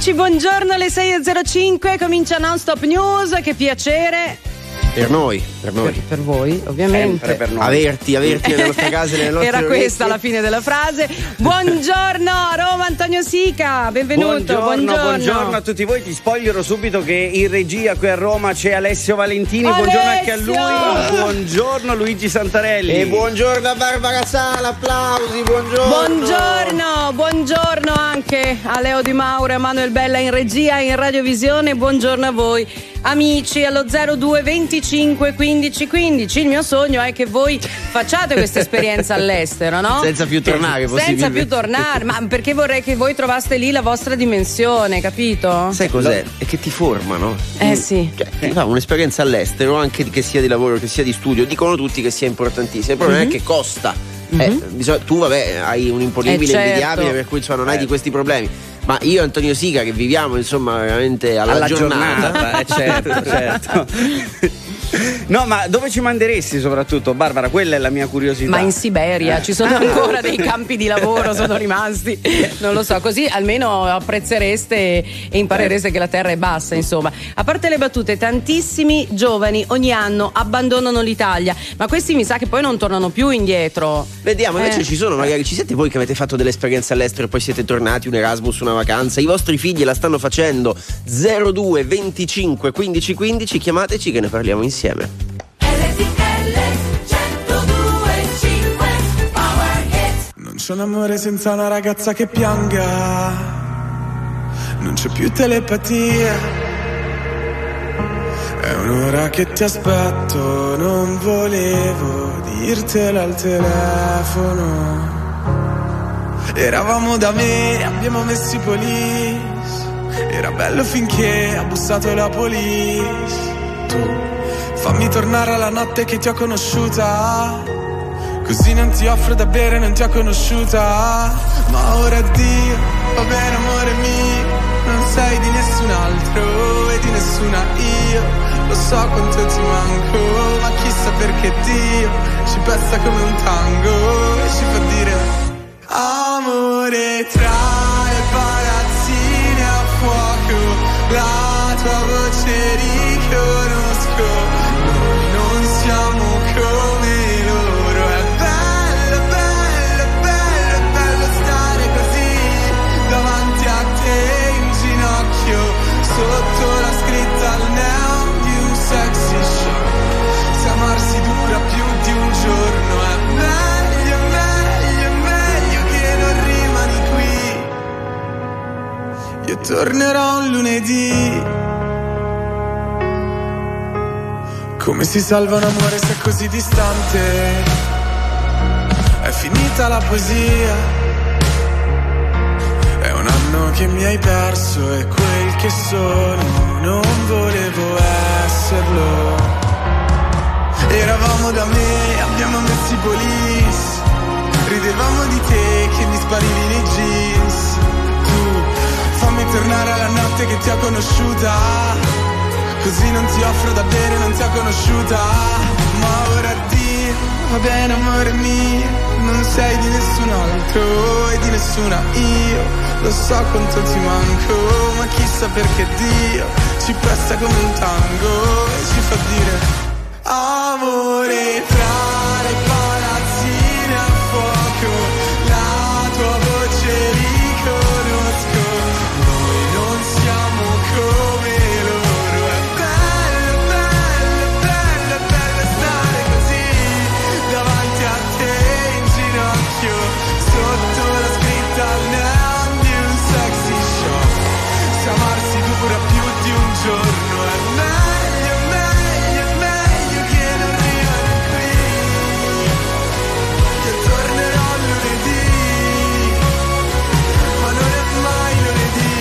Eccoci, buongiorno alle 6.05, comincia Non Stop News, che piacere. Per noi. Per voi, ovviamente. Sempre per noi. Averti nelle nostre case, nelle nostre Era questa la fine della frase. Buongiorno a Roma, Antonio Sica, benvenuto. Buongiorno a tutti voi. Ti spoilerò subito che in regia qui a Roma c'è Alessio Valentini. Alessio! Buongiorno anche a lui. Buongiorno Luigi Santarelli. E buongiorno a Barbara Sala, applausi, buongiorno anche a Leo Di Mauro e a Manuel Bella in regia e in radiovisione. Buongiorno a voi amici allo 02 25 15 15. Il mio sogno è che voi facciate questa esperienza all'estero, no? Senza più tornare, ma perché vorrei che voi trovaste lì la vostra dimensione, capito? Sai cos'è? È che ti formano. Sì. Ti fa un'esperienza all'estero, anche che sia di lavoro, che sia di studio, dicono tutti che sia importantissima. Il problema è che costa. Tu hai un imponibile invidiabile, per cui non hai di questi problemi. Ma io e Antonio Sica, che viviamo insomma veramente alla giornata. Certo. No, ma dove ci manderesti soprattutto, Barbara? Quella è la mia curiosità. Ma in Siberia ci sono ancora dei campi di lavoro, sono rimasti. Non lo so, così almeno apprezzereste e imparereste che la terra è bassa, insomma. A parte le battute, tantissimi giovani ogni anno abbandonano l'Italia, ma questi mi sa che poi non tornano più indietro. Vediamo, invece ci sono, magari ci siete voi che avete fatto delle esperienze all'estero e poi siete tornati, un Erasmus, una vacanza, i vostri figli la stanno facendo. 02 25 15 15, chiamateci che ne parliamo insieme. Non c'è un amore senza una ragazza che pianga, non c'è più telepatia, è un'ora che ti aspetto, non volevo dirtelo al telefono. Eravamo da me, abbiamo messo i police, era bello finché ha bussato la police. Tu fammi tornare alla notte che ti ho conosciuta, così non ti offro da bere, non ti ho conosciuta. Ma ora addio, va bene amore mio, non sei di nessun altro e di nessuna io. Lo so quanto ti manco, ma chissà perché Dio ci pesta come un tango e ci fa dire amore tra le palazzine a fuoco. La tua voce riconosco, siamo come loro, è bello, bello, bello, bello stare così davanti a te in ginocchio, sotto la scritta al neon di un sexy show. Se amarsi dura più di un giorno è meglio, meglio, meglio che non rimani qui. Io tornerò un lunedì. Come si salva un amore se è così distante? È finita la poesia. È un anno che mi hai perso e quel che sono non volevo esserlo. Eravamo da me, abbiamo messo i police, ridevamo di te che mi sparivi nei jeans. Tu fammi tornare alla notte che ti ho conosciuta, così non ti offro da bere, non ti ho conosciuta. Ma ora addio, va bene amore mio, non sei di nessun altro e di nessuna io. Lo so quanto ti manco, ma chissà perché Dio ci pesta come un tango e ci fa dire amore tra le palazzine a fuoco. La tua voce riconosco, noi non siamo come sotto la scritta al neon di un sexy show. Se amarsi dura più di un giorno è meglio, meglio, meglio che non rimani qui. Io tornerò lunedì, ma non è mai lunedì,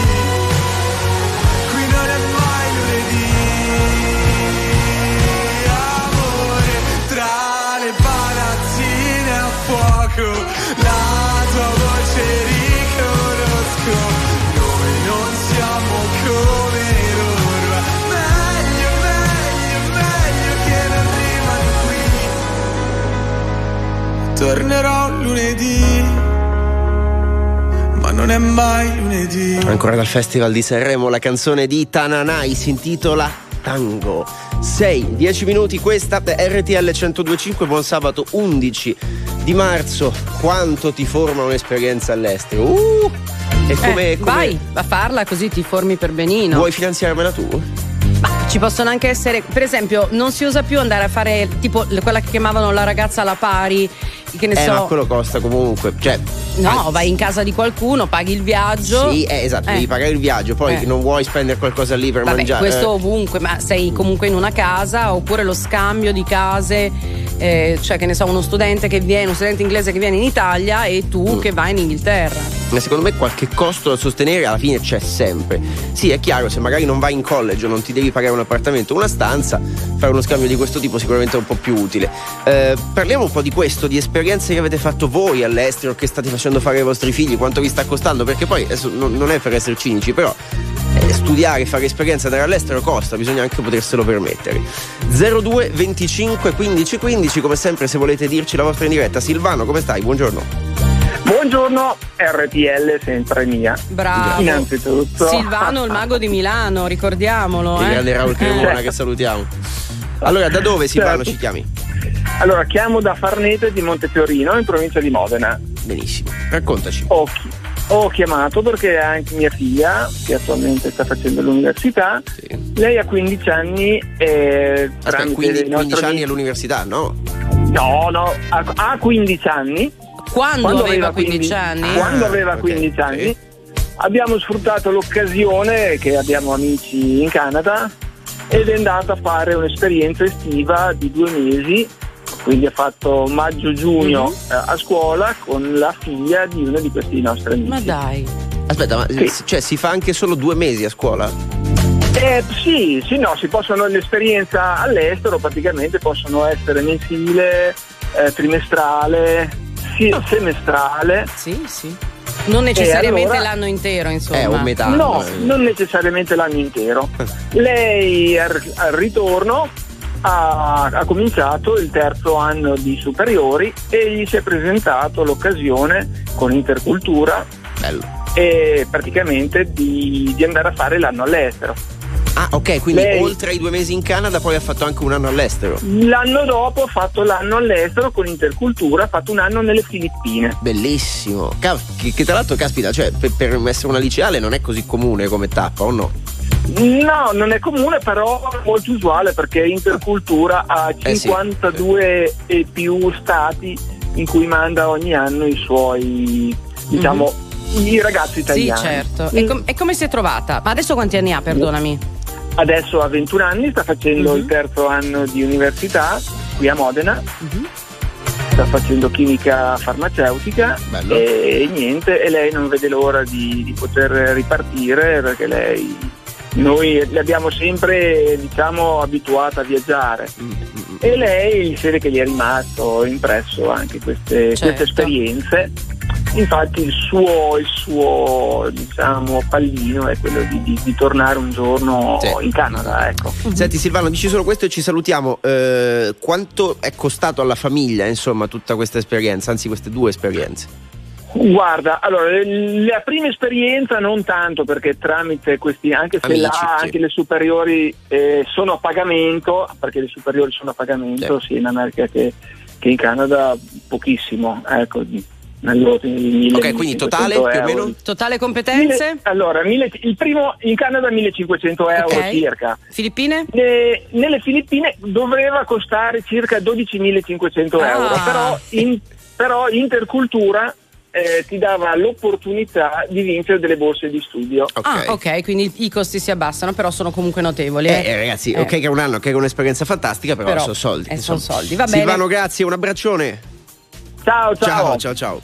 qui non è mai lunedì. Amore tra le palazzine a fuoco, la tua voce riconosco, noi non siamo come loro. Meglio, meglio, meglio che non rimani qui. Tornerò lunedì, ma non è mai lunedì. Ancora dal Festival di Sanremo la canzone di Tananai si intitola Tango. 10 minuti, questa è RTL 102.5. Buon sabato 11 di marzo. Quanto ti forma un'esperienza all'estero? E come vai a farla così ti formi per benino. Vuoi finanziarmela tu? Ma ci possono anche essere, per esempio, non si usa più andare a fare tipo quella che chiamavano la ragazza alla pari, che ne so. Ma quello costa comunque, cioè. No, vai in casa di qualcuno, paghi il viaggio. Sì, esatto, devi pagare il viaggio, poi non vuoi spendere qualcosa lì per mangiare. Questo ovunque, ma sei comunque in una casa, oppure lo scambio di case, cioè che ne so, uno studente inglese che viene in Italia e tu che vai in Inghilterra. Ma secondo me qualche costo da sostenere alla fine c'è sempre. Sì, è chiaro, se magari non vai in college o non ti devi pagare un appartamento o una stanza, fare uno scambio di questo tipo sicuramente è un po' più utile. Parliamo un po' di questo, di esperienze che avete fatto voi all'estero, che state facendo fare ai vostri figli, quanto vi sta costando, perché poi adesso non è per essere cinici, però studiare, fare esperienza, andare all'estero costa, bisogna anche poterselo permettere. 02 25 15 15, come sempre, se volete dirci la vostra in diretta. Silvano, come stai? Buongiorno. Buongiorno, RTL sempre mia. Bravo. Innanzitutto Silvano, il mago di Milano, ricordiamolo. Il grande Raul Cremona, che salutiamo. Allora, da dove, Silvano, ci chiami? Allora, chiamo da Farnese di Montefiorino, in provincia di Modena. Benissimo, raccontaci. Ho chiamato perché anche mia figlia, che attualmente sta facendo l'università, lei ha 15 anni e tramite 15 anni all'università, no? No, ha 15 anni. Quando aveva 15 anni? Quando aveva 15 anni. Abbiamo sfruttato l'occasione che abbiamo amici in Canada ed è andata a fare un'esperienza estiva di 2 mesi. Quindi ha fatto maggio-giugno a scuola con la figlia di uno di questi nostri amici. Ma dai. Aspetta, ma cioè si fa anche solo 2 mesi a scuola? Sì, si possono, l'esperienza all'estero praticamente possono essere mensile, trimestrale, semestrale. Sì. Non necessariamente allora, l'anno intero, insomma. O metà. No, non necessariamente l'anno intero. Lei al ritorno ha cominciato il 3° anno di superiori e gli si è presentato l'occasione con Intercultura. Bello. E praticamente di andare a fare l'anno all'estero. Ah, ok, quindi oltre ai 2 mesi in Canada poi ha fatto anche un anno all'estero. L'anno dopo ha fatto l'anno all'estero con Intercultura, ha fatto un anno nelle Filippine. Bellissimo. Che tra l'altro, caspita, cioè per essere una liceale non è così comune come tappa, o no? No, non è comune, però è molto usuale perché Intercultura ha 52 e più stati in cui manda ogni anno i suoi, diciamo, i ragazzi italiani. Sì, certo. E come si è trovata? Ma adesso quanti anni ha, perdonami? Adesso ha 21 anni, sta facendo il 3° anno di università qui a Modena. Sta facendo chimica farmaceutica. Bello. E niente, e lei non vede l'ora di poter ripartire perché noi l'abbiamo sempre, diciamo, abituata a viaggiare e lei si vede che gli è rimasto impresso anche queste esperienze. Infatti il suo diciamo pallino è quello di tornare un giorno in Canada, ecco. Senti Silvano, dici solo questo e ci salutiamo. Quanto è costato alla famiglia, insomma, tutta questa esperienza, anzi queste 2 esperienze? Guarda, allora la prima esperienza non tanto, perché tramite questi, anche se anche le superiori sono a pagamento, perché le superiori sono a pagamento sia in America che in Canada, pochissimo, ecco, nell'ordine di 1.000. Ok, quindi totale più o meno? Totale competenze? Il primo in Canada 1.500 euro circa. Filippine? Nelle Filippine doveva costare circa 12.500 euro, però Intercultura ti dava l'opportunità di vincere delle borse di studio. Ok, quindi i costi si abbassano, però sono comunque notevoli. Ragazzi, ok che è un anno, che è un'esperienza fantastica, però sono soldi. Sono soldi, va bene. Silvano, grazie, un abbraccione. Ciao.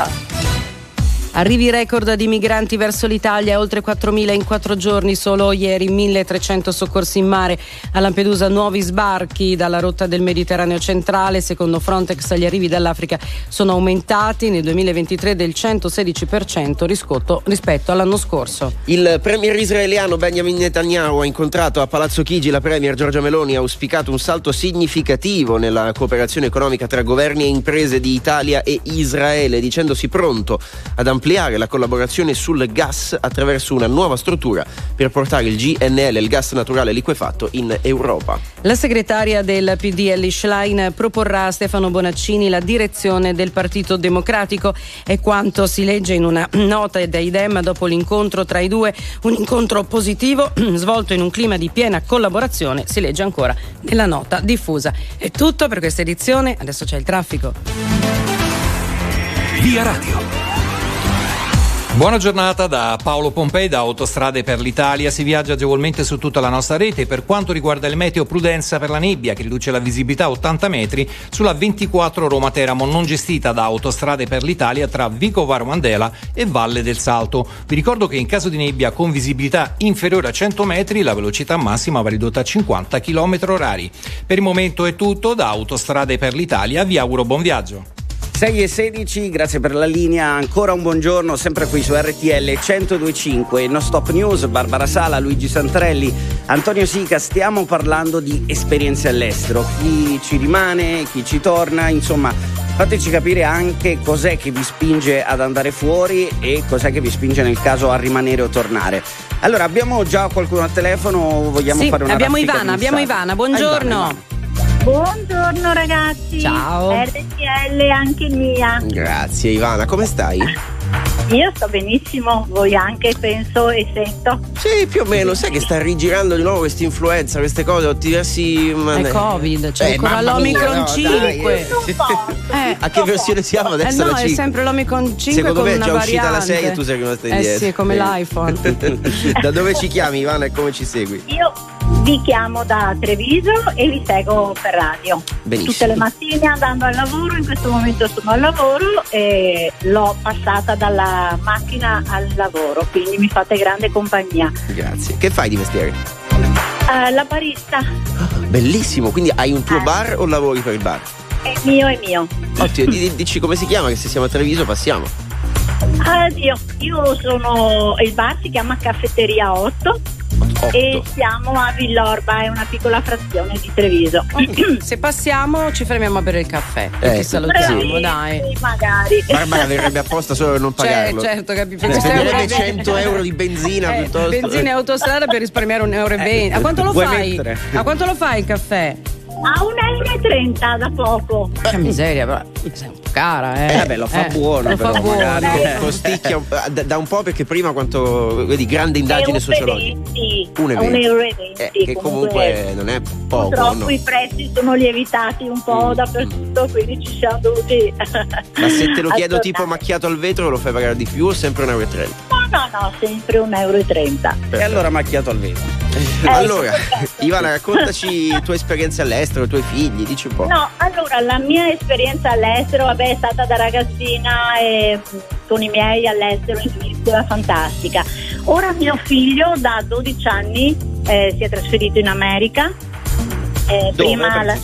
Arrivi record di migranti verso l'Italia, oltre 4.000 in 4 giorni, solo ieri 1.300 soccorsi in mare a Lampedusa, nuovi sbarchi dalla rotta del Mediterraneo centrale. Secondo Frontex gli arrivi dall'Africa sono aumentati nel 2023 del 116% rispetto all'anno scorso. Il premier israeliano Benjamin Netanyahu ha incontrato a Palazzo Chigi la premier Giorgia Meloni, ha auspicato un salto significativo nella cooperazione economica tra governi e imprese di Italia e Israele, dicendosi pronto ad ampliare ampliare la collaborazione sul gas attraverso una nuova struttura per portare il GNL, il gas naturale liquefatto, in Europa. La segretaria del PD Elly Schlein proporrà a Stefano Bonaccini la direzione del Partito Democratico, è quanto si legge in una nota dei Dem dopo l'incontro tra i due, un incontro positivo svolto in un clima di piena collaborazione, si legge ancora nella nota diffusa. È tutto per questa edizione, adesso c'è il traffico. Via Radio. Buona giornata da Paolo Pompei, da Autostrade per l'Italia. Si viaggia agevolmente su tutta la nostra rete. Per quanto riguarda il meteo, prudenza per la nebbia che riduce la visibilità a 80 metri sulla 24 Roma-Teramo, non gestita da Autostrade per l'Italia tra Vico Varo Mandela e Valle del Salto. Vi ricordo che in caso di nebbia con visibilità inferiore a 100 metri la velocità massima va ridotta a 50 km/h. Per il momento è tutto, da Autostrade per l'Italia vi auguro buon viaggio. 6:16, grazie per la linea, ancora un buongiorno sempre qui su RTL 102.5, No Stop News, Barbara Sala, Luigi Santrelli, Antonio Sica. Stiamo parlando di esperienze all'estero, chi ci rimane, chi ci torna, insomma fateci capire anche cos'è che vi spinge ad andare fuori e cos'è che vi spinge nel caso a rimanere o tornare. Allora, abbiamo già qualcuno al telefono, vogliamo fare una abbiamo raffica Ivana, buongiorno. Buongiorno ragazzi. Ciao. RTL anche mia. Grazie Ivana, come stai? Io sto benissimo, voi anche penso e sento. Sì, più o meno, sai che sta rigirando di nuovo questa influenza, queste cose, ho diversi... È Covid, c'è ancora l'Omicron 5. A che versione siamo adesso? No, la 5? è sempre l'Omicron 5. Secondo con me è una già uscita variante. la 6 e tu sei rimasta indietro. Sì, è come l'iPhone. Da dove ci chiami Ivana e come ci segui? Io vi chiamo da Treviso e vi seguo per radio. Benissimo. Tutte le mattine andando al lavoro, in questo momento sono al lavoro e l'ho passata dalla macchina al lavoro, quindi mi fate grande compagnia. Grazie. Che fai di mestiere? La barista. Bellissimo, quindi hai un tuo bar o lavori per il bar? È mio. Ottimo, dici come si chiama, che se siamo a Treviso passiamo. Io sono, il bar si chiama Caffetteria 8 e siamo a Villorba, è una piccola frazione di Treviso. Se passiamo ci fermiamo a bere il caffè, ti salutiamo, dai. Magari. Barbara verrebbe apposta solo per non pagarlo. Certo, capisco. Spenderebbe 100 euro di benzina piuttosto. Benzina e autostrada per risparmiare 1,20 euro. A quanto lo fai? A quanto lo fai il caffè? A 1,30 euro da poco. Che miseria, però sei un po' cara, Vabbè, lo fa buono. Lo fa buono. Costicchia da un po', perché prima quanto vedi, grande indagine sociologica. 1,20 euro. Che comunque non è poco. Purtroppo no? i prezzi sono lievitati un po' dappertutto, quindi ci siamo dovuti. Ma se te lo chiedo tipo macchiato al vetro, lo fai pagare di più o sempre 1,30 euro? No, sempre 1,30 euro. E allora macchiato al vetro. Allora, Ivana, raccontaci le tue esperienze all'estero, i tuoi figli, dici un po'. No, allora la mia esperienza all'estero, è stata da ragazzina e con i miei all'estero in Svizzera, fantastica. Ora mio figlio da 12 anni si è trasferito in America, prima a Las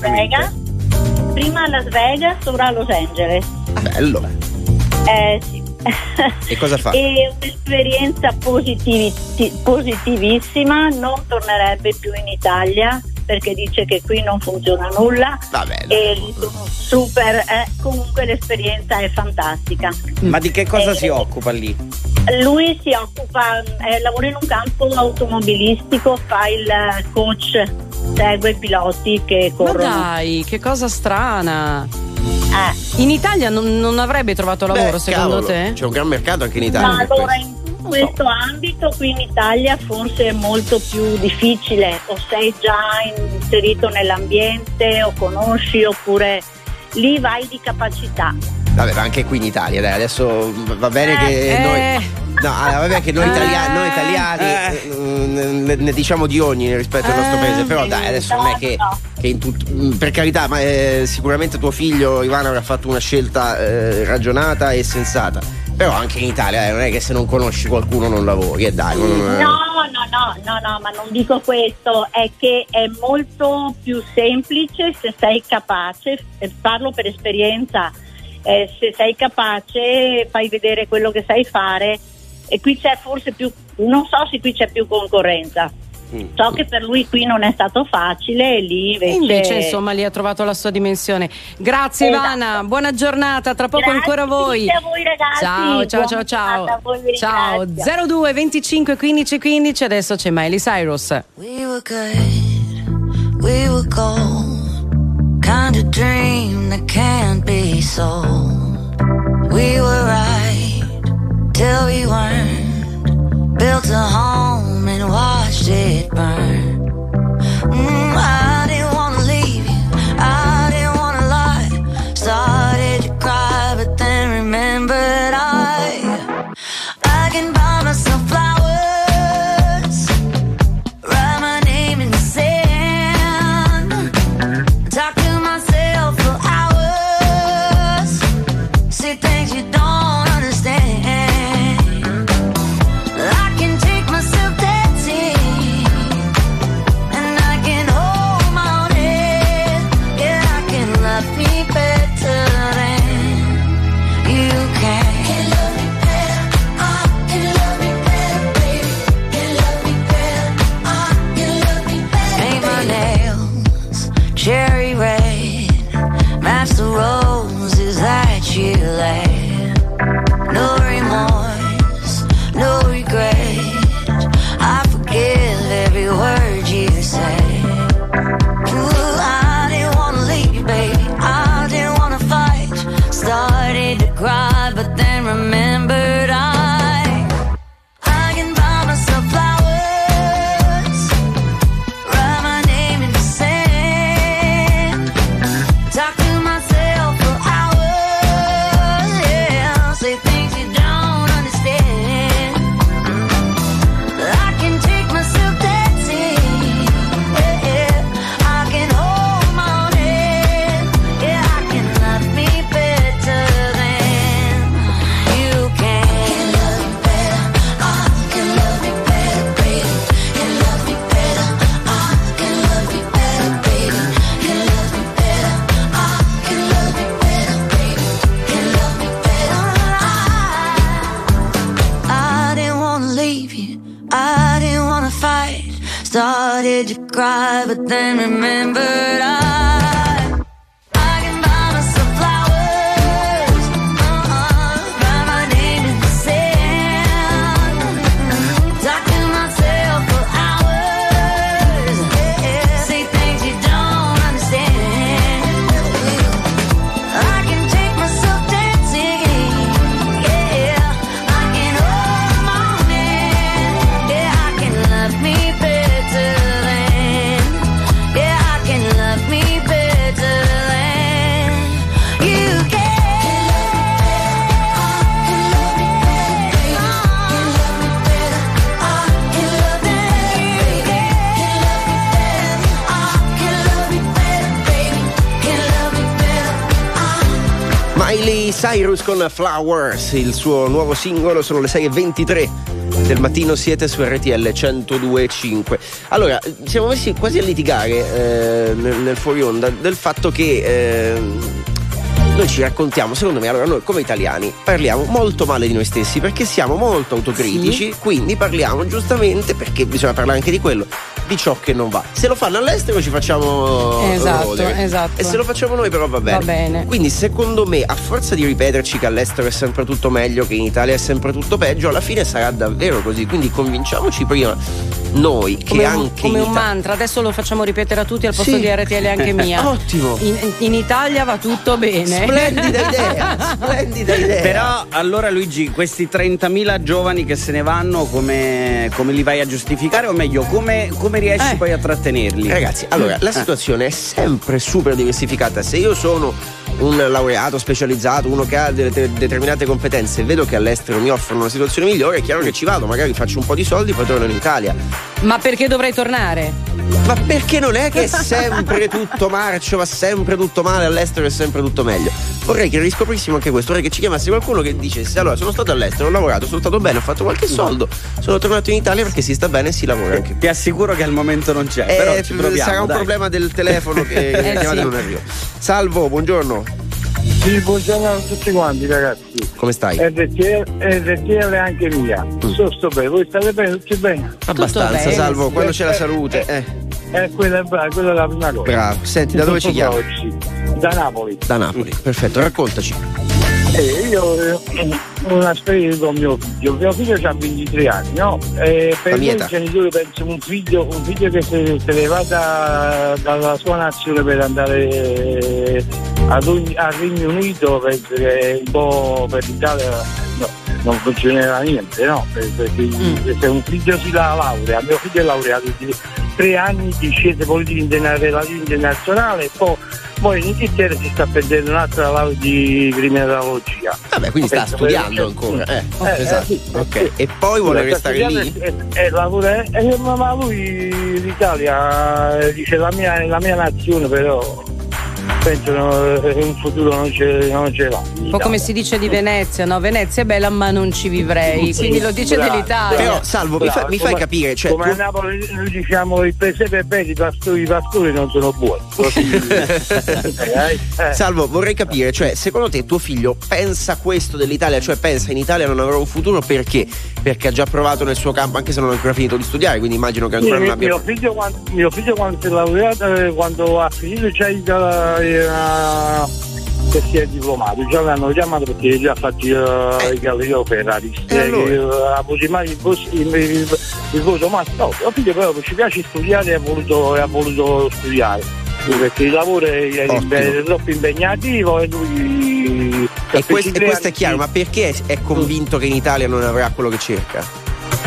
Vegas, ora a Los Angeles. Bello. Sì. E cosa fa? È un'esperienza positivissima, non tornerebbe più in Italia perché dice che qui non funziona nulla. Vabbè, e sono super, comunque l'esperienza è fantastica. Ma di che cosa si occupa lì? Lui si occupa, lavora in un campo automobilistico, fa il coach, segue i piloti che corrono. Ma dai, che cosa strana. In Italia non avrebbe trovato lavoro, secondo te? C'è un gran mercato anche in Italia. Ma allora in questo ambito qui in Italia forse è molto più difficile, o sei già inserito nell'ambiente o conosci, oppure lì vai di capacità. Vabbè, ma anche qui in Italia, dai, adesso va bene che noi... No, vabbè che noi italiani ne diciamo di ogni rispetto al nostro paese, però dai, adesso non è che per carità, ma sicuramente tuo figlio Ivano avrà fatto una scelta ragionata e sensata, però anche in Italia non è che se non conosci qualcuno non lavori, dai. No, ma non dico questo, è che è molto più semplice se sei capace, parlo per esperienza, se sei capace fai vedere quello che sai fare. E qui c'è forse più, non so se qui c'è più concorrenza. So che per lui qui non è stato facile e lì invece insomma lì ha trovato la sua dimensione. Grazie Ivana, buona giornata, tra poco ancora voi. Grazie a voi ragazzi. Ciao. 02 25 15 15, adesso c'è Miley Cyrus. We were good, we were gold, kind of dream that can't be sold. We were right till we weren't, built a home and watched it burn. I didn't wanna leave you, I didn't wanna lie, started to cry but then remembered I can buy myself flowers, write my name in the sand, talk to myself for hours, say things you don't understand. I can take myself dancing, and I can hold my own head. Yeah, I can love me better than you can. Cherry red, match the roses that you laid. No remorse, no regret, I forgive every word you say. Ooh, I didn't wanna leave you, baby, I didn't wanna fight. Started to cry, but then remembered I can buy myself flowers, write my name in the sand, talk to myself for hours, yeah, say things you don't understand. I can take myself dancing, yeah, I can hold my own head, yeah, I can love me better than you can. Can love me better, I can love me better, baby. Can love me better, I can love me better, baby. Can love me better, I can love me better, baby. Can love me better, I didn't wanna leave you, I didn't wanna fight. Started to cry, but then remembered I can buy myself flowers, write my name in the sand, talk to myself for hours, yeah, say things you don't understand. I can take myself dancing, yeah, I can hold my own hand, yeah, I can love me better than, yeah, I can love me better than you can. Miley Cyrus con Flowers, il suo nuovo singolo. Sono le 6:23 del mattino, siete su RTL 102.5. Allora, siamo messi quasi a litigare nel fuori onda del fatto che noi ci raccontiamo, secondo me, allora noi come italiani parliamo molto male di noi stessi perché siamo molto autocritici, quindi parliamo giustamente, perché bisogna parlare anche di quello, di ciò che non va. Se lo fanno all'estero ci facciamo rodere. Esatto. E se lo facciamo noi però va bene. Va bene. Quindi secondo me, a forza di ripeterci che all'estero è sempre tutto meglio, che in Italia è sempre tutto peggio, alla fine sarà davvero così. Quindi convinciamoci prima noi che come anche come un mantra, adesso lo facciamo ripetere a tutti al posto Sì. di RTL anche mia. Ottimo. In Italia va tutto bene. Splendida idea, splendida idea. Però allora Luigi, questi 30.000 giovani che se ne vanno, come li vai a giustificare? O meglio, come riesci poi a trattenerli? Ragazzi, allora la situazione è sempre super diversificata. Se io sono un laureato specializzato, uno che ha delle determinate competenze, e vedo che all'estero mi offrono una situazione migliore, è chiaro che ci vado, magari faccio un po' di soldi, poi torno in Italia. Ma perché dovrei tornare? Ma perché non è che è sempre tutto marcio, va sempre tutto male, all'estero è sempre tutto meglio. Vorrei che riscoprissimo anche questo, vorrei che ci chiamasse qualcuno che dicesse: allora, sono stato all'estero, ho lavorato, sono stato bene, ho fatto qualche soldo, sono tornato in Italia perché si sta bene e si lavora anche. Ti assicuro che al momento non c'è, però ci proviamo, sarà un dai. problema del telefono che chiamate sì. non arriva. Salvo, buongiorno. Sì, buongiorno a tutti quanti ragazzi. Come stai? RTL anche mia. Sto bene, voi state bene? Tutti bene? Abbastanza, bene, Salvo, sì. quando c'è la salute. Quella è la prima cosa. Bravo. Senti, da dove ci chiami? Oggi. Da Napoli. Da Napoli, perfetto, raccontaci. Io ho una esperienza con mio figlio. Mio figlio ha 23 anni, no? Per noi i genitori pensano un figlio che se ne va dalla sua nazione per andare al Regno Unito, penso che un po' per l'Italia non funzionerà niente, no? Perché se un figlio si laurea, mio figlio è laureato di 3 anni di scienze politiche relative internazionali e poi in Inghilterra si sta prendendo un'altra laurea di criminologia. Vabbè, quindi sta studiando ancora. Esatto. Sì. Ok. E poi vuole restare lì? Lavora, ma lui l'Italia dice la mia nazione, però penso in un futuro non ce l'ha. Un po' come si dice di Venezia, no? Venezia è bella ma non ci vivrei, quindi lo dice dell'Italia. Però Salvo, mi fai capire, cioè, come a Napoli noi diciamo il presepe è bello, i pastori non sono buoni. Salvo, vorrei capire, cioè, secondo te tuo figlio pensa questo dell'Italia, cioè pensa in Italia non avrò un futuro perché? Perché ha già provato nel suo campo, anche se non ha ancora finito di studiare, quindi immagino che ancora non abbia. Mio figlio quando si è laureato, quando ha finito che si è diplomato, già l'hanno chiamato perché già ha fatto i Galileo Ferrari, ha avuto il voto, ma no, mio figlio però ci piace studiare e ha voluto studiare perché il lavoro è troppo impegnativo e lui e questo è chiaro, ma perché è convinto che in Italia non avrà quello che cerca?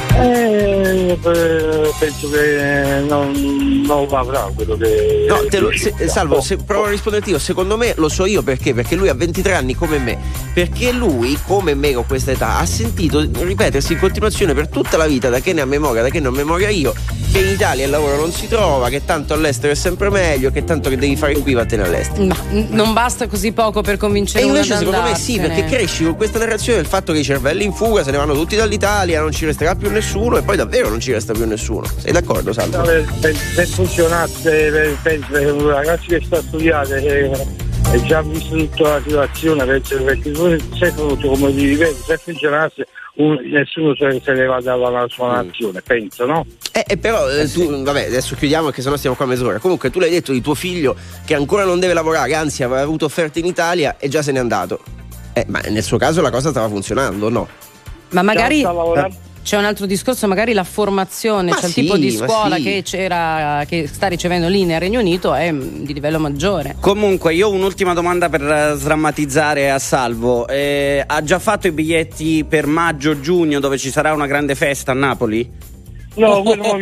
Penso che non lo avrà quello che. No, Salvo, se provo a risponderti io, secondo me lo so io perché lui ha 23 anni come me, perché lui come me con questa età ha sentito ripetersi in continuazione per tutta la vita, da che ne ha memoria, da che non ho memoria io, che in Italia il lavoro non si trova, che tanto all'estero è sempre meglio, che tanto che devi fare qui vattene all'estero. Ma non basta così poco per convincere uno ad invece secondo me sì, perché cresci con questa narrazione del fatto che i cervelli in fuga se ne vanno tutti dall'Italia, non ci resterà più nessuno, e poi davvero non ci resta più nessuno. Sei d'accordo, Salvo? Se funzionasse, penso che un ragazzo che sta studiando e già visto tutta la situazione, penso perché se come vi ripeto, se funzionasse nessuno se ne va dalla sua nazione, penso, no? Però tu, vabbè, adesso chiudiamo perché sennò stiamo qua mezz'ora. Comunque tu l'hai detto di tuo figlio che ancora non deve lavorare, anzi aveva avuto offerte in Italia e già se n'è andato. Ma nel suo caso la cosa stava funzionando, no? Ma magari c'è un altro discorso, magari la formazione, cioè il tipo di scuola che sta ricevendo lì nel Regno Unito è di livello maggiore. Comunque io ho un'ultima domanda per sdrammatizzare a Salvo. Ha già fatto i biglietti per maggio-giugno dove ci sarà una grande festa a Napoli? No, quello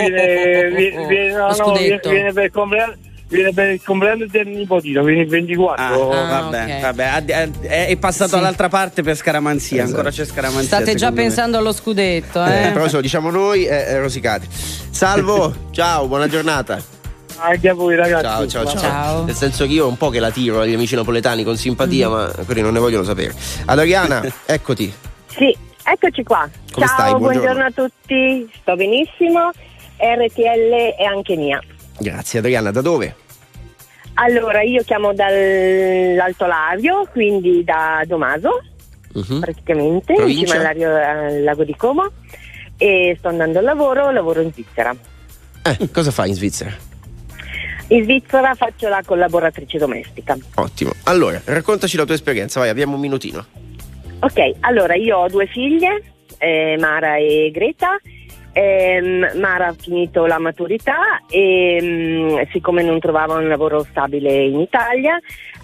viene per compleanno. Viene per il compleanno del nipotino, viene il 24. Vabbè. È passato all'altra parte per scaramanzia. Esatto. Ancora c'è scaramanzia. State già pensando allo scudetto, però se lo diciamo noi, rosicate. Salvo, ciao, buona giornata. Anche a voi ragazzi. Ciao. Nel senso che io un po' che la tiro agli amici napoletani con simpatia, ma quelli non ne vogliono sapere. Adriana, eccoti. Sì, eccoci qua. Come stai? Buongiorno a tutti. Sto benissimo. RTL è anche mia. Grazie. Adriana, da dove? Allora, io chiamo dall'Alto Lario, quindi da Domaso, praticamente, provincia? vicino al lago di Como, e sto andando al lavoro in Svizzera. Cosa fai in Svizzera? In Svizzera faccio la collaboratrice domestica. Ottimo. Allora, raccontaci la tua esperienza, vai, abbiamo un minutino. Ok, allora io ho 2 figlie, Mara e Greta. Mara ha finito la maturità e siccome non trovava un lavoro stabile in Italia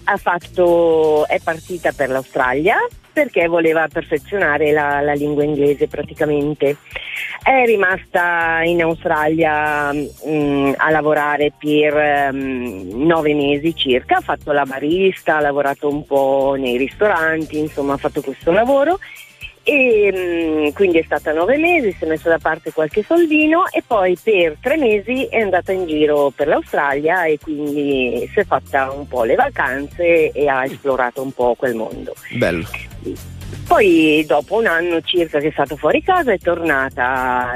è partita per l'Australia perché voleva perfezionare la lingua inglese praticamente. È rimasta in Australia a lavorare per 9 mesi circa, ha fatto la barista, ha lavorato un po' nei ristoranti, insomma ha fatto questo lavoro. E quindi è stata 9 mesi, si è messa da parte qualche soldino e poi per 3 mesi è andata in giro per l'Australia e quindi si è fatta un po' le vacanze e ha esplorato un po' quel mondo. Bello. Poi dopo un anno circa che è stata fuori casa è tornata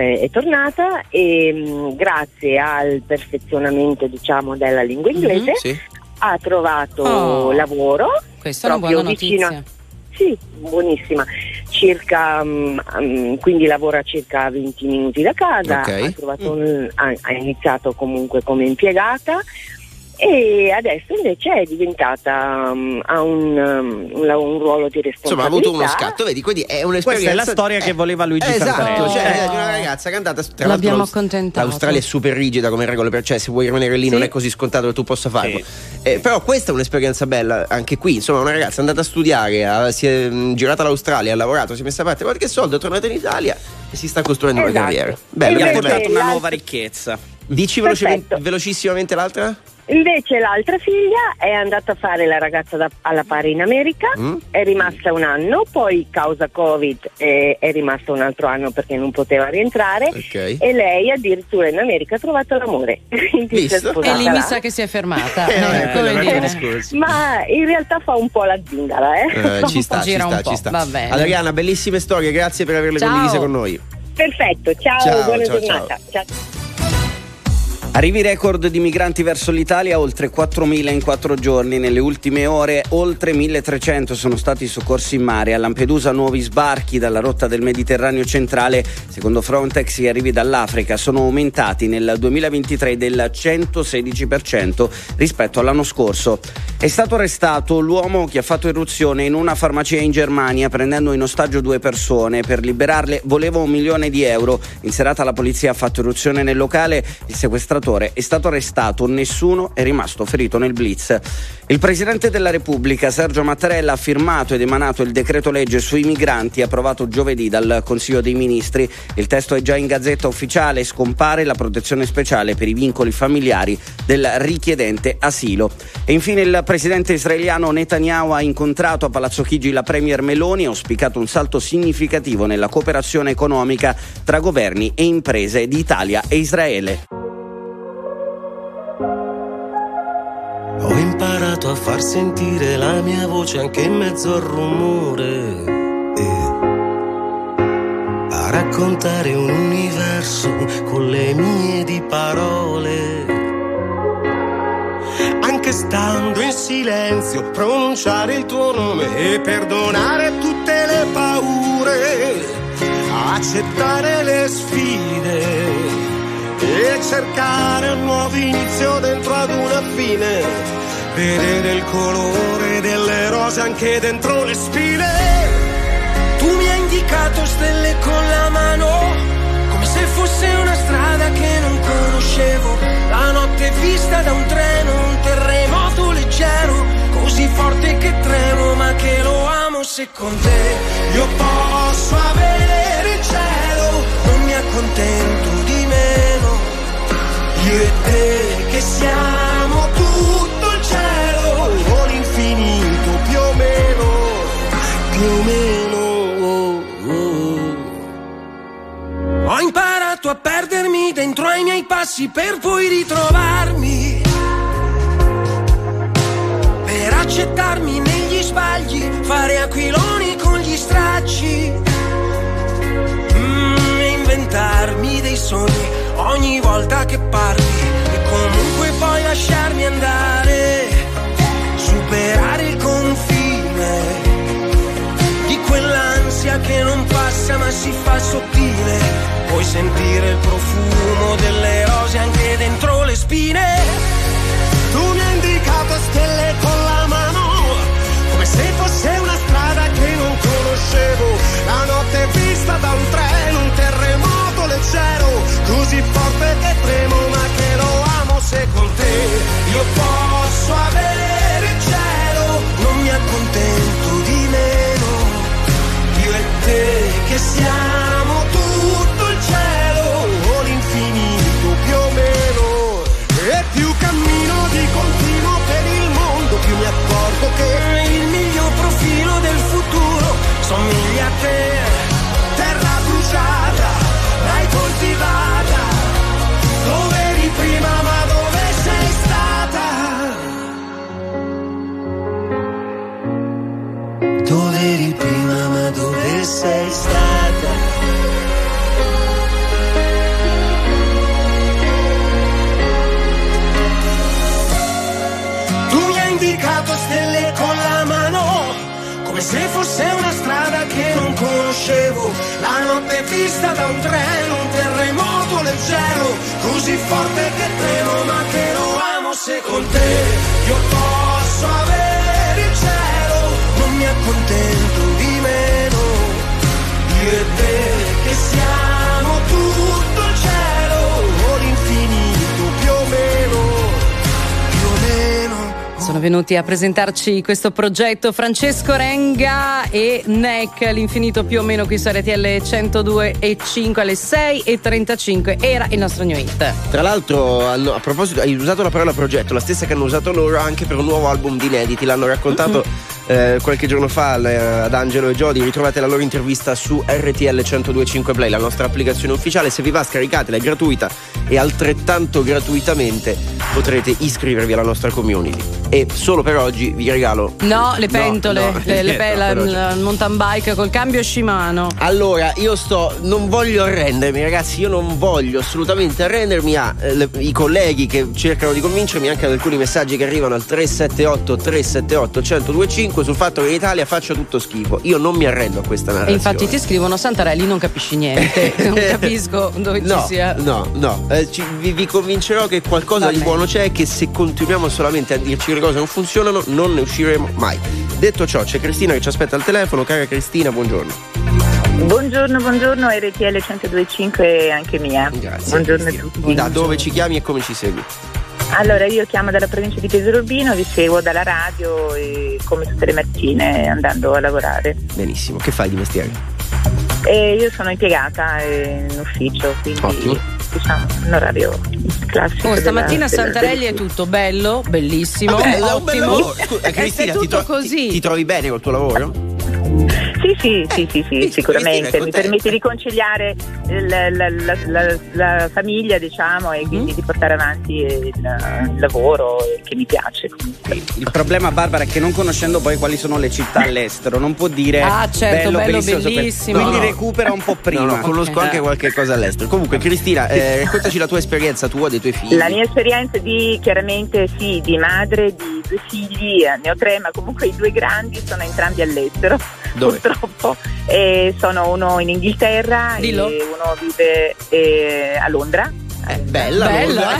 e grazie al perfezionamento diciamo della lingua inglese ha trovato lavoro questa è una buona notizia. Sì, buonissima. Circa quindi lavora circa 20 minuti da casa, ha iniziato comunque come impiegata e adesso invece è diventata ha un ruolo di responsabilità. Insomma, ha avuto uno scatto, vedi, quindi è un'esperienza. Questa è la storia che voleva Luigi Santarelli. Esatto, cioè di una ragazza che è andata, tra l'abbiamo accontentato. L'Australia è super rigida come regole, cioè se vuoi rimanere lì non è così scontato che tu possa farlo. Però questa è un'esperienza bella anche qui, insomma, una ragazza è andata a studiare, si è girata l'Australia, ha lavorato, si è messa a parte qualche soldo, è tornata in Italia e si sta costruendo una carriera. Bello, ha portato una nuova ricchezza. Dici velocissimamente l'altra? Invece l'altra figlia è andata a fare la ragazza alla pari in America, è rimasta un anno, poi causa Covid è rimasta un altro anno perché non poteva rientrare, e lei addirittura in America ha trovato l'amore. E lì mi sa che si è fermata. Ma in realtà fa un po' la zingara, ci sta. Va bene. Adriana, bellissime storie, grazie per averle condivise con noi. Perfetto, ciao, buona giornata. Ciao. Arrivi record di migranti verso l'Italia, oltre 4.000 in 4 giorni. Nelle ultime ore oltre 1.300 sono stati soccorsi in mare. A Lampedusa nuovi sbarchi dalla rotta del Mediterraneo centrale. Secondo Frontex gli arrivi dall'Africa sono aumentati nel 2023 del 116% rispetto all'anno scorso. È stato arrestato l'uomo che ha fatto irruzione in una farmacia in Germania prendendo in ostaggio 2 persone. Per liberarle voleva €1 milione. In serata la polizia ha fatto irruzione nel locale, il sequestratore è stato arrestato, nessuno è rimasto ferito nel blitz. Il Presidente della Repubblica Sergio Mattarella ha firmato ed emanato il decreto legge sui migranti approvato giovedì dal Consiglio dei Ministri. Il testo è già in Gazzetta Ufficiale, scompare la protezione speciale per i vincoli familiari del richiedente asilo. E infine il presidente israeliano Netanyahu ha incontrato a Palazzo Chigi la premier Meloni e ha auspicato un salto significativo nella cooperazione economica tra governi e imprese di Italia e Israele. Ho imparato a far sentire la mia voce anche in mezzo al rumore, a raccontare un universo con le mie di parole. Anche stando in silenzio, pronunciare il tuo nome e perdonare tutte le paure, accettare le sfide e cercare un nuovo inizio dentro ad una fine, vedere il colore delle rose anche dentro le spine. Tu mi hai indicato stelle con la mano, come se fosse una strada che non conoscevo. La notte vista da un treno, un terremoto leggero, così forte che tremo ma che lo amo. Se con te io posso avere il cielo, non mi accontento di meno. Io e te che siamo tutto il cielo o l'infinito più o meno. Ho imparato a perdermi dentro ai miei passi per poi ritrovarmi, per accettarmi negli sbagli, fare aquiloni con gli stracci, e inventarmi dei sogni ogni volta che parli e comunque poi lasciarmi andare, superare il confine di quell'ansia che non passa ma si fa sottile, puoi sentire il profumo delle rose anche dentro le spine. Tu mi hai indicato stelle con la mano, come se fosse una strada che non conoscevo. La notte vista da un treno, un terremoto leggero, così forte che tremo ma che lo amo. Se con te io posso avere il cielo, non mi accontento di meno. Io e te che siamo tutto il cielo o l'infinito più o meno. E più cammino di continuo per il mondo, più mi accorgo che il miglior profilo del futuro somiglia a te. Terra bruciata, l'hai coltivata, dove eri prima ma dove sei stata? Dove eri prima ma dove sei stata? Tu mi hai indicato stelle con la mano, come se fosse una strada che non conoscevo. La notte vista da un treno, un terremoto leggero, così forte che tremo, ma che lo amo se con te io posso avere il cielo. Non mi accontento di meno, io e te che siamo tutto il cielo o l'infinito più o meno. Sono venuti a presentarci questo progetto Francesco Renga e Neck, l'infinito più o meno, qui su RTL 102.5 alle 6:35. Era il nostro new hit. Tra l'altro, a proposito, hai usato la parola progetto, la stessa che hanno usato loro anche per un nuovo album di inediti. L'hanno raccontato qualche giorno fa ad Angelo e Jody. Ritrovate la loro intervista su RTL 102.5 Play, la nostra applicazione ufficiale. Se vi va, scaricatela, è gratuita, e altrettanto gratuitamente potrete iscrivervi alla nostra community. E solo per oggi vi regalo le pentole, il mountain bike col cambio Shimano. Allora, non voglio arrendermi, ragazzi, io non voglio assolutamente arrendermi ai colleghi che cercano di convincermi, anche ad alcuni messaggi che arrivano al 378-378-1025 sul fatto che in Italia faccia tutto schifo. Io non mi arrendo a questa narrazione. E infatti ti scrivono: Santarelli, non capisci niente. Non capisco dove ci sia. Vi convincerò che qualcosa di buono c'è, e che se continuiamo solamente a dirci le cose non funzionano non ne usciremo mai. Detto ciò, c'è Cristina che ci aspetta al telefono. Cara Cristina, buongiorno. Buongiorno, RTL 102.5 anche mia. Grazie. Buongiorno a tutti. Da dove ci chiami e come ci segui? Allora, io chiamo dalla provincia di Pesaro Urbino, vi seguo dalla radio e come tutte le mattine andando a lavorare. Benissimo, che fai di mestiere? Io sono impiegata in ufficio, quindi ottimo. Diciamo un orario classico. Stamattina Santarelli è tutto bello, bellissimo, ottimo. Cristina, ti trovi bene col tuo lavoro? Sì, sicuramente. Mi permette di conciliare la famiglia, diciamo, e quindi di portare avanti il lavoro che mi piace comunque. Il problema, Barbara, è che non conoscendo poi quali sono le città all'estero non può dire certo, bello bellissimo. Quindi recupera un po' prima. Conosco anche qualche cosa all'estero. Comunque, Cristina, raccontaci la tua esperienza, tua, dei tuoi figli. La mia esperienza di madre di 2 figli, ne ho 3, ma comunque i 2 grandi sono entrambi all'estero. Dove? Purtroppo sono uno in Inghilterra e uno vive a Londra. Bella.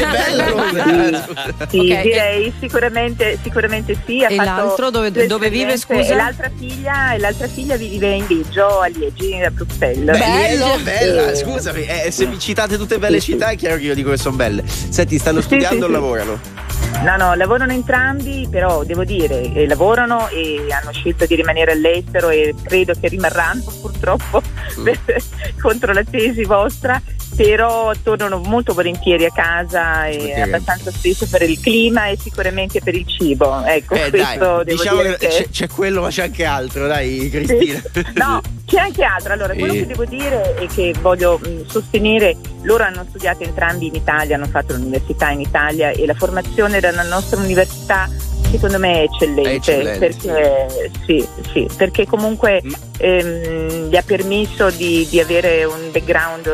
Sì, okay. Direi sicuramente sì. E l'altro dove vive, scusa? E l'altra figlia vive in Belgio, a Liegi, a Bruxelles. Bella, scusami, se vi citate tutte belle città è chiaro che io dico che sono belle. Senti, stanno studiando o lavorano? No, lavorano entrambi, però devo dire, lavorano e hanno scelto di rimanere all'estero e credo che rimarranno purtroppo contro la tesi vostra, però tornano molto volentieri a casa e abbastanza spesso per il clima e sicuramente per il cibo. Ecco, questo diciamo che c'è quello, ma c'è anche altro, dai Cristina. No, c'è anche altro. Allora, quello che devo dire è che voglio sostenere, loro hanno studiato entrambi in Italia, hanno fatto l'università in Italia e la formazione della nostra università secondo me è eccellente. Perché comunque gli ha permesso di avere un background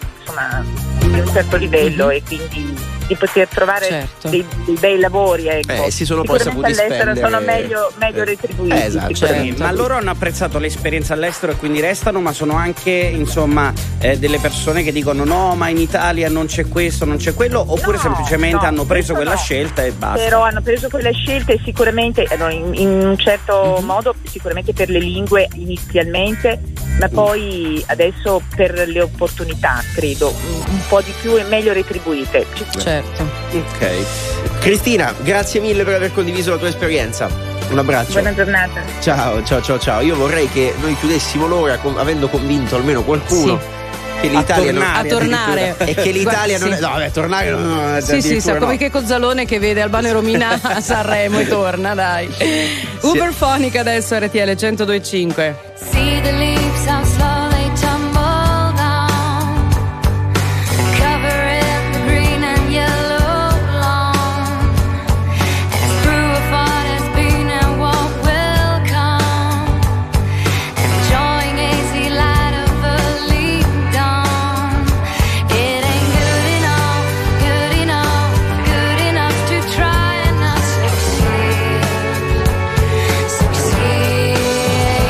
di un certo livello e quindi di poter trovare dei bei lavori, ecco. Si sono poi saputi all'estero sono meglio retribuiti. Esatto, ma loro hanno apprezzato l'esperienza all'estero e quindi restano, ma sono anche delle persone che dicono no, ma in Italia non c'è questo, non c'è quello, oppure semplicemente hanno preso quella scelta e basta. Però hanno preso quella scelta e sicuramente in un certo modo, sicuramente per le lingue inizialmente, ma poi adesso per le opportunità credo un po' di più e meglio retribuite. Certo. Ok. Cristina, grazie mille per aver condiviso la tua esperienza. Un abbraccio. Buona giornata. Ciao. Io vorrei che noi chiudessimo l'ora avendo convinto almeno qualcuno che l'Italia a tornare e che l'Italia non è. No, tornare non sa come che Cozzalone che vede Albano e Romina a Sanremo e torna, dai. Uberfonica adesso RTL 102.5. See the leaves how slow they tumble down, covering the green and yellow lawn, and through a fought has been and what will come, enjoying hazy light of early dawn. It ain't good enough to try and not succeed.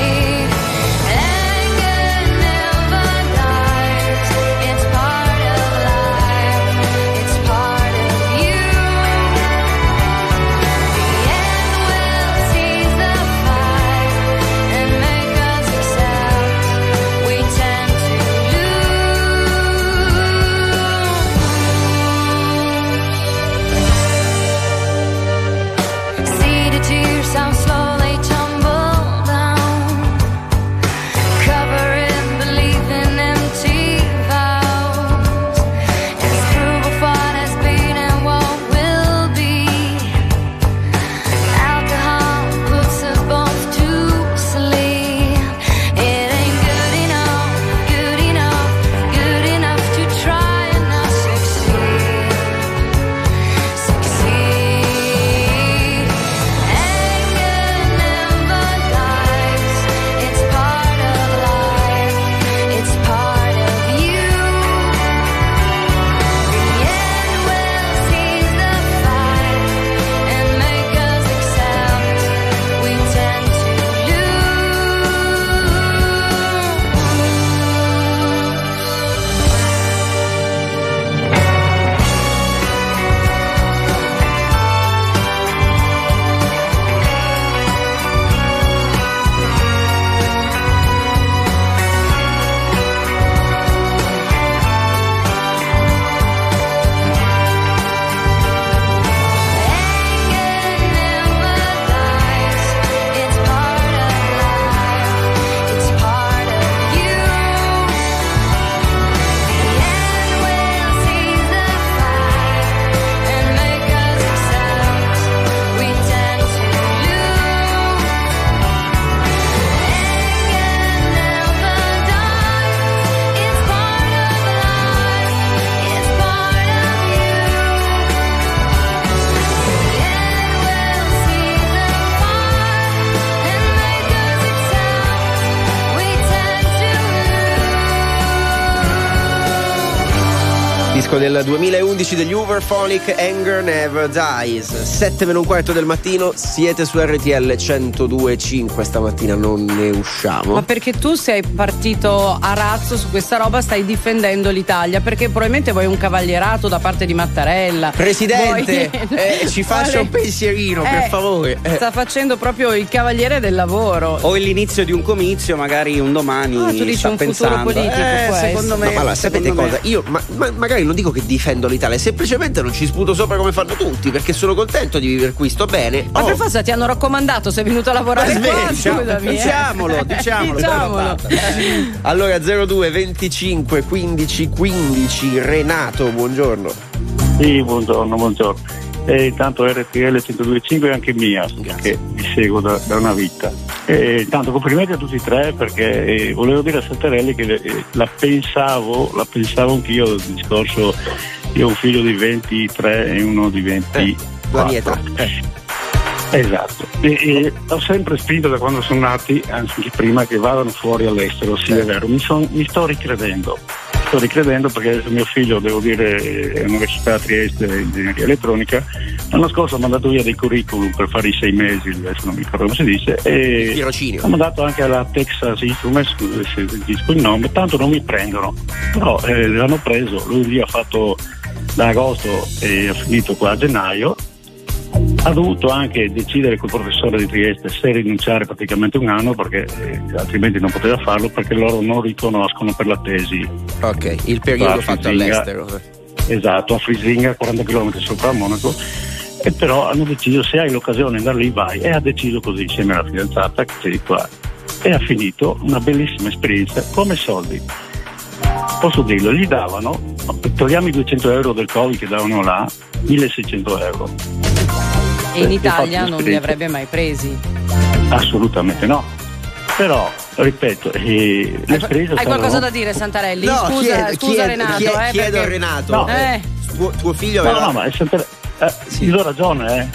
Disco del 2011 degli Uberphonic, Anger Never Dies. 7:15 del mattino, siete su RTL 102.5. Stamattina non ne usciamo. Ma perché tu sei partito a razzo su questa roba, stai difendendo l'Italia, perché probabilmente vuoi un cavalierato da parte di Mattarella. Presidente, ci faccia un pensierino, per favore. Sta facendo proprio il cavaliere del lavoro. O l'inizio di un comizio, magari un domani. Tu dici sta un pensando. futuro politico, secondo me. No, allora, sapete cosa? Io magari non dico che difendo l'Italia, semplicemente non ci sputo sopra come fanno tutti, perché sono contento di vivere qui, sto bene. Ma per forza ti hanno raccomandato, sei venuto a lavorare qua, scusami. Diciamolo. Allora 02 25 15 15 Renato, buongiorno. Sì, buongiorno. Tanto RTL 102.5 è anche mia, che vi seguo da una vita. Tanto complimenti a tutti e tre, perché volevo dire a Santarelli che la pensavo anch'io il discorso. Io ho un figlio di 23 e uno di 24. La mia età. Esatto. E ho sempre spinto da quando sono nati, anzi prima, che vadano fuori all'estero, sì, è vero. Mi sto ricredendo perché adesso mio figlio, devo dire, è all'Università Trieste di Ingegneria Elettronica. L'anno scorso ho mandato via dei curriculum per fare i 6 mesi, adesso non mi ricordo come si dice, e ho mandato anche alla Texas Instruments, se dico il nome, tanto non mi prendono, però l'hanno preso, lui lì ha fatto da agosto e ha finito qua a gennaio. Ha dovuto anche decidere col professore di Trieste se rinunciare praticamente un anno, perché altrimenti non poteva farlo, perché loro non riconoscono per la tesi. Ok, il periodo fatto all'estero. Esatto, a Frisinga, 40 km sopra Monaco. E però hanno deciso, se hai l'occasione di andare lì vai, e ha deciso così insieme alla fidanzata che c'è di qua, e ha finito una bellissima esperienza. Come soldi, posso dirlo, gli davano, togliamo i 200 euro del Covid che davano là, 1600 euro. E in Italia non li avrebbe mai presi? Assolutamente no. Però, ripeto, l'esperienza. Hai qualcosa da dire, Santarelli? No, scusa Renato. Chiedo a Renato. No. Tuo figlio aveva. No, ma sì. Ha ragione.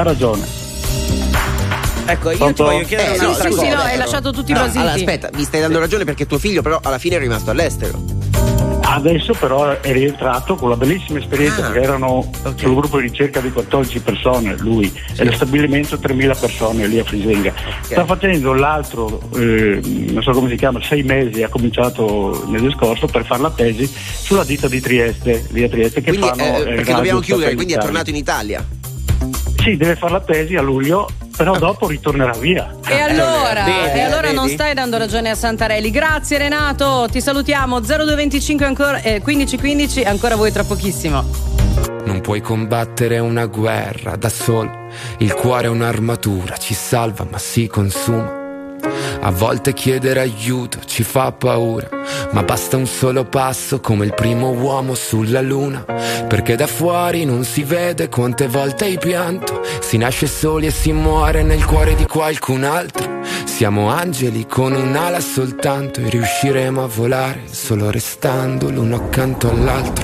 Ecco, io ti voglio chiedere un'altra cosa. Sì, hai lasciato tutti basiti. Allora, aspetta, mi stai dando ragione, perché tuo figlio però alla fine è rimasto all'estero. Adesso però è rientrato con la bellissima esperienza, perché erano sul gruppo di ricerca di 14 persone, lui, e lo stabilimento 3.000 persone lì a Frisinga. Sta facendo l'altro, non so come si chiama, 6 mesi, ha cominciato il mese scorso per fare la tesi sulla ditta di Trieste, lì a Trieste, che quindi, fanno perché dobbiamo chiudere, quindi è tornato in Italia. Sì, deve fare la tesi a luglio, però dopo ritornerà via. E allora non stai dando ragione a Santarelli. Grazie Renato, ti salutiamo. 0225 ancora 1515, ancora voi tra pochissimo. Non puoi combattere una guerra da solo, il cuore è un'armatura, ci salva ma si consuma. A volte chiedere aiuto ci fa paura, ma basta un solo passo come il primo uomo sulla luna, perché da fuori non si vede quante volte hai pianto, si nasce soli e si muore nel cuore di qualcun altro. Siamo angeli con un'ala soltanto e riusciremo a volare solo restando l'uno accanto all'altro.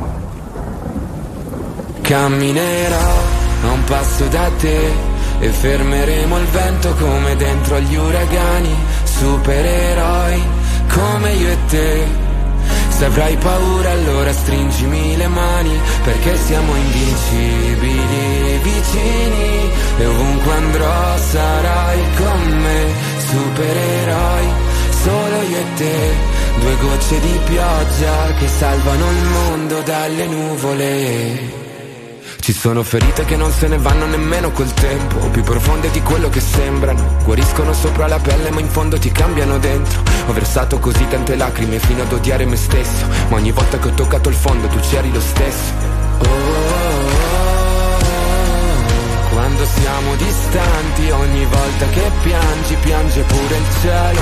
Camminerò a un passo da te e fermeremo il vento come dentro agli uragani, supereroi come io e te. Se avrai paura allora stringimi le mani, perché siamo invincibili vicini, e ovunque andrò sarai con me. Supereroi solo io e te, 2 gocce di pioggia che salvano il mondo dalle nuvole. Ci sono ferite che non se ne vanno nemmeno col tempo, più profonde di quello che sembrano, guariscono sopra la pelle ma in fondo ti cambiano dentro. Ho versato così tante lacrime fino ad odiare me stesso, ma ogni volta che ho toccato il fondo tu c'eri lo stesso. Quando siamo distanti, ogni volta che piangi, piange pure il cielo.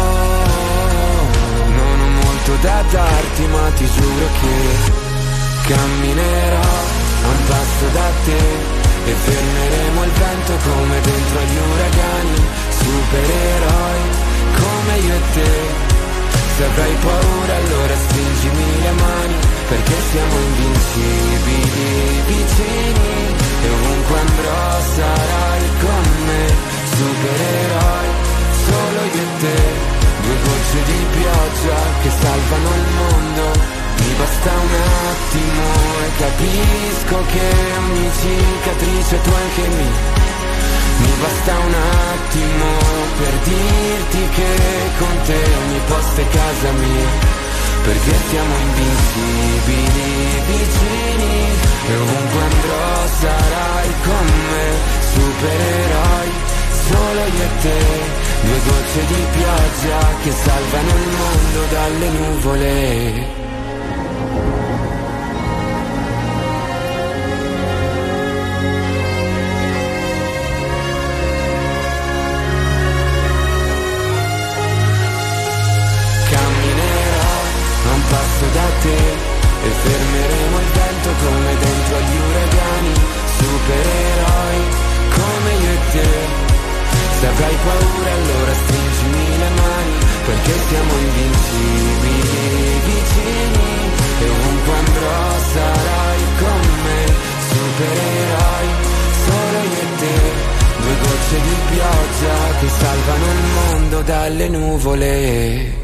Non ho molto da darti ma ti giuro che camminerò a un passo da te e fermeremo il vento come dentro agli uragani. Supereroi come io e te. Se avrai paura allora stringimi le mani, perché siamo invincibili vicini, e ovunque andrò sarai con me. Supereroi solo io e te, 2 gocce di pioggia che salvano il mondo. Mi basta un attimo sei tu anche mi basta un attimo per dirti che con te ogni posto è casa mia, perché siamo invincibili, vicini, e ovunque andrò sarai con me, supereroi, solo io e te, due gocce di pioggia che salvano il mondo dalle nuvole. passo da te e fermeremo il vento come dentro agli uragani, supereroi come io e te. Se avrai paura allora stringimi le mani, perché siamo invincibili, vicini, e ovunque andrò sarai con me, supereroi, solo io e te, due gocce di pioggia che salvano il mondo dalle nuvole.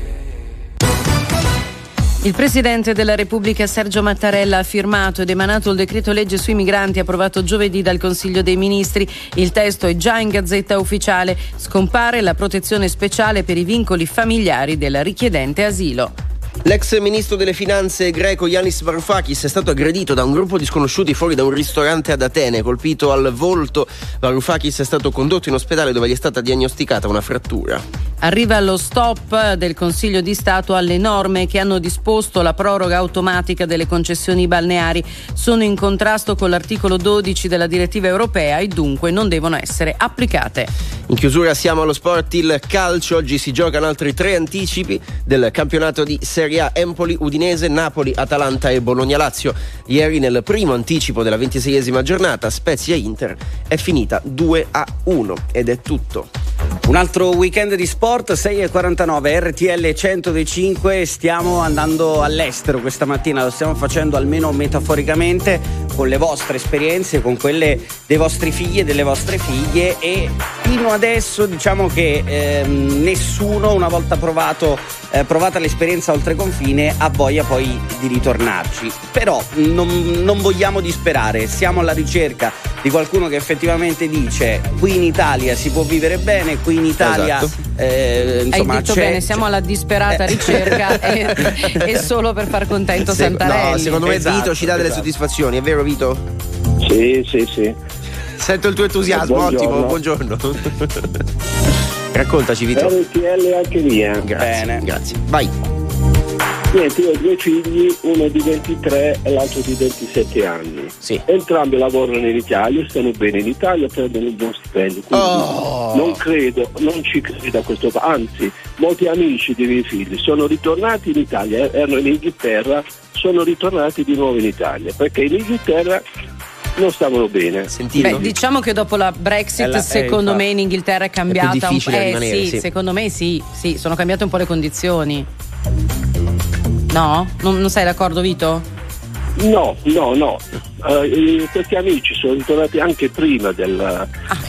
Il Presidente della Repubblica Sergio Mattarella ha firmato ed emanato il decreto legge sui migranti approvato giovedì dal Consiglio dei Ministri. Il testo è già in Gazzetta Ufficiale. Scompare la protezione speciale per i vincoli familiari del richiedente asilo. L'ex ministro delle finanze greco Yanis Varoufakis è stato aggredito da un gruppo di sconosciuti fuori da un ristorante ad Atene. Colpito al volto, Varoufakis è stato condotto in ospedale dove gli è stata diagnosticata una frattura. Arriva lo stop del Consiglio di Stato alle norme che hanno disposto la proroga automatica delle concessioni balneari. Sono in contrasto con l'articolo 12 della direttiva europea e dunque non devono essere applicate. In chiusura siamo allo sport, il calcio. Oggi si giocano altri 3 anticipi del campionato di Serie A: Empoli, Udinese, Napoli, Atalanta e Bologna-Lazio. Ieri nel primo anticipo della 26esima giornata Spezia-Inter è finita 2-1 ed è tutto. Un altro weekend di sport, 6:49, RTL 102.5. Stiamo andando all'estero questa mattina, lo stiamo facendo almeno metaforicamente con le vostre esperienze, con quelle dei vostri figli e delle vostre figlie, e fino adesso diciamo che nessuno, una volta provata l'esperienza oltre confine, ha voglia poi di ritornarci. Però non vogliamo disperare, siamo alla ricerca di qualcuno che effettivamente dice: qui in Italia si può vivere bene, qui in Italia insomma, hai detto bene, siamo alla disperata ricerca e solo per far contento Santarelli. No, secondo me Vito ci dà delle soddisfazioni, è vero Vito? Sì. Sento il tuo entusiasmo. Buongiorno. Ottimo, buongiorno. Raccontaci Vito. RTL anche mia. Grazie. Vai. Niente, io ho 2 figli, uno di 23 e l'altro di 27 anni. Sì. Entrambi lavorano in Italia, stanno bene in Italia, prendono un buon stipendio. Quindi non ci credo a questo. Anzi, molti amici dei miei figli sono ritornati in Italia, erano in Inghilterra, sono ritornati di nuovo in Italia, perché in Inghilterra non stavano bene. Beh, diciamo che dopo la Brexit secondo me in Inghilterra è cambiata. È più difficile rimanere, sì. Secondo me sì, sono cambiate un po' le condizioni. No? Non sei d'accordo Vito? No. Questi amici sono ritornati anche prima del.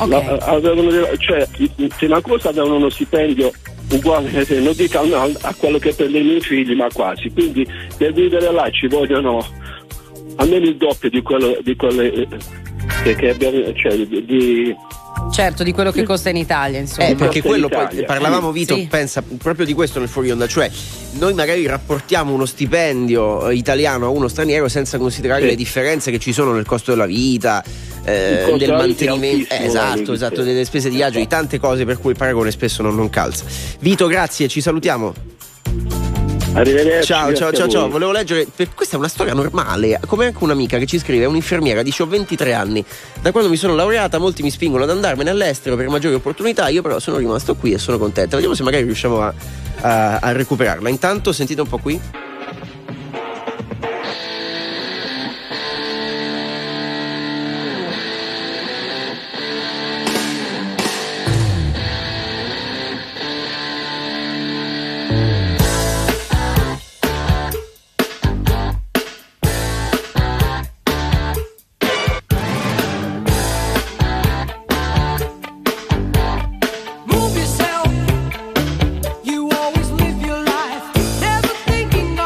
Se una cosa avevano uno stipendio uguale, non dico a quello che prendono i miei figli, ma quasi. Quindi per vivere là ci vogliono almeno il doppio di quello che abbiamo, Certo, di quello che costa in Italia, insomma. Perché quello poi parlavamo, Vito, sì. Pensa proprio di questo nel fuori onda, cioè noi magari rapportiamo uno stipendio italiano a uno straniero senza considerare le differenze che ci sono nel costo della vita, del mantenimento, esatto, delle spese di viaggio, di tante cose per cui il paragone spesso non calza. Vito, grazie, ci salutiamo. Arrivederci. Ciao. Volevo leggere, questa è una storia normale, come anche un'amica che ci scrive: è un'infermiera, dice: ho 23 anni, da quando mi sono laureata molti mi spingono ad andarmene all'estero per maggiori opportunità, io però sono rimasto qui e sono contenta. Vediamo se magari riusciamo a recuperarla. Intanto sentite un po' qui. Move yourself, you always live your life, never thinking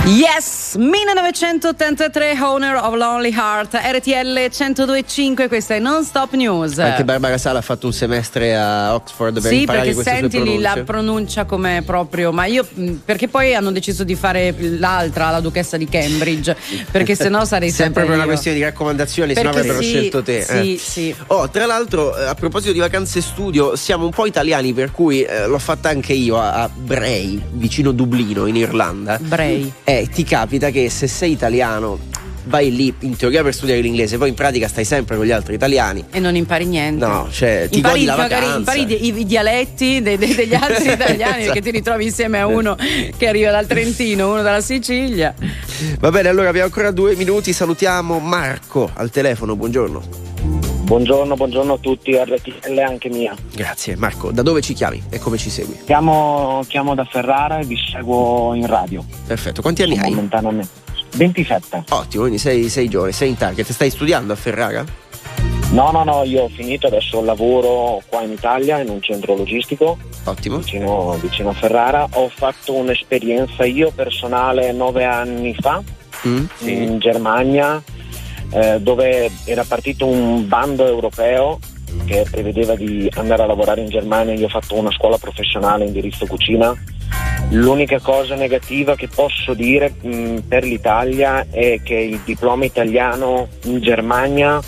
Yes, 1983, Owner of Lonely Heart, RTL 102.5, questa è Non Stop News. Anche Barbara Sala ha fatto un semestre a Oxford per imparare queste sue pronunce. Sì, perché senti la pronuncia come proprio, ma io, perché poi hanno deciso di fare l'altra, la duchessa di Cambridge, perché sennò sarei sempre per una questione di raccomandazioni, sennò avrebbero scelto te. Sì. Oh, tra l'altro, a proposito di vacanze studio, siamo un po' italiani, per cui l'ho fatta anche io a Bray, vicino Dublino, in Irlanda. Bray. Ti capita che se sei italiano vai lì in teoria per studiare l'inglese, poi in pratica stai sempre con gli altri italiani e non impari niente. No, cioè ti godi la vacanza. Impari i dialetti degli altri italiani, perché ti ritrovi insieme a uno che arriva dal Trentino, uno dalla Sicilia. Va bene, allora abbiamo ancora 2 minuti, salutiamo Marco al telefono. Buongiorno. Buongiorno a tutti, RTL anche mia. Grazie. Marco, da dove ci chiami e come ci segui? Chiamo da Ferrara e vi seguo in radio. Perfetto, quanti anni hai? Momentaneamente 27. Ottimo, quindi sei giovane, sei in target. Stai studiando a Ferrara? No, io ho finito, adesso lavoro qua in Italia in un centro logistico. Ottimo. Vicino a Ferrara. Ho fatto un'esperienza io personale 9 anni fa in Germania, dove era partito un bando europeo che prevedeva di andare a lavorare in Germania. Io ho fatto una scuola professionale indirizzo cucina. L'unica cosa negativa che posso dire per l'Italia è che il diploma italiano in Germania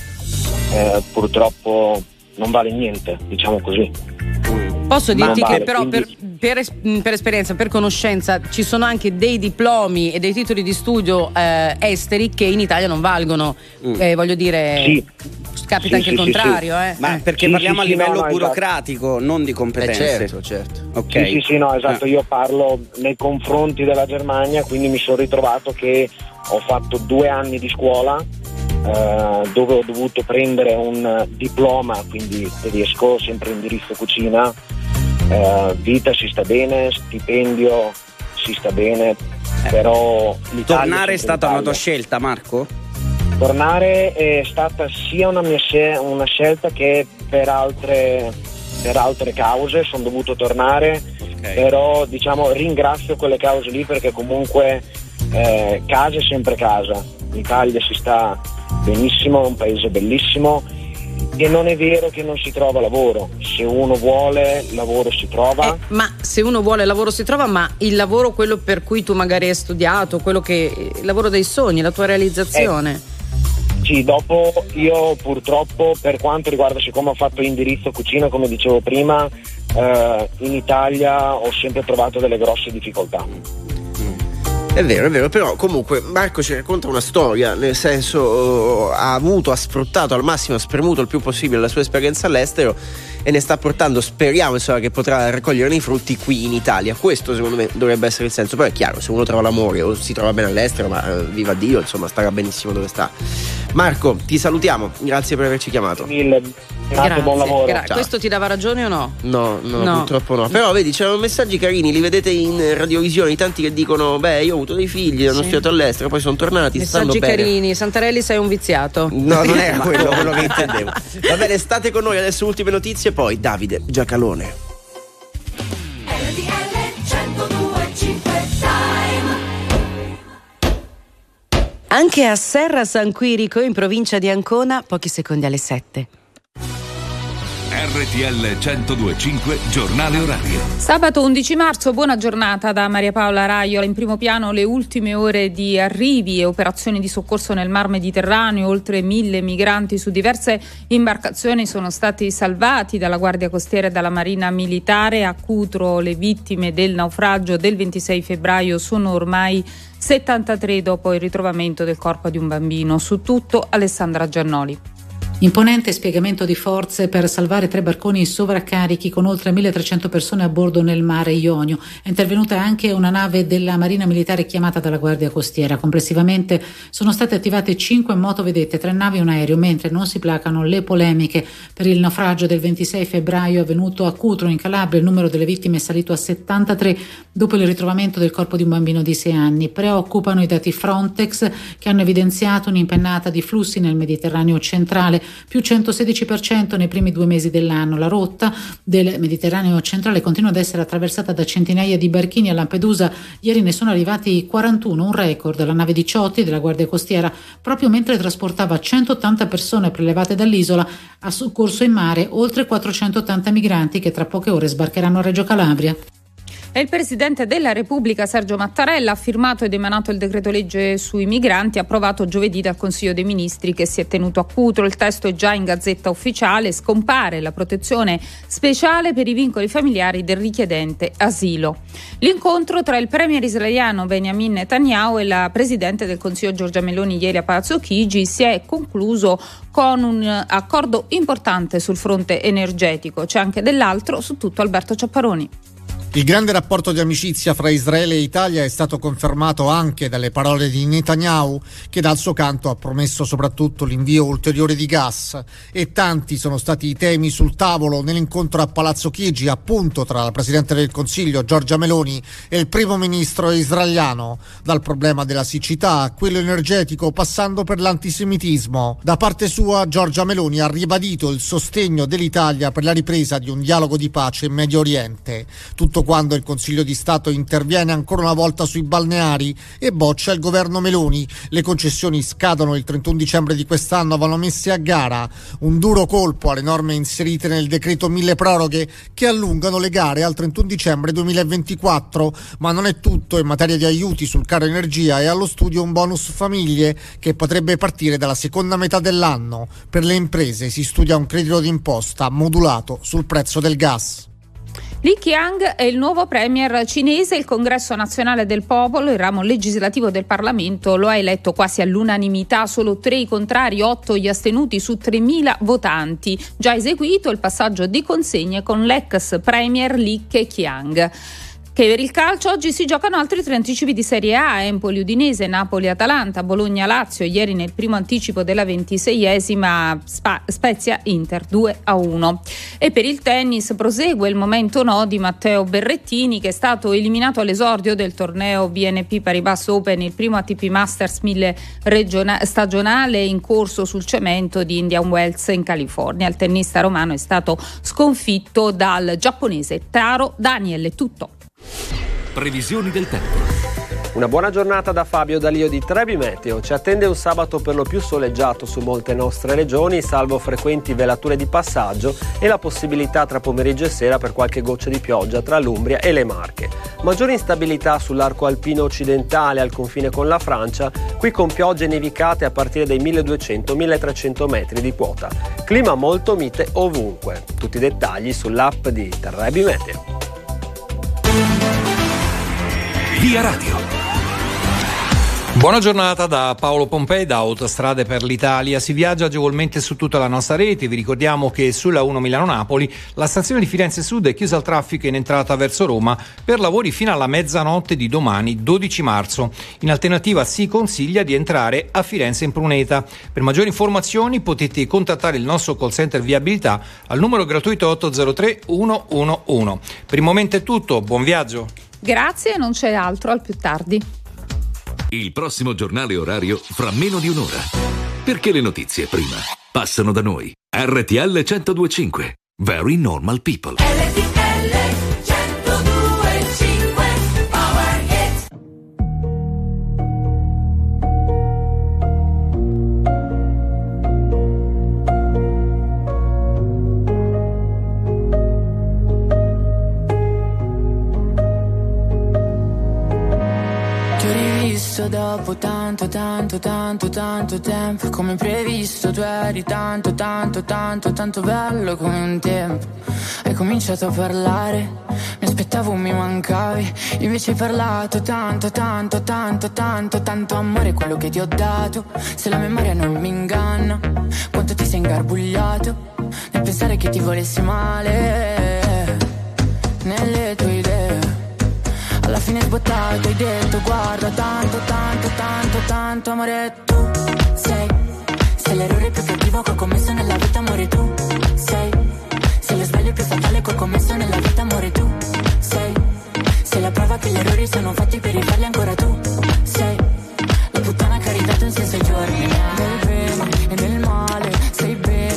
purtroppo non vale niente, diciamo così. Posso dirti che però per esperienza, per conoscenza, ci sono anche dei diplomi e dei titoli di studio esteri che in Italia non valgono. Voglio dire, sì. Capita anche il contrario. Ma perché parliamo a livello burocratico, non di competenze. Certo. Okay. Sì, esatto. Io parlo nei confronti della Germania, quindi mi sono ritrovato che ho fatto 2 anni di scuola dove ho dovuto prendere un diploma, quindi tedesco, sempre indirizzo cucina. Vita si sta bene, stipendio si sta bene, però tornare è stata una tua scelta, Marco? Tornare è stata sia una scelta che per altre cause sono dovuto tornare, però diciamo ringrazio quelle cause lì, perché comunque casa è sempre casa. L'Italia si sta benissimo, è un paese bellissimo. E non è vero che non si trova lavoro. Se uno vuole, lavoro si trova. Ma se uno vuole, lavoro si trova, ma il lavoro, quello per cui tu magari hai studiato, il lavoro dei sogni, la tua realizzazione. Sì, dopo io purtroppo, per quanto riguarda, siccome ho fatto indirizzo cucina, come dicevo prima, in Italia ho sempre trovato delle grosse difficoltà. È vero, però comunque Marco ci racconta una storia, nel senso ha sfruttato al massimo, ha spremuto il più possibile la sua esperienza all'estero e ne sta portando, speriamo insomma, che potrà raccoglierne i frutti qui in Italia. Questo secondo me dovrebbe essere il senso. Poi è chiaro, se uno trova l'amore o si trova bene all'estero, ma viva Dio, insomma starà benissimo dove sta. Marco, ti salutiamo, grazie per averci chiamato. Grazie, buon lavoro. Questo ti dava ragione o no? No, purtroppo no. Però vedi, c'erano messaggi carini, li vedete in radiovisione, tanti che dicono io ho avuto dei figli, hanno studiato all'estero, poi sono tornati, messaggi stanno bene. carini. Santarelli, sei un viziato. No, non era quello che intendevo. Va bene, state con noi, adesso ultime notizie, poi Davide Giacalone. Anche a Serra San Quirico, in provincia di Ancona, pochi secondi alle 7. RTL 102.5 Giornale Orario. Sabato 11 marzo, buona giornata da Maria Paola Raiola. In primo piano le ultime ore di arrivi e operazioni di soccorso nel Mar Mediterraneo. Oltre 1.000 migranti su diverse imbarcazioni sono stati salvati dalla Guardia Costiera e dalla Marina Militare. A Cutro le vittime del naufragio del 26 febbraio sono ormai 73 dopo il ritrovamento del corpo di un bambino. Su tutto Alessandra Giannoli. Imponente spiegamento di forze per salvare 3 barconi sovraccarichi con oltre 1.300 persone a bordo nel mare Ionio. È intervenuta anche una nave della Marina Militare chiamata dalla Guardia Costiera. Complessivamente sono state attivate 5 motovedette, 3 navi e un aereo, mentre non si placano le polemiche per il naufragio del 26 febbraio avvenuto a Cutro in Calabria. Il numero delle vittime è salito a 73 dopo il ritrovamento del corpo di un bambino di 6 anni. Preoccupano i dati Frontex che hanno evidenziato un'impennata di flussi nel Mediterraneo centrale. più 116% nei primi 2 mesi dell'anno. La rotta del Mediterraneo centrale continua ad essere attraversata da centinaia di barchini. A Lampedusa ieri ne sono arrivati 41, un record. La nave Diciotti della Guardia Costiera, proprio mentre trasportava 180 persone prelevate dall'isola, ha soccorso in mare oltre 480 migranti che tra poche ore sbarcheranno a Reggio Calabria. E il Presidente della Repubblica Sergio Mattarella ha firmato ed emanato il decreto legge sui migranti, approvato giovedì dal Consiglio dei Ministri, che si è tenuto a Cutro. Il testo è già in Gazzetta Ufficiale. Scompare la protezione speciale per i vincoli familiari del richiedente asilo. L'incontro tra il premier israeliano Benjamin Netanyahu e la Presidente del Consiglio Giorgia Meloni ieri a Palazzo Chigi si è concluso con un accordo importante sul fronte energetico. C'è anche dell'altro, su tutto Alberto Ciapparoni. Il grande rapporto di amicizia fra Israele e Italia è stato confermato anche dalle parole di Netanyahu, che dal suo canto ha promesso soprattutto l'invio ulteriore di gas. E tanti sono stati i temi sul tavolo nell'incontro a Palazzo Chigi, appunto tra la Presidente del Consiglio Giorgia Meloni e il primo ministro israeliano, dal problema della siccità a quello energetico, passando per l'antisemitismo. Da parte sua Giorgia Meloni ha ribadito il sostegno dell'Italia per la ripresa di un dialogo di pace in Medio Oriente. Tutto quando il Consiglio di Stato interviene ancora una volta sui balneari e boccia il governo Meloni. Le concessioni scadono il 31 dicembre di quest'anno, vanno messe a gara. Un duro colpo alle norme inserite nel decreto mille proroghe, che allungano le gare al 31 dicembre 2024. Ma non è tutto. In materia di aiuti sul caro energia è allo studio un bonus famiglie che potrebbe partire dalla seconda metà dell'anno. Per le imprese si studia un credito d'imposta modulato sul prezzo del gas. Li Qiang è il nuovo premier cinese. Il Congresso Nazionale del Popolo, il ramo legislativo del Parlamento, lo ha eletto quasi all'unanimità, solo 3 i contrari, 8 gli astenuti su 3.000 votanti. Già eseguito il passaggio di consegne con l'ex premier Li Keqiang. Che per il calcio oggi si giocano altri 3 anticipi di Serie A: Empoli Udinese, Napoli Atalanta, Bologna Lazio. Ieri nel primo anticipo della 26esima Spezia Inter 2-1. E per il tennis prosegue il momento no di Matteo Berrettini, che è stato eliminato all'esordio del torneo BNP Paribas Open, il primo ATP Masters 1000 stagionale in corso sul cemento di Indian Wells in California. Il tennista romano è stato sconfitto dal giapponese Taro Daniel. Tutto. Previsioni del tempo. Una buona giornata da Fabio Dalio di Trebi Meteo. Ci attende un sabato per lo più soleggiato su molte nostre regioni, salvo frequenti velature di passaggio e la possibilità tra pomeriggio e sera per qualche goccia di pioggia tra l'Umbria e le Marche. Maggiore instabilità sull'arco alpino occidentale al confine con la Francia, qui con piogge nevicate a partire dai 1200-1300 metri di quota. Clima molto mite ovunque. Tutti i dettagli sull'app di Trebi Meteo. Via Radio. Buona giornata da Paolo Pompei, da Autostrade per l'Italia. Si viaggia agevolmente su tutta la nostra rete. Vi ricordiamo che sulla 1 Milano-Napoli la stazione di Firenze Sud è chiusa al traffico in entrata verso Roma per lavori fino alla mezzanotte di domani 12 marzo. In alternativa si consiglia di entrare a Firenze in Pruneta. Per maggiori informazioni potete contattare il nostro call center viabilità al numero gratuito 803 111. Per il momento è tutto, buon viaggio. Grazie, non c'è altro, al più tardi. Il prossimo giornale orario fra meno di un'ora. Perché le notizie prima passano da noi. RTL 102.5. Very Normal People. RTL 102.5 Power Hit. Dopo tanto tempo, come previsto tu eri tanto bello come un tempo. Hai cominciato a parlare, mi aspettavo mi mancavi, invece hai parlato tanto amore quello che ti ho dato. Se la memoria non mi inganna, quanto ti sei ingarbugliato nel pensare che ti volessi male nelle tue idee. Alla fine sbottato hai detto guarda tanto amore tu sei l'errore più cattivo che ho commesso nella vita amore tu sei lo sbaglio più fatale che ho commesso nella vita amore tu sei la prova che gli errori sono fatti per rifarli ancora tu sei la puttana che ha ridato un senso ai giorni nel bene e nel male sei bene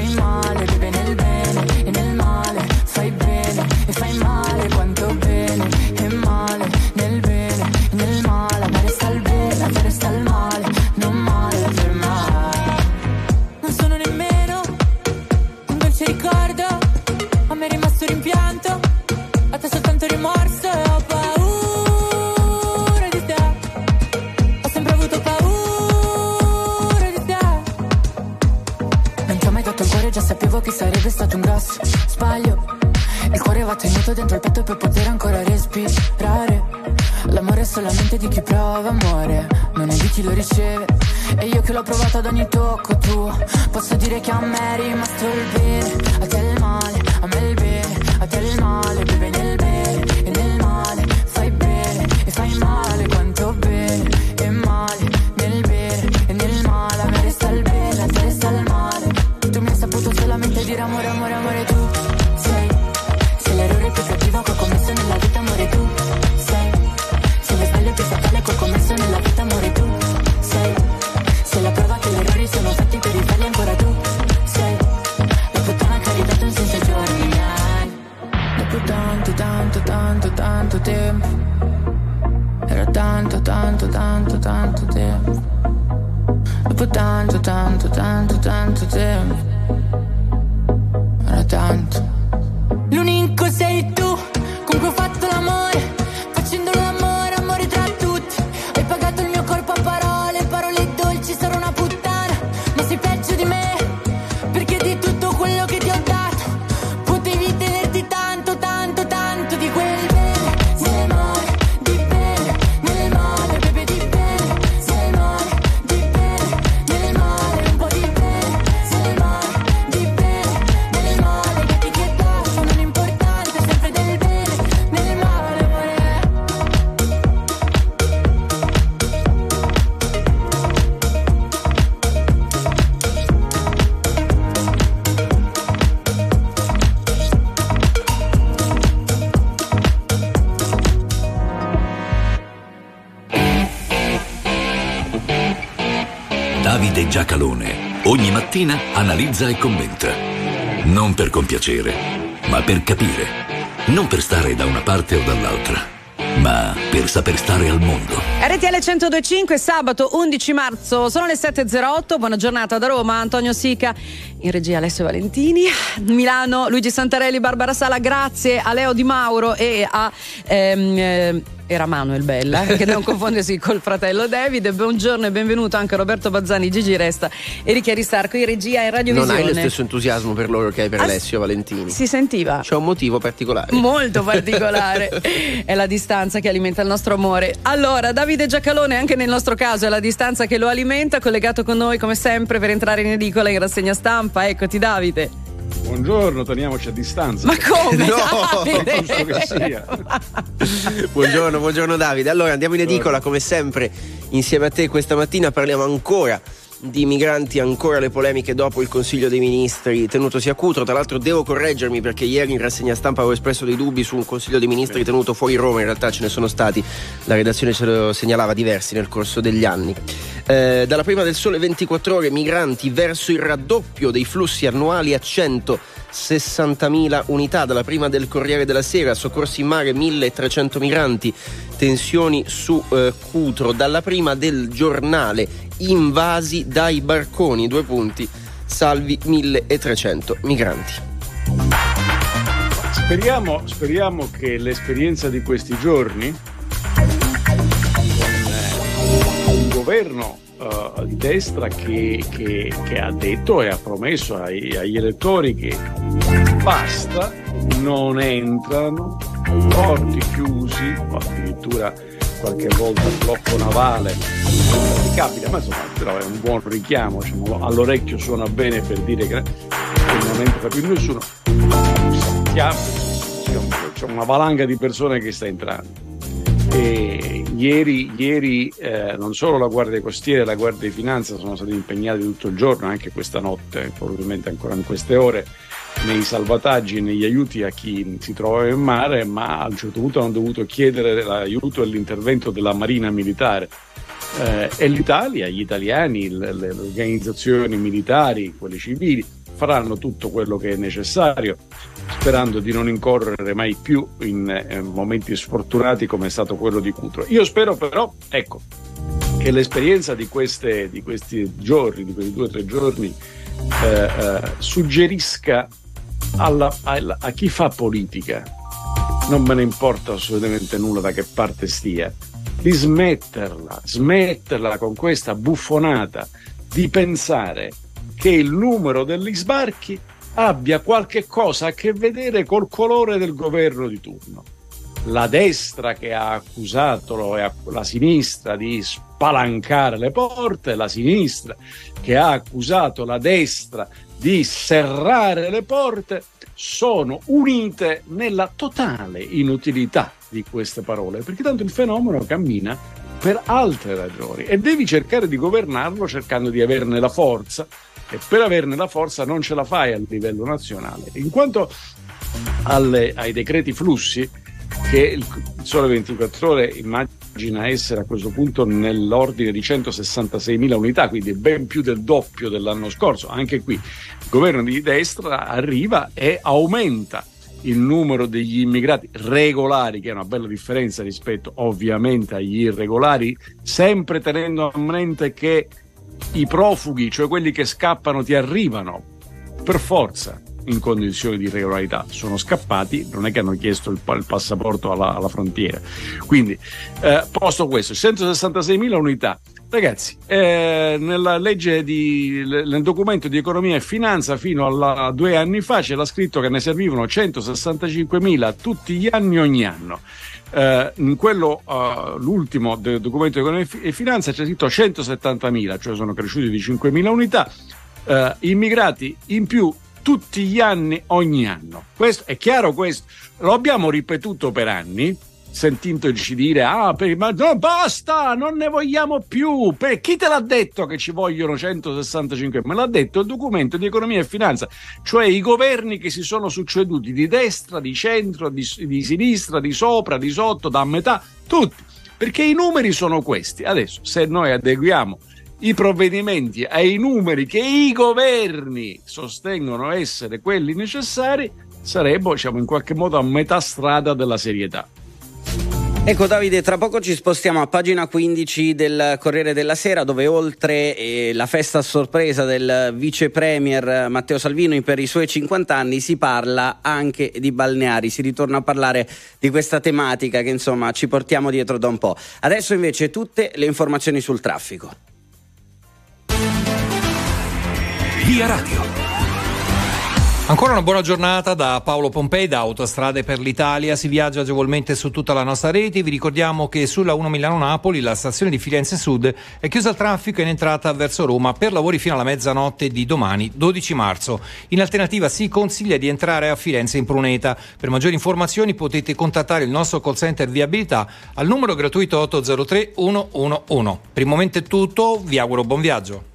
fai male, beve nel bene e nel male, fai bene e fai male, quanto bene e male, nel bene e nel male, ma resta il bene, ma resta il male, non male per mai. Non sono nemmeno un dolce ricordo, a me è rimasto rimpianto, a te soltanto rimorso e ho paura di te, ho sempre avuto paura di te. Non ti ho mai dato il cuore, già sapevo che sarebbe stato un grosso sbaglio. Il cuore va tenuto dentro il petto per poter ancora respirare. L'amore è solamente di chi prova amore, non è di chi lo riceve. E io che l'ho provato ad ogni tocco tuo, posso dire che a me è rimasto il bene, a te il male, a me il bene, a te il male, beve nel bene e nel male, fai bene e fai male, quanto bene e male, nel bene e nel male, a me resta il bene, a te resta il male. Tu mi hai saputo solamente dire amore, amore, amore, tu sei l'errore più cattivo che ho commesso nella vita, amore, tu sei lo sbaglio più fatale che ho commesso nella vita, amore, tu sei la prova che gli errori sono fatti per rifarli ancora, tu sei la puttana che ha ridato un senso ai giorni miei. Dopo tanto, tanto, tanto, tanto tempo, era tanto, tanto, tanto, tanto tempo. Dopo tanto, tanto, tanto, tanto tempo, era tanto. L'unico sei tu, con cui ho fatto l'amore, facendo l'amore, amore tra tutti. Hai pagato il mio corpo a parole, parole dolci, sarò una puttana, ma sei peggio di me, perché di tutto quello che ti ho dato potevi tenerti tanto, tanto, tanto di quel bene, nel male, di bene, nel male, bebe di bene, nel male, di bene, nel male, un po' di bene, nel male, di bene, nel male, che etichetta non importante, sempre del bene, nel male, amore. Davide Giacalone ogni mattina analizza e commenta. Non per compiacere, ma per capire. Non per stare da una parte o dall'altra, ma per saper stare al mondo. RTL 102.5, sabato 11 marzo, sono le 7.08, buona giornata da Roma, Antonio Sica, in regia Alessio Valentini, Milano Luigi Santarelli, Barbara Sala, grazie a Leo Di Mauro e a era Manuel Bella, che non confondersi col fratello David. Buongiorno e benvenuto anche a Roberto Bazzani, Gigi Resta e Ricchi Aristarco in regia e radiovisione. Non hai lo stesso entusiasmo per loro che hai per Alessio Valentini. Si sentiva. C'è un motivo particolare. Molto particolare. È la distanza che alimenta il nostro amore. Allora, Davide Giacalone, anche nel nostro caso è la distanza che lo alimenta, collegato con noi come sempre per entrare in edicola in rassegna stampa. Eccoti Davide. Buongiorno, teniamoci a distanza. Ma come? No, è giusto che sia. Buongiorno Davide. Allora andiamo in edicola come sempre insieme a te questa mattina, parliamo ancora di migranti, ancora le polemiche dopo il Consiglio dei Ministri tenutosi a Cutro. Tra l'altro devo correggermi perché ieri in rassegna stampa avevo espresso dei dubbi su un Consiglio dei Ministri tenuto fuori Roma, in realtà ce ne sono stati, la redazione ce lo segnalava, diversi nel corso degli anni. Dalla prima del Sole 24 Ore, migranti verso il raddoppio dei flussi annuali a 160.000 unità. Dalla prima del Corriere della Sera, soccorsi in mare 1.300 migranti, tensioni su Cutro. Dalla prima del Giornale, invasi dai barconi, 2 punti, salvi 1.300 migranti. Speriamo che l'esperienza di questi giorni, un governo di destra che ha detto e ha promesso agli elettori che basta, non entrano, porti chiusi, o addirittura qualche volta blocco navale, capita, ma insomma però è un buon richiamo, diciamo, all'orecchio suona bene per dire che non entra più nessuno. C'è una valanga di persone che sta entrando. E ieri non solo la Guardia Costiera e la Guardia di Finanza sono stati impegnati tutto il giorno, anche questa notte, probabilmente ancora in queste ore, nei salvataggi e negli aiuti a chi si trovava in mare, ma a un certo punto hanno dovuto chiedere l'aiuto e l'intervento della Marina Militare. E l'Italia, gli italiani, le organizzazioni militari, quelle civili, faranno tutto quello che è necessario, sperando di non incorrere mai più in momenti sfortunati come è stato quello di Cutro. Io spero però, ecco, che l'esperienza di questi giorni, di questi 2 o 3 giorni, suggerisca a chi fa politica, non me ne importa assolutamente nulla da che parte stia, di smetterla con questa buffonata di pensare che il numero degli sbarchi abbia qualche cosa a che vedere col colore del governo di turno. La destra che ha accusato la sinistra di spalancare le porte, la sinistra che ha accusato la destra di serrare le porte, sono unite nella totale inutilità di queste parole, perché tanto il fenomeno cammina per altre ragioni e devi cercare di governarlo cercando di averne la forza, e per averne la forza non ce la fai a livello nazionale. In quanto ai decreti flussi, che il Sole 24 Ore immagina essere a questo punto nell'ordine di 166.000 unità, quindi ben più del doppio dell'anno scorso. Anche qui il governo di destra arriva e aumenta il numero degli immigrati regolari, che è una bella differenza rispetto ovviamente agli irregolari, sempre tenendo a mente che i profughi, cioè quelli che scappano, ti arrivano per forza in condizioni di irregolarità, sono scappati, non è che hanno chiesto il passaporto alla frontiera. Quindi posto questo, 166.000 unità, ragazzi, nella legge nel documento di economia e finanza fino a 2 anni fa c'era scritto che ne servivano 165.000 tutti gli anni, ogni anno. In quello l'ultimo del documento di economia e finanza c'è scritto 170.000, cioè sono cresciuti di 5.000 unità immigrati in più tutti gli anni, ogni anno. Questo è chiaro, questo lo abbiamo ripetuto per anni, sentendoci dire ma no, basta, non ne vogliamo più. Chi te l'ha detto che ci vogliono 165? Me l'ha detto il documento di economia e finanza, cioè i governi che si sono succeduti di destra, di centro, di sinistra, di sopra, di sotto, da metà, tutti, perché i numeri sono questi. Adesso, se noi adeguiamo i provvedimenti ai numeri che i governi sostengono essere quelli necessari, saremmo, diciamo, in qualche modo a metà strada della serietà. Ecco Davide, tra poco ci spostiamo a pagina 15 del Corriere della Sera, dove oltre la festa a sorpresa del vice premier Matteo Salvini per i suoi 50 anni si parla anche di balneari, si ritorna a parlare di questa tematica che insomma ci portiamo dietro da un po'. Adesso invece tutte le informazioni sul traffico. Via Radio. Ancora una buona giornata da Paolo Pompei, da Autostrade per l'Italia. Si viaggia agevolmente su tutta la nostra rete. Vi ricordiamo che sulla 1 Milano-Napoli la stazione di Firenze Sud è chiusa al traffico in entrata verso Roma per lavori fino alla mezzanotte di domani, 12 marzo. In alternativa si consiglia di entrare a Firenze in Pruneta. Per maggiori informazioni potete contattare il nostro call center viabilità al numero gratuito 803 111. Per il momento è tutto, vi auguro buon viaggio.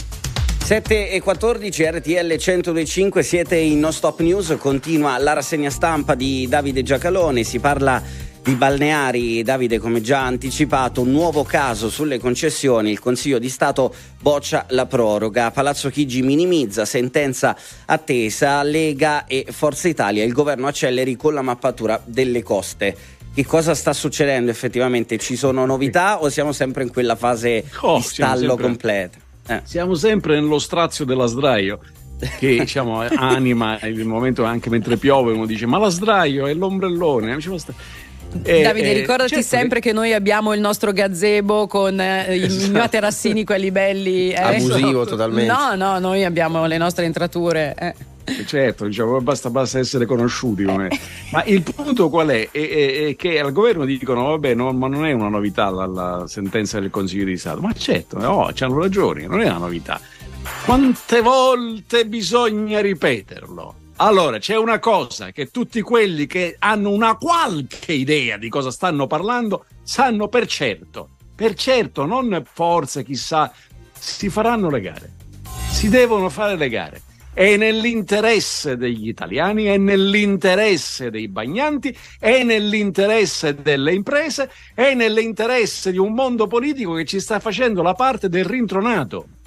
7:14 RTL 102.5, siete in No Stop News, continua la rassegna stampa di Davide Giacalone, si parla di balneari. Davide, come già anticipato, un nuovo caso sulle concessioni, il Consiglio di Stato boccia la proroga, Palazzo Chigi minimizza, sentenza attesa, Lega e Forza Italia, il governo acceleri con la mappatura delle coste. Che cosa sta succedendo effettivamente? Ci sono novità o siamo sempre in quella fase di stallo completo? Siamo sempre nello strazio della sdraio che diciamo anima il momento, anche mentre piove uno dice ma la sdraio è l'ombrellone. Davide, ricordati sempre che noi abbiamo il nostro gazebo con i materassini, quelli belli abusivo totalmente. No, noi abbiamo le nostre entrature Certo, diciamo, basta essere conosciuti ma il punto qual è? È che al governo dicono vabbè, ma non è una novità la sentenza del Consiglio di Stato. Ma certo, c'hanno ragione, non è una novità. Quante volte bisogna ripeterlo? Allora, c'è una cosa che tutti quelli che hanno una qualche idea di cosa stanno parlando sanno per certo, non forse chissà, si faranno le gare, si devono fare le gare. È nell'interesse degli italiani, è nell'interesse dei bagnanti, è nell'interesse delle imprese, è nell'interesse di un mondo politico che ci sta facendo la parte del rintronato.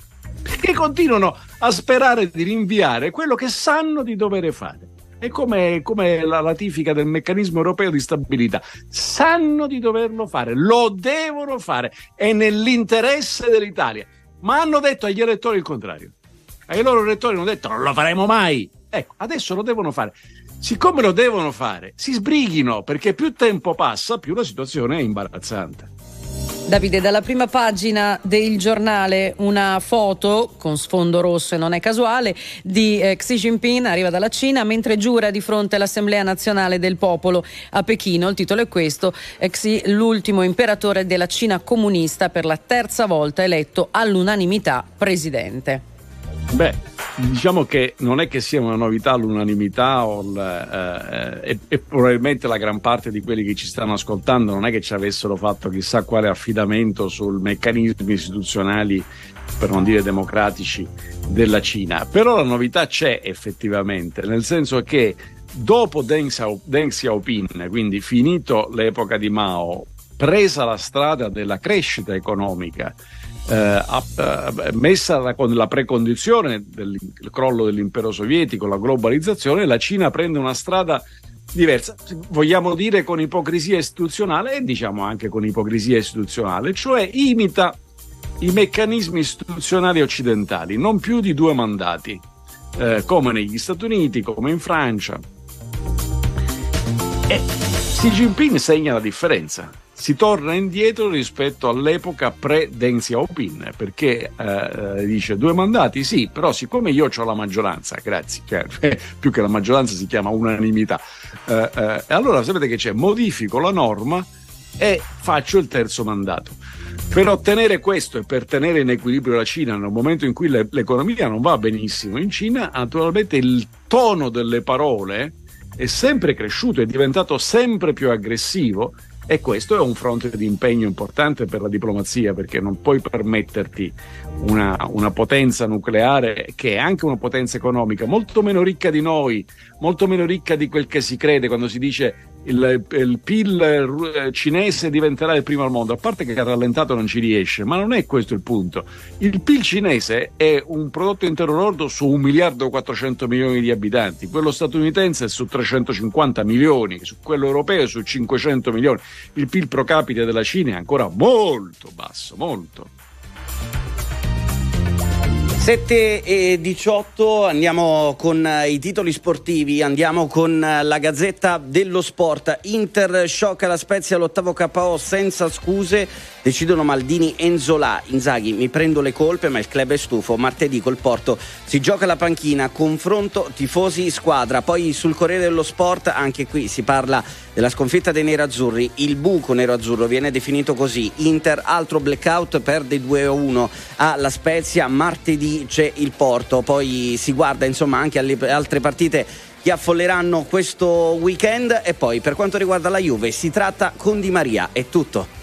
Perché continuano a sperare di rinviare quello che sanno di dover fare. È come la ratifica del meccanismo europeo di stabilità. Sanno di doverlo fare, lo devono fare, è nell'interesse dell'Italia. Ma hanno detto agli elettori il contrario. Ai loro elettori hanno detto non lo faremo mai. Ecco, adesso lo devono fare. Siccome lo devono fare, si sbrighino, perché più tempo passa, più la situazione è imbarazzante. Davide, dalla prima pagina del giornale una foto con sfondo rosso, e non è casuale, di Xi Jinping, arriva dalla Cina mentre giura di fronte all'Assemblea Nazionale del Popolo a Pechino. Il titolo è questo: Xi, l'ultimo imperatore della Cina comunista, per la terza volta eletto all'unanimità presidente. Beh, diciamo che non è che sia una novità l'unanimità e probabilmente la gran parte di quelli che ci stanno ascoltando non è che ci avessero fatto chissà quale affidamento sul meccanismi istituzionali, per non dire democratici, della Cina. Però la novità c'è effettivamente, nel senso che dopo Deng Xiaoping, quindi finito l'epoca di Mao, presa la strada della crescita economica, messa con la precondizione del crollo dell'impero sovietico, la globalizzazione, la Cina prende una strada diversa, vogliamo dire con ipocrisia istituzionale, e diciamo anche con ipocrisia istituzionale, cioè imita i meccanismi istituzionali occidentali, non più di 2 mandati, come negli Stati Uniti, come in Francia. E Xi Jinping segna la differenza. Si torna indietro rispetto all'epoca pre-Deng Xiaoping, perché dice 2 mandati, sì, però siccome io ho la maggioranza, grazie, cioè, più che la maggioranza si chiama unanimità, allora sapete che c'è? Modifico la norma e faccio il terzo mandato. Per ottenere questo e per tenere in equilibrio la Cina nel momento in cui l'economia non va benissimo in Cina, naturalmente il tono delle parole è sempre cresciuto, è diventato sempre più aggressivo. E questo è un fronte di impegno importante per la diplomazia, perché non puoi permetterti una potenza nucleare che è anche una potenza economica molto meno ricca di noi, molto meno ricca di quel che si crede quando si dice il PIL cinese diventerà il primo al mondo. A parte che rallentato non ci riesce, ma non è questo il punto. Il PIL cinese è un prodotto interno lordo su 1.400.000.000 di abitanti, quello statunitense è su 350 milioni, su quello europeo è su 500 milioni. Il PIL pro capite della Cina è ancora molto basso, molto. 7:18, andiamo con i titoli sportivi, andiamo con la Gazzetta dello Sport. Inter sciocca la Spezia all'8º KO senza scuse, decidono Maldini e Inzaghi, mi prendo le colpe ma il club è stufo, martedì col Porto si gioca la panchina, confronto tifosi squadra. Poi sul Corriere dello Sport anche qui si parla della sconfitta dei nerazzurri, il buco nerazzurro viene definito così, Inter altro blackout, perde 2-1 alla Spezia, martedì c'è il Porto. Poi si guarda insomma anche alle altre partite che affolleranno questo weekend, e poi per quanto riguarda la Juve si tratta con Di Maria. È tutto.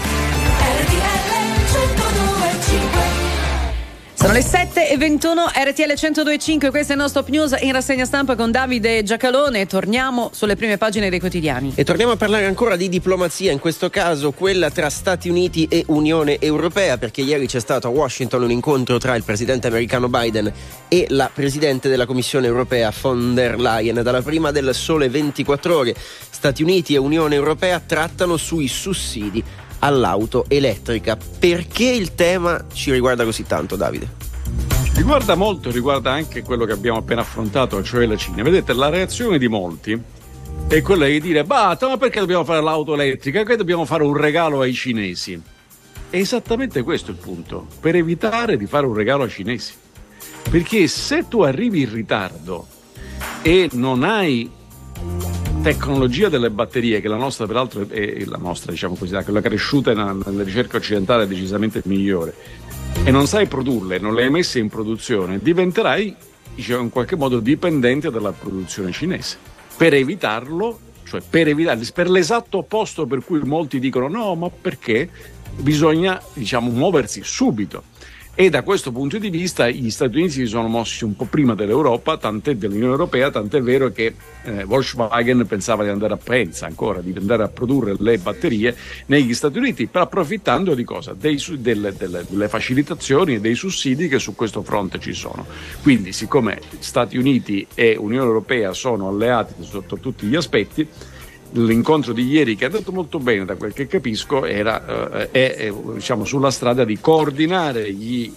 Sono le 7:21, RTL 102.5, questo è il nostro Top News in rassegna stampa con Davide Giacalone. Torniamo sulle prime pagine dei quotidiani. E torniamo a parlare ancora di diplomazia, in questo caso quella tra Stati Uniti e Unione Europea, perché ieri c'è stato a Washington un incontro tra il presidente americano Biden e la presidente della Commissione Europea von der Leyen. Dalla prima del Sole 24 Ore, Stati Uniti e Unione Europea trattano sui sussidi all'auto elettrica. Perché il tema ci riguarda così tanto, Davide? Riguarda molto, riguarda anche quello che abbiamo appena affrontato, cioè la Cina. Vedete, la reazione di molti è quella di dire ma perché dobbiamo fare l'auto elettrica? Che dobbiamo fare un regalo ai cinesi? È esattamente questo il punto, per evitare di fare un regalo ai cinesi. Perché se tu arrivi in ritardo e non hai tecnologia delle batterie, che la nostra peraltro è la nostra, diciamo così, quella cresciuta nella ricerca occidentale è decisamente migliore, e non sai produrle, non le hai messe in produzione, diventerai, diciamo, in qualche modo dipendente dalla produzione cinese. Per evitarlo, cioè per l'esatto opposto per cui molti dicono no, ma perché bisogna, diciamo, muoversi subito. E da questo punto di vista gli Stati Uniti si sono mossi un po' prima dell'Europa, dell'Unione Europea, tant'è vero che Volkswagen pensava di andare a produrre le batterie negli Stati Uniti, per approfittando di cosa? Delle facilitazioni e dei sussidi che su questo fronte ci sono. Quindi, siccome Stati Uniti e Unione Europea sono alleati sotto tutti gli aspetti, l'incontro di ieri, che è andato molto bene da quel che capisco, è sulla strada di coordinare gli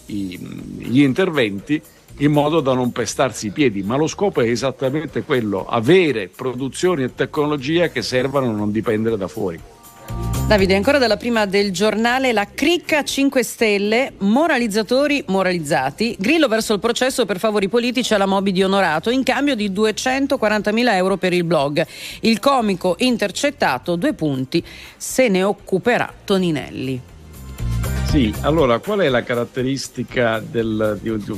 interventi in modo da non pestarsi i piedi, ma lo scopo è esattamente quello: avere produzioni e tecnologia che servano a non dipendere da fuori. Davide, ancora dalla prima del giornale, la cricca 5 Stelle, moralizzatori moralizzati, Grillo verso il processo per favori politici alla Moby di Onorato in cambio di 240.000 euro per il blog. Il comico intercettato, 2 punti, se ne occuperà Toninelli. Sì, allora qual è la caratteristica del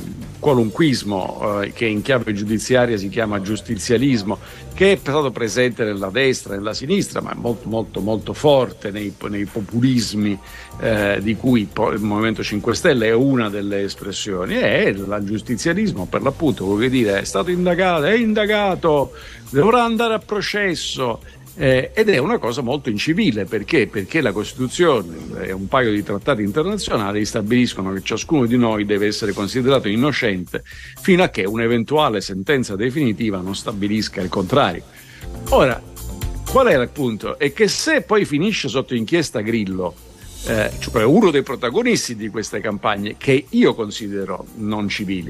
qualunquismo che in chiave giudiziaria si chiama giustizialismo, che è stato presente nella destra e nella sinistra, ma molto molto molto forte nei populismi di cui il Movimento 5 Stelle è una delle espressioni? È il giustizialismo, per l'appunto, vuol dire è stato indagato, è indagato, dovrà andare a processo. Ed è una cosa molto incivile, perché la Costituzione e un paio di trattati internazionali stabiliscono che ciascuno di noi deve essere considerato innocente fino a che un'eventuale sentenza definitiva non stabilisca il contrario. Ora, qual è il punto? È che se poi finisce sotto inchiesta Grillo, cioè uno dei protagonisti di queste campagne, che io considero non civili,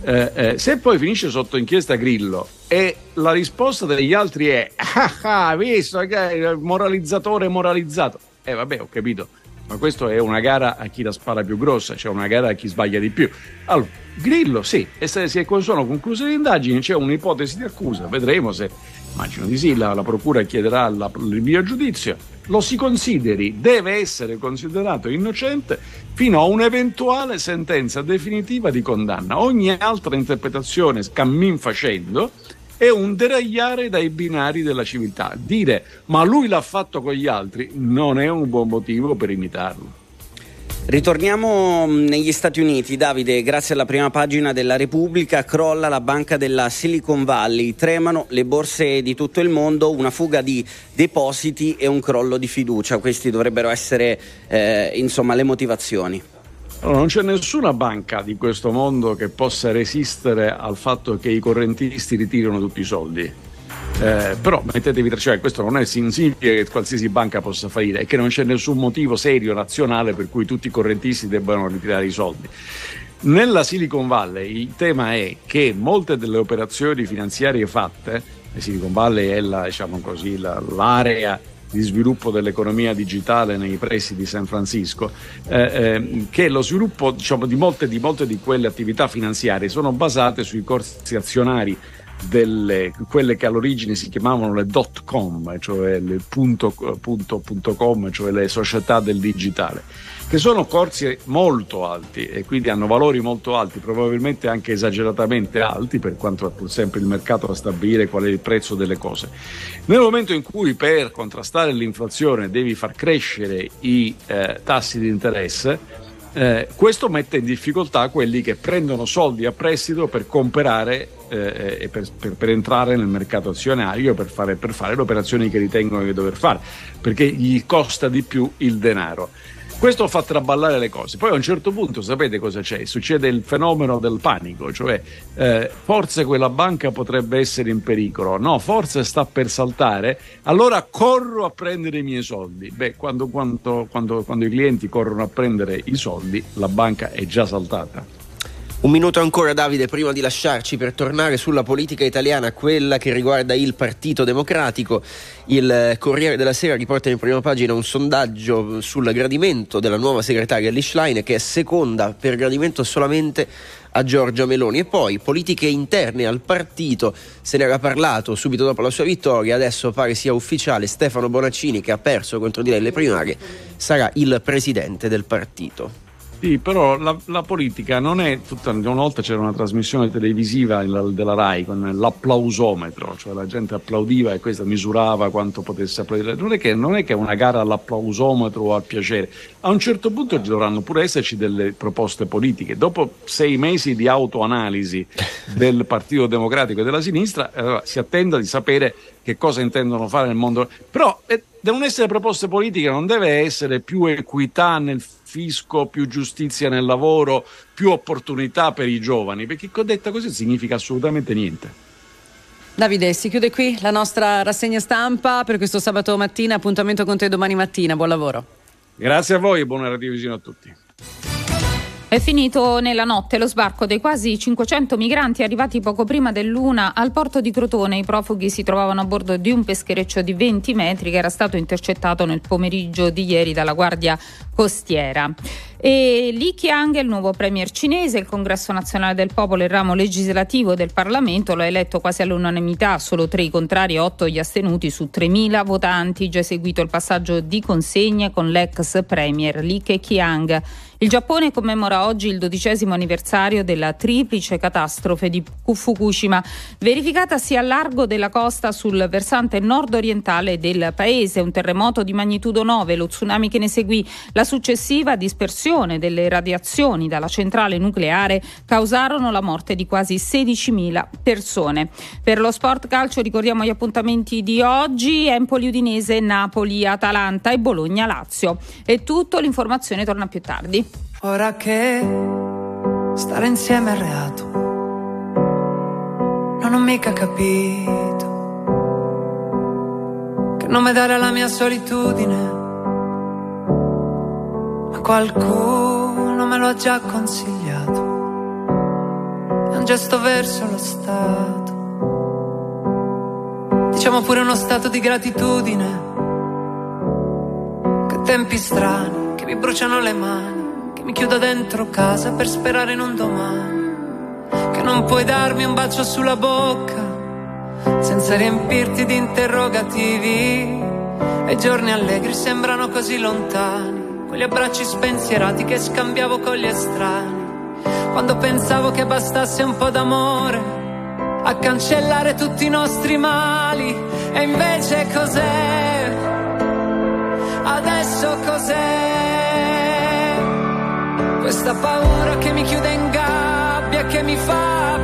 se poi finisce sotto inchiesta Grillo e la risposta degli altri è visto che è il moralizzatore moralizzato, vabbè, ho capito, ma questo è una gara a chi la spara più grossa, cioè una gara a chi sbaglia di più. Allora, Grillo sì, e se sono concluse le indagini, c'è un'ipotesi di accusa, vedremo se, immagino di sì, la procura chiederà il rinvio a giudizio, lo si consideri, deve essere considerato innocente fino a un'eventuale sentenza definitiva di condanna. Ogni altra interpretazione, cammin facendo, è un deragliare dai binari della civiltà. Dire ma lui l'ha fatto con gli altri non è un buon motivo per imitarlo. Ritorniamo negli Stati Uniti. Davide, grazie alla prima pagina della Repubblica, crolla la banca della Silicon Valley, tremano le borse di tutto il mondo, una fuga di depositi e un crollo di fiducia. Questi dovrebbero essere le motivazioni. Allora, non c'è nessuna banca di questo mondo che possa resistere al fatto che i correntisti ritirano tutti i soldi. Però mettetevi, cioè questo non significa che qualsiasi banca possa fallire, è che non c'è nessun motivo serio nazionale per cui tutti i correntisti debbano ritirare i soldi. Nella Silicon Valley il tema è che molte delle operazioni finanziarie fatte, Silicon Valley è l'area di sviluppo dell'economia digitale nei pressi di San Francisco, che lo sviluppo di molte di quelle attività finanziarie sono basate sui corsi azionari quelle che all'origine si chiamavano le .com, cioè le .com, cioè le società del digitale, che sono corsi molto alti e quindi hanno valori molto alti, probabilmente anche esageratamente alti, per quanto è pur sempre il mercato a stabilire qual è il prezzo delle cose. Nel momento in cui per contrastare l'inflazione devi far crescere i tassi di interesse, questo mette in difficoltà quelli che prendono soldi a prestito per comprare e per entrare nel mercato azionario, per fare le operazioni che ritengono di dover fare, perché gli costa di più il denaro. Questo fa traballare le cose. Poi a un certo punto sapete cosa c'è? Succede il fenomeno del panico, cioè forse quella banca potrebbe essere in pericolo, no, forse sta per saltare, allora corro a prendere i miei soldi. Quando i clienti corrono a prendere i soldi, la banca è già saltata. Un minuto ancora, Davide, prima di lasciarci, per tornare sulla politica italiana, quella che riguarda il Partito Democratico. Il Corriere della Sera riporta in prima pagina un sondaggio sul gradimento della nuova segretaria Lish Schlein, che è seconda per gradimento solamente a Giorgia Meloni. E poi politiche interne al partito, se ne era parlato subito dopo la sua vittoria, adesso pare sia ufficiale: Stefano Bonaccini, che ha perso contro di lei le primarie, sarà il presidente del partito. Sì, però la politica non è tutta. Una volta c'era una trasmissione televisiva della Rai con l'applausometro, cioè la gente applaudiva e questa misurava quanto potesse applaudire. Non è che è una gara all'applausometro o al piacere. A un certo punto ci dovranno pure esserci delle proposte politiche. Dopo 6 mesi di autoanalisi del Partito Democratico e della sinistra, si attenda di sapere che cosa intendono fare nel mondo. Però devono essere proposte politiche, non deve essere più equità nel fisco, più giustizia nel lavoro, più opportunità per i giovani, perché detta così significa assolutamente niente. Davide, si chiude qui la nostra rassegna stampa per questo sabato mattina. Appuntamento con te domani mattina, buon lavoro. Grazie a voi e buona radiovisione a tutti. È finito nella notte lo sbarco dei quasi 500 migranti arrivati poco prima dell'1 al porto di Crotone. I profughi si trovavano a bordo di un peschereccio di 20 metri che era stato intercettato nel pomeriggio di ieri dalla Guardia Costiera. E Li Qiang è il nuovo premier cinese. Il Congresso Nazionale del Popolo, il ramo legislativo del Parlamento, lo ha eletto quasi all'unanimità, solo 3 i contrari e 8 gli astenuti su 3.000 votanti. Già eseguito il passaggio di consegne con l'ex premier Li Keqiang. Il Giappone commemora oggi il 12° anniversario della triplice catastrofe di Fukushima, verificatasi a largo della costa sul versante nord-orientale del paese. Un terremoto di magnitudo 9, lo tsunami che ne seguì, la successiva dispersione delle radiazioni dalla centrale nucleare causarono la morte di quasi 16.000 persone. Per lo sport calcio ricordiamo gli appuntamenti di oggi: Empoli Udinese, Napoli Atalanta e Bologna Lazio. È tutto, l'informazione torna più tardi. Ora che stare insieme è reato, non ho mica capito che nome dare alla mia solitudine, ma qualcuno me lo ha già consigliato. È un gesto verso lo Stato, diciamo pure uno stato di gratitudine. Che tempi strani che mi bruciano le mani, mi chiudo dentro casa per sperare in un domani, che non puoi darmi un bacio sulla bocca senza riempirti di interrogativi, e i giorni allegri sembrano così lontani, quegli abbracci spensierati che scambiavo con gli estranei, quando pensavo che bastasse un po' d'amore a cancellare tutti i nostri mali. E invece cos'è? Adesso cos'è? Questa paura che mi chiude in gabbia, che mi fa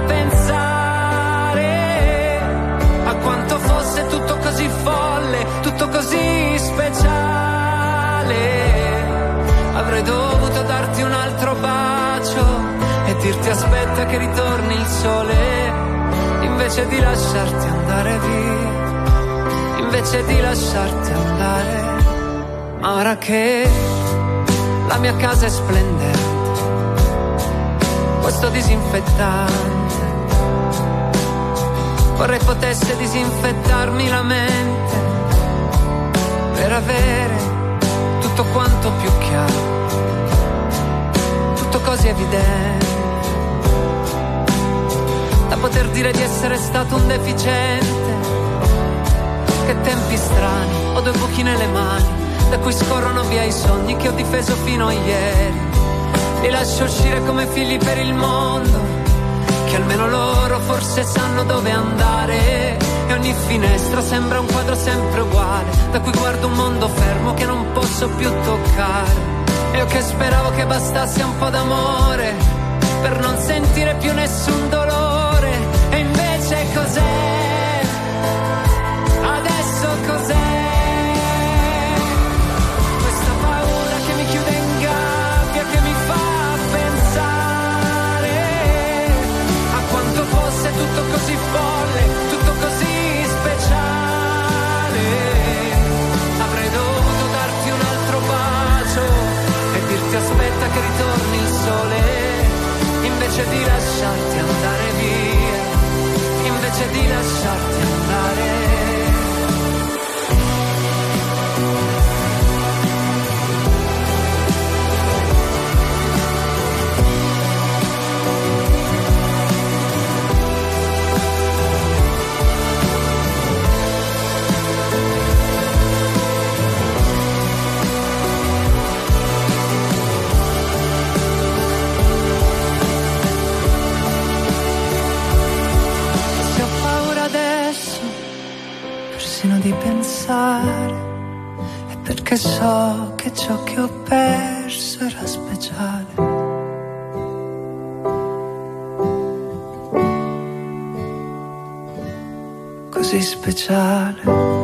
pensare a quanto fosse tutto così folle, tutto così speciale. Avrei dovuto darti un altro bacio e dirti aspetta che ritorni il sole, invece di lasciarti andare via, invece di lasciarti andare. Ma ora che la mia casa è splendente, questo disinfettante vorrei potesse disinfettarmi la mente per avere tutto quanto più chiaro, tutto così evidente, da poter dire di essere stato un deficiente. Che tempi strani, ho 2 buchi nelle mani da cui scorrono via i sogni che ho difeso fino a ieri. Li lascio uscire come figli per il mondo, che almeno loro forse sanno dove andare. E ogni finestra sembra un quadro sempre uguale, da cui guardo un mondo fermo che non posso più toccare. E io che speravo che bastasse un po' d'amore per non sentire più nessun dolore. E invece cos'è? Adesso cos'è? Tutto così folle, tutto così speciale. Avrei dovuto darti un altro bacio e dirti aspetta che ritorni il sole, invece di lasciarti andare via, invece di lasciarti assassino di pensare, e perché so che ciò che ho perso era speciale. Così speciale.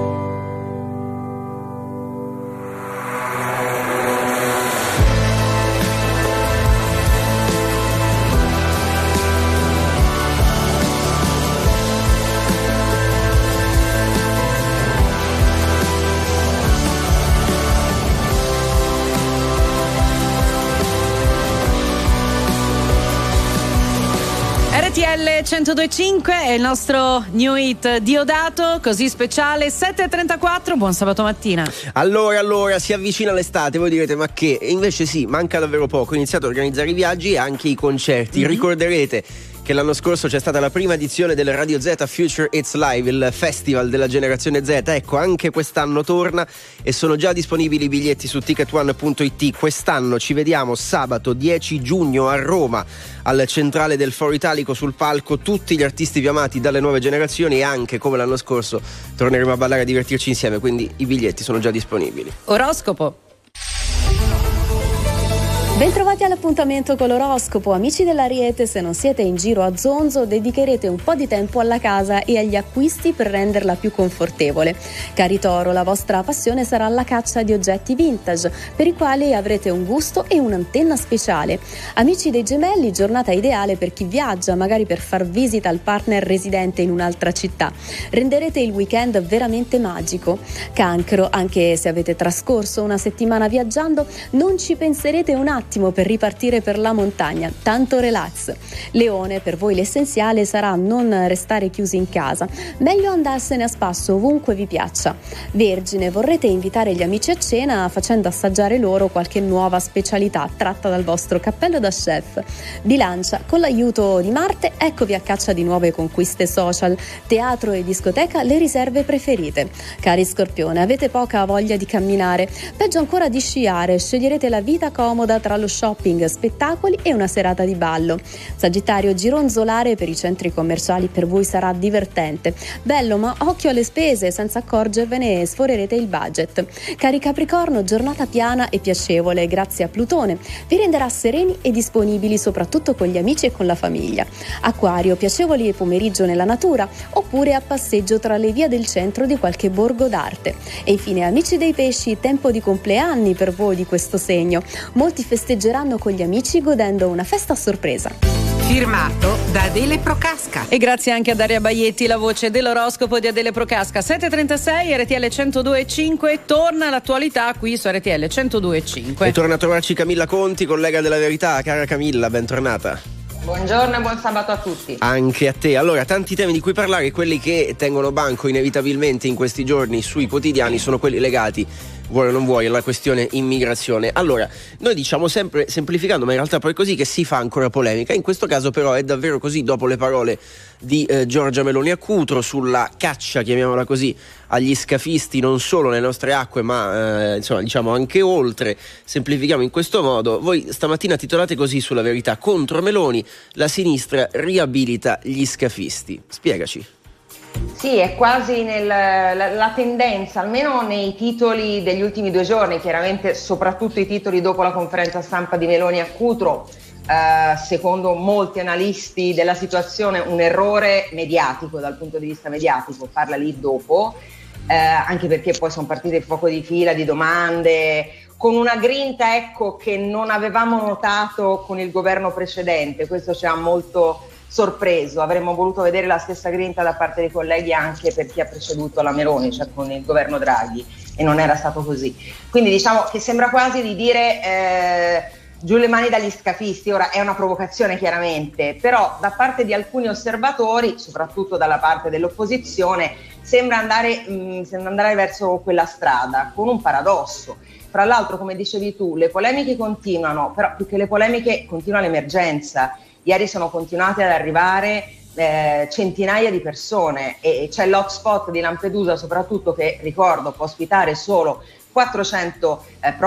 RTL 102.5 è il nostro new hit Diodato, così speciale, 7.34, buon sabato mattina. Allora, si avvicina l'estate, voi direte ma che? E invece sì, manca davvero poco, ho iniziato a organizzare i viaggi e anche i concerti. Ricorderete che l'anno scorso c'è stata la prima edizione del Radio Z Future It's Live, il festival della generazione Z. Ecco, anche quest'anno torna e sono già disponibili i biglietti su ticketone.it. Quest'anno ci vediamo sabato 10 giugno a Roma, al centrale del Foro Italico, sul palco tutti gli artisti più amati dalle nuove generazioni, e anche come l'anno scorso torneremo a ballare e a divertirci insieme, quindi i biglietti sono già disponibili. Oroscopo. Bentrovati all'appuntamento con l'oroscopo, amici dell'Ariete. Se non siete in giro a zonzo, dedicherete un po' di tempo alla casa e agli acquisti per renderla più confortevole. Cari Toro, la vostra passione sarà la caccia di oggetti vintage, per i quali avrete un gusto e un'antenna speciale. Amici dei Gemelli, giornata ideale per chi viaggia, magari per far visita al partner residente in un'altra città. Renderete il weekend veramente magico. Cancro, anche se avete trascorso una settimana viaggiando, non ci penserete un attimo per ripartire per la montagna, tanto relax. Leone, per voi l'essenziale sarà non restare chiusi in casa, meglio andarsene a spasso ovunque vi piaccia. Vergine, vorrete invitare gli amici a cena facendo assaggiare loro qualche nuova specialità tratta dal vostro cappello da chef. Bilancia, con l'aiuto di Marte eccovi a caccia di nuove conquiste social, teatro e discoteca le riserve preferite. Cari Scorpione, avete poca voglia di camminare, peggio ancora di sciare, sceglierete la vita comoda tra lo shopping, spettacoli e una serata di ballo. Sagittario, gironzolare per i centri commerciali per voi sarà divertente. Bello, ma occhio alle spese, senza accorgervene sforerete il budget. Cari Capricorno, giornata piana e piacevole grazie a Plutone. Vi renderà sereni e disponibili soprattutto con gli amici e con la famiglia. Acquario, piacevoli pomeriggio nella natura oppure a passeggio tra le vie del centro di qualche borgo d'arte. E infine amici dei Pesci, tempo di compleanni per voi di questo segno. Molti festeggeranno con gli amici godendo una festa a sorpresa. Firmato da Adele Procasca. E grazie anche a Daria Baietti, la voce dell'oroscopo di Adele Procasca. 7.36, RTL 102.5, torna l'attualità qui su RTL 102.5. E torna a trovarci Camilla Conti, collega della Verità. Cara Camilla, bentornata. Buongiorno e buon sabato a tutti. Anche a te. Allora, tanti temi di cui parlare, quelli che tengono banco inevitabilmente in questi giorni sui quotidiani sono quelli legati, vuoi o non vuoi, alla questione immigrazione. Allora, noi diciamo sempre, semplificando, ma in realtà poi è così, che si fa ancora polemica. In questo caso però è davvero così, dopo le parole di Giorgia Meloni a Cutro sulla caccia, chiamiamola così, agli scafisti non solo nelle nostre acque ma insomma diciamo anche oltre. Semplifichiamo in questo modo. Voi stamattina titolate così sulla Verità: contro Meloni la sinistra riabilita gli scafisti. Spiegaci. Sì, è quasi la tendenza, almeno nei titoli degli ultimi 2 giorni, chiaramente soprattutto i titoli dopo la conferenza stampa di Meloni a Cutro, secondo molti analisti della situazione un errore mediatico, dal punto di vista mediatico, farla lì dopo, anche perché poi sono partite fuoco di fila di domande, con una grinta, ecco, che non avevamo notato con il governo precedente. Questo ci ha molto sorpreso. Avremmo voluto vedere la stessa grinta da parte dei colleghi anche per chi ha preceduto la Meloni, cioè con il governo Draghi, e non era stato così. Quindi diciamo che sembra quasi di dire giù le mani dagli scafisti. Ora è una provocazione chiaramente, però da parte di alcuni osservatori, soprattutto dalla parte dell'opposizione, sembra andare verso quella strada, con un paradosso. Fra l'altro, come dicevi tu, le polemiche continuano, però più che le polemiche continua l'emergenza. Ieri sono continuate ad arrivare centinaia di persone e c'è l'hotspot di Lampedusa soprattutto, che ricordo può ospitare solo 400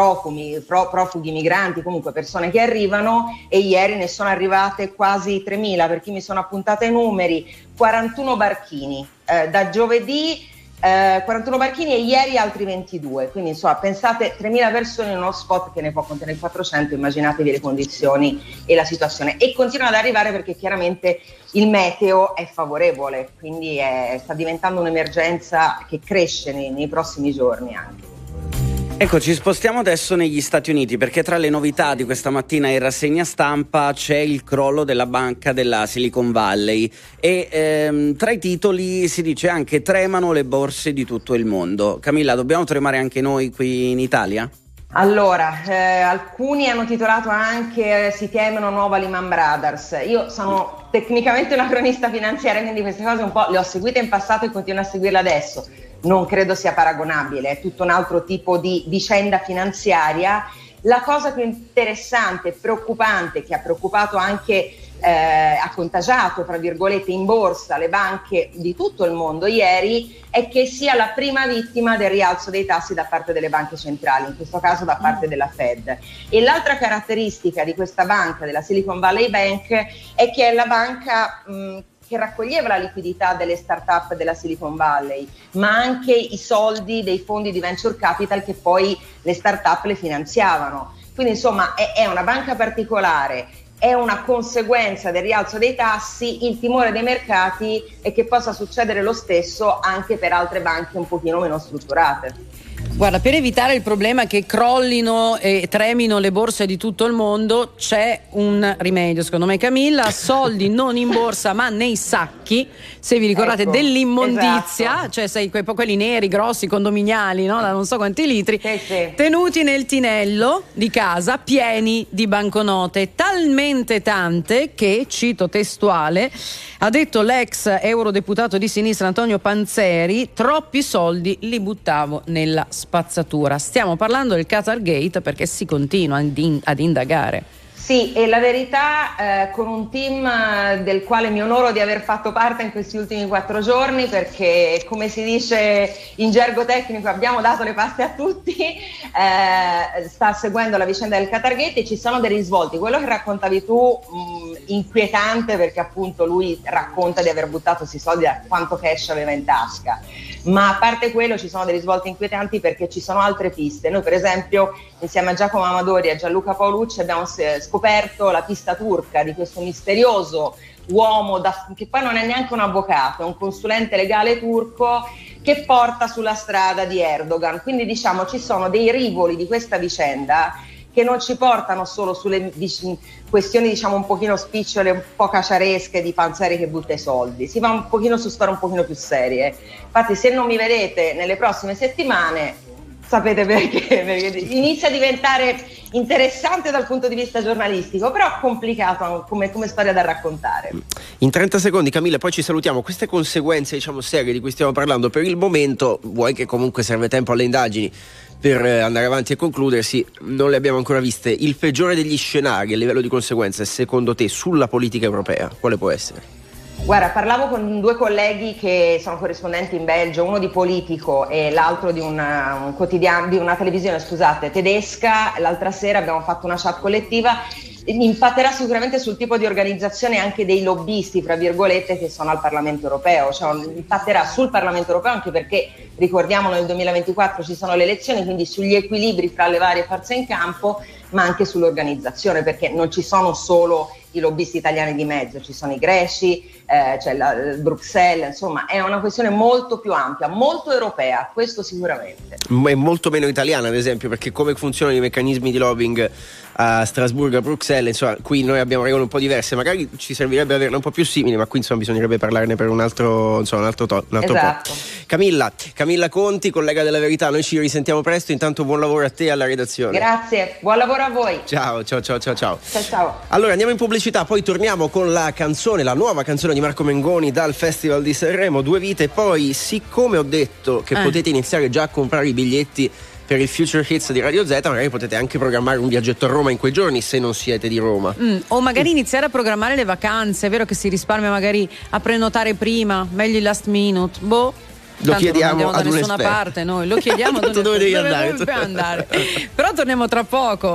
profughi migranti, comunque persone che arrivano, e ieri ne sono arrivate quasi 3.000, per chi mi sono appuntata i numeri, 41 barchini. Da giovedì 41 barchini e ieri altri 22, quindi insomma pensate 3.000 persone in uno spot che ne può contenere 400, immaginatevi le condizioni e la situazione, e continuano ad arrivare perché chiaramente il meteo è favorevole, quindi sta diventando un'emergenza che cresce nei prossimi giorni anche. Ecco, ci spostiamo adesso negli Stati Uniti, perché tra le novità di questa mattina in rassegna stampa c'è il crollo della banca della Silicon Valley e tra i titoli si dice anche tremano le borse di tutto il mondo. Camilla, dobbiamo tremare anche noi qui in Italia? Allora, alcuni hanno titolato anche si temono nuova Lehman Brothers. Io sono tecnicamente una cronista finanziaria, quindi queste cose un po' le ho seguite in passato e continuo a seguirle adesso. Non credo sia paragonabile, è tutto un altro tipo di vicenda finanziaria. La cosa più interessante e preoccupante, che ha preoccupato anche, ha contagiato, tra virgolette, in borsa le banche di tutto il mondo ieri, è che sia la prima vittima del rialzo dei tassi da parte delle banche centrali, in questo caso da parte della Fed. E l'altra caratteristica di questa banca, della Silicon Valley Bank, è che è la banca che raccoglieva la liquidità delle start-up della Silicon Valley, ma anche i soldi dei fondi di venture capital che poi le start-up le finanziavano. Quindi insomma è una banca particolare, è una conseguenza del rialzo dei tassi. Il timore dei mercati è che possa succedere lo stesso anche per altre banche un pochino meno strutturate. Guarda, per evitare il problema che crollino e tremino le borse di tutto il mondo c'è un rimedio, secondo me, Camilla: soldi non in borsa ma nei sacchi, se vi ricordate, dell'immondizia, esatto. Cioè quelli neri, grossi, condominiali, no? Da non so quanti litri, sì. Tenuti nel tinello di casa, pieni di banconote, talmente tante che, cito testuale, ha detto l'ex eurodeputato di sinistra Antonio Panzeri, troppi soldi li buttavo nella spazzatura. Stiamo parlando del Qatar Gate perché si continua ad indagare. Sì, e la verità con un team del quale mi onoro di aver fatto parte in questi ultimi 4 giorni, perché come si dice in gergo tecnico abbiamo dato le paste a tutti, sta seguendo la vicenda del Qatar Gate e ci sono dei risvolti. Quello che raccontavi tu, inquietante, perché appunto lui racconta di aver buttato questi soldi da quanto cash aveva in tasca, ma a parte quello ci sono dei risvolti inquietanti perché ci sono altre piste. Noi per esempio insieme a Giacomo Amadori e a Gianluca Paolucci abbiamo scoperto la pista turca di questo misterioso uomo che poi non è neanche un avvocato, è un consulente legale turco che porta sulla strada di Erdogan. Quindi diciamo ci sono dei rivoli di questa vicenda che non ci portano solo sulle questioni diciamo un pochino spicciole, un po' caciaresche di Panzeri che butta i soldi, si va un pochino su storie un pochino più serie. Infatti se non mi vedete nelle prossime settimane sapete perché inizia a diventare interessante dal punto di vista giornalistico, però complicato come storia da raccontare. In 30 secondi, Camilla, poi ci salutiamo. Queste conseguenze diciamo serie di cui stiamo parlando, per il momento, vuoi che comunque serve tempo alle indagini per andare avanti e concludersi, non le abbiamo ancora viste. Il peggiore degli scenari a livello di conseguenze, secondo te, sulla politica europea, quale può essere? Guarda, parlavo con 2 colleghi che sono corrispondenti in Belgio, uno di Politico e l'altro di un quotidiano, di una televisione, scusate, tedesca. L'altra sera abbiamo fatto una chat collettiva. Impatterà sicuramente sul tipo di organizzazione anche dei lobbisti, fra virgolette, che sono al Parlamento europeo, cioè impatterà sul Parlamento europeo anche perché, ricordiamo, nel 2024 ci sono le elezioni, quindi sugli equilibri fra le varie forze in campo, ma anche sull'organizzazione, perché non ci sono solo i lobbisti italiani di mezzo, ci sono i greci, c'è Bruxelles, insomma è una questione molto più ampia, molto europea, questo sicuramente. È molto meno italiana, ad esempio, perché come funzionano i meccanismi di lobbying a Strasburgo, a Bruxelles, insomma qui noi abbiamo regole un po' diverse, magari ci servirebbe averle un po' più simili, ma qui insomma bisognerebbe parlarne per un altro esatto. Po'. Camilla Conti, collega della Verità, noi ci risentiamo presto, intanto buon lavoro a te e alla redazione. Grazie, buon lavoro a voi. Ciao. Ciao. Allora andiamo in pubblicità, poi torniamo con la nuova canzone di Marco Mengoni dal Festival di Sanremo, 2 vite, poi siccome ho detto che potete iniziare già a comprare i biglietti per il Future Hits di Radio Z, magari potete anche programmare un viaggetto a Roma in quei giorni se non siete di Roma. O magari iniziare a programmare le vacanze, è vero che si risparmia magari a prenotare prima, meglio il last minute, lo chiediamo non ad da un nessuna esperto. Parte noi, lo chiediamo dove devi andare? Però torniamo tra poco.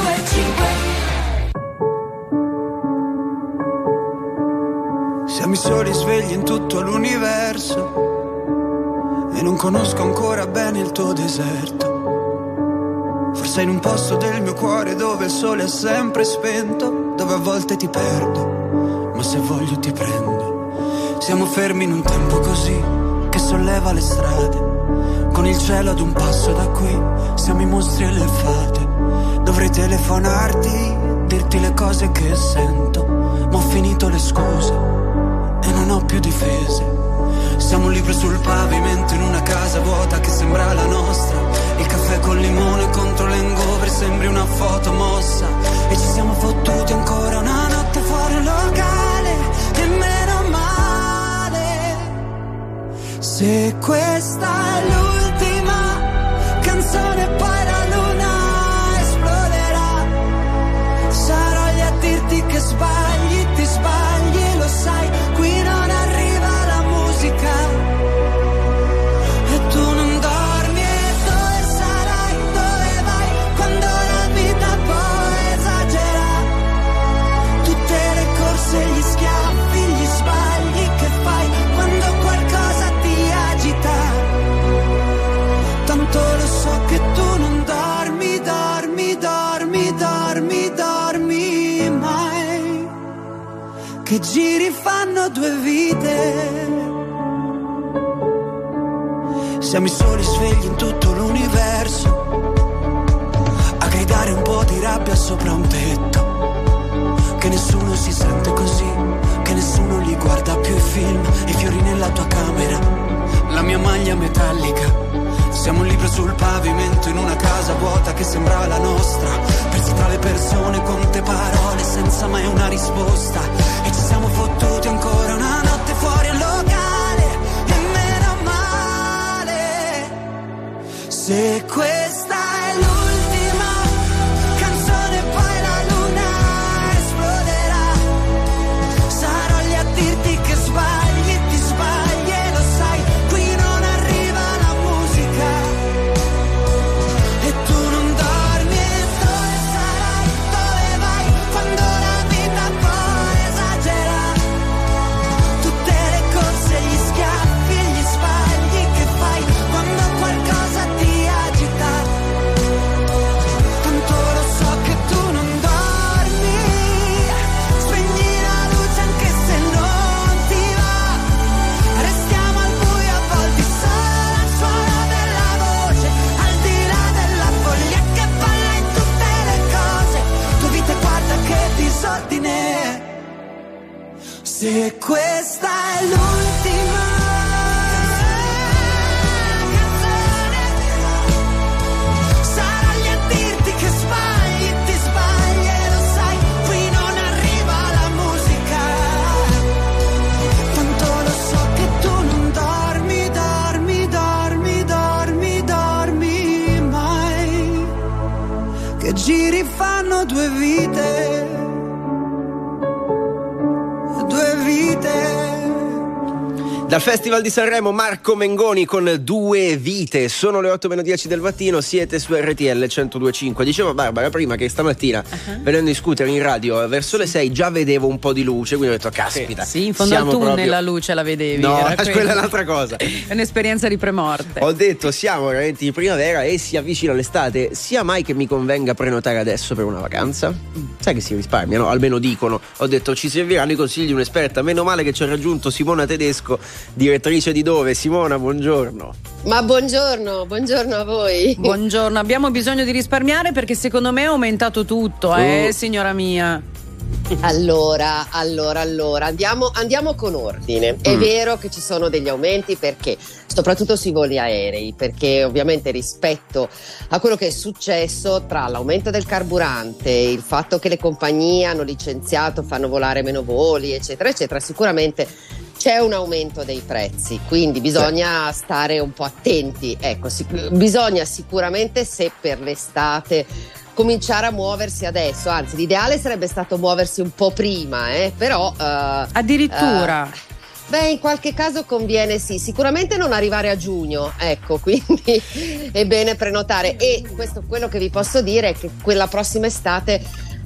Siamo i soli svegli in tutto l'universo e non conosco ancora bene il tuo deserto. Forse in un posto del mio cuore dove il sole è sempre spento, dove a volte ti perdo, ma se voglio ti prendo. Siamo fermi in un tempo così che solleva le strade, con il cielo ad un passo da qui, siamo i mostri e le fate. Dovrei telefonarti, dirti le cose che sento, ma ho finito le scuse e non ho più difese. Siamo un libro sul pavimento in una casa vuota che sembra la nostra. Il caffè col limone contro l'hangover sembri una foto mossa. E ci siamo fottuti ancora una notte fuori un locale, e meno male. Se questa è l'ultima canzone poi la luna esploderà. Sarò lì a dirti che sbagli, ti sbagli, lo sai, qui non arriva la musica e tu non dormi. E dove sarai, dove vai, quando la vita poi esagera? Tutte le corse, gli schiaffi, gli sbagli che fai quando qualcosa ti agita. Tanto lo so che tu non dormi, dormi, dormi, dormi, dormi mai. Che giri fanno due vite. Siamo i soli svegli in tutto l'universo, a gridare un po' di rabbia sopra un tetto. Che nessuno si sente così, che nessuno li guarda più i film, i fiori nella tua camera, la mia maglia metallica. Siamo un libro sul pavimento in una casa vuota che sembra la nostra, persi tra le persone, quante parole senza mai una risposta. E ci siamo fottuti ancora una notte fuori al locale, e meno male. Se questa è l'ultima canzone poi la luna esploderà. Sarò lì a dirti che sbagli, ti sbagli e lo sai, qui non arriva la musica e tu non dormi. E dove sarai, dove vai, quando la vita poi esagera? Tutte le corse, gli schiaffi e gli sbagli che fai quando qualcosa ti agita. Tanto lo so che tu non dormi, spegni la luce anche se non ti va. Restiamo al buio a volte solo al suono della voce, al di là della follia che balla in tutte le cose. Tua vita guarda che disordine. Se questa è l'ultima canzone, sarò lì a dirti che sbagli, ti sbagli e lo sai, qui non arriva la musica. Tanto lo so che tu non dormi, dormi, dormi, dormi, dormi mai. Che giri fanno due vite, due vite. Dal Festival di Sanremo Marco Mengoni con Due Vite. Sono le 8:10 del mattino, siete su RTL 102.5. Diceva Barbara prima che stamattina venendo in scooter in radio verso le 6 già vedevo un po' di luce, quindi ho detto caspita. Sì, in fondo al tunnel proprio... la luce la vedevi. No, era quella è un'altra cosa. È un'esperienza di premorte. Ho detto siamo veramente in primavera e si avvicina l'estate, sia mai che mi convenga prenotare adesso per una vacanza? Sai che si risparmia, no? Almeno dicono. Ho detto ci serviranno i consigli di un'esperta. Meno male che ci ha raggiunto Simona Tedesco, direttrice di Dove. Simona, buongiorno. Ma buongiorno a voi. Buongiorno, abbiamo bisogno di risparmiare perché secondo me è aumentato tutto, signora mia. Allora, andiamo con ordine. È vero che ci sono degli aumenti, perché soprattutto sui voli aerei, perché ovviamente rispetto a quello che è successo tra l'aumento del carburante, il fatto che le compagnie hanno licenziato, fanno volare meno voli, eccetera, eccetera, sicuramente c'è un aumento dei prezzi, quindi bisogna stare un po' attenti. Ecco, bisogna sicuramente, se per l'estate, cominciare a muoversi adesso, anzi l'ideale sarebbe stato muoversi un po' prima, però addirittura in qualche caso conviene sicuramente non arrivare a giugno, ecco, quindi è bene prenotare. E questo, quello che vi posso dire è che quella prossima estate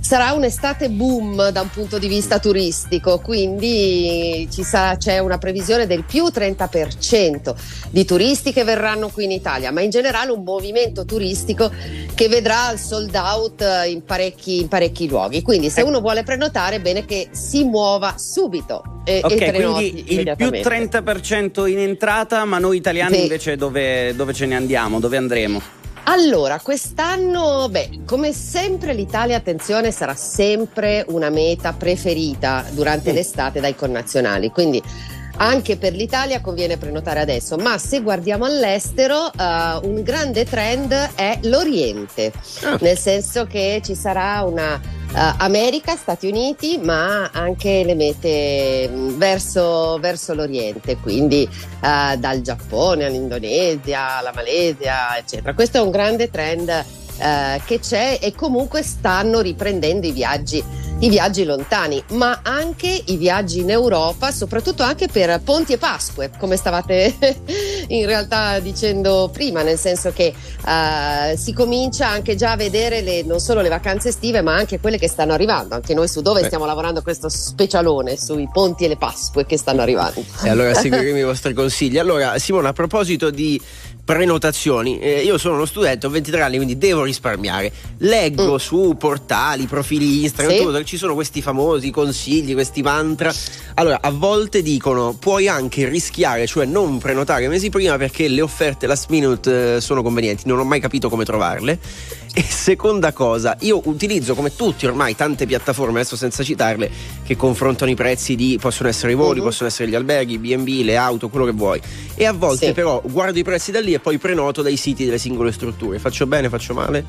sarà un'estate boom da un punto di vista turistico, quindi c'è una previsione del più 30% di turisti che verranno qui in Italia, ma in generale un movimento turistico che vedrà il sold out in parecchi luoghi. Quindi se uno vuole prenotare, è bene che si muova subito e quindi il più 30% in entrata, ma noi italiani invece dove ce ne andiamo? Dove andremo? Allora, quest'anno, come sempre l'Italia, attenzione, sarà sempre una meta preferita durante l'estate dai connazionali, quindi anche per l'Italia conviene prenotare adesso, ma se guardiamo all'estero un grande trend è l'Oriente, nel senso che ci sarà una America, Stati Uniti, ma anche le mete verso l'Oriente, quindi dal Giappone all'Indonesia, alla Malesia, eccetera. Questo è un grande trend che c'è, e comunque stanno riprendendo i viaggi lontani, ma anche i viaggi in Europa, soprattutto anche per Ponti e Pasque, come stavate in realtà dicendo prima, nel senso che si comincia anche già a vedere non solo le vacanze estive, ma anche quelle che stanno arrivando. Anche noi su Dove stiamo lavorando questo specialone sui Ponti e le Pasque che stanno arrivando. E allora seguiremo i vostri consigli. Allora, Simona, a proposito di prenotazioni, io sono uno studente, ho 23 anni, quindi devo risparmiare. Leggo su portali, profili Instagram, ci sono questi famosi consigli, questi mantra. Allora, a volte dicono puoi anche rischiare, cioè non prenotare mesi prima, perché le offerte last minute sono convenienti. Non ho mai capito come trovarle. E seconda cosa, io utilizzo come tutti ormai tante piattaforme, adesso senza citarle, che confrontano i prezzi possono essere i voli, possono essere gli alberghi, B&B, le auto, quello che vuoi. E a volte però guardo i prezzi da lì e poi prenoto dai siti delle singole strutture. Faccio bene, faccio male?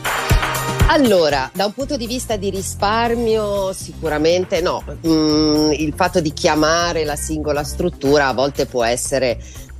Allora, da un punto di vista di risparmio sicuramente no. Il fatto di chiamare la singola struttura a volte può essere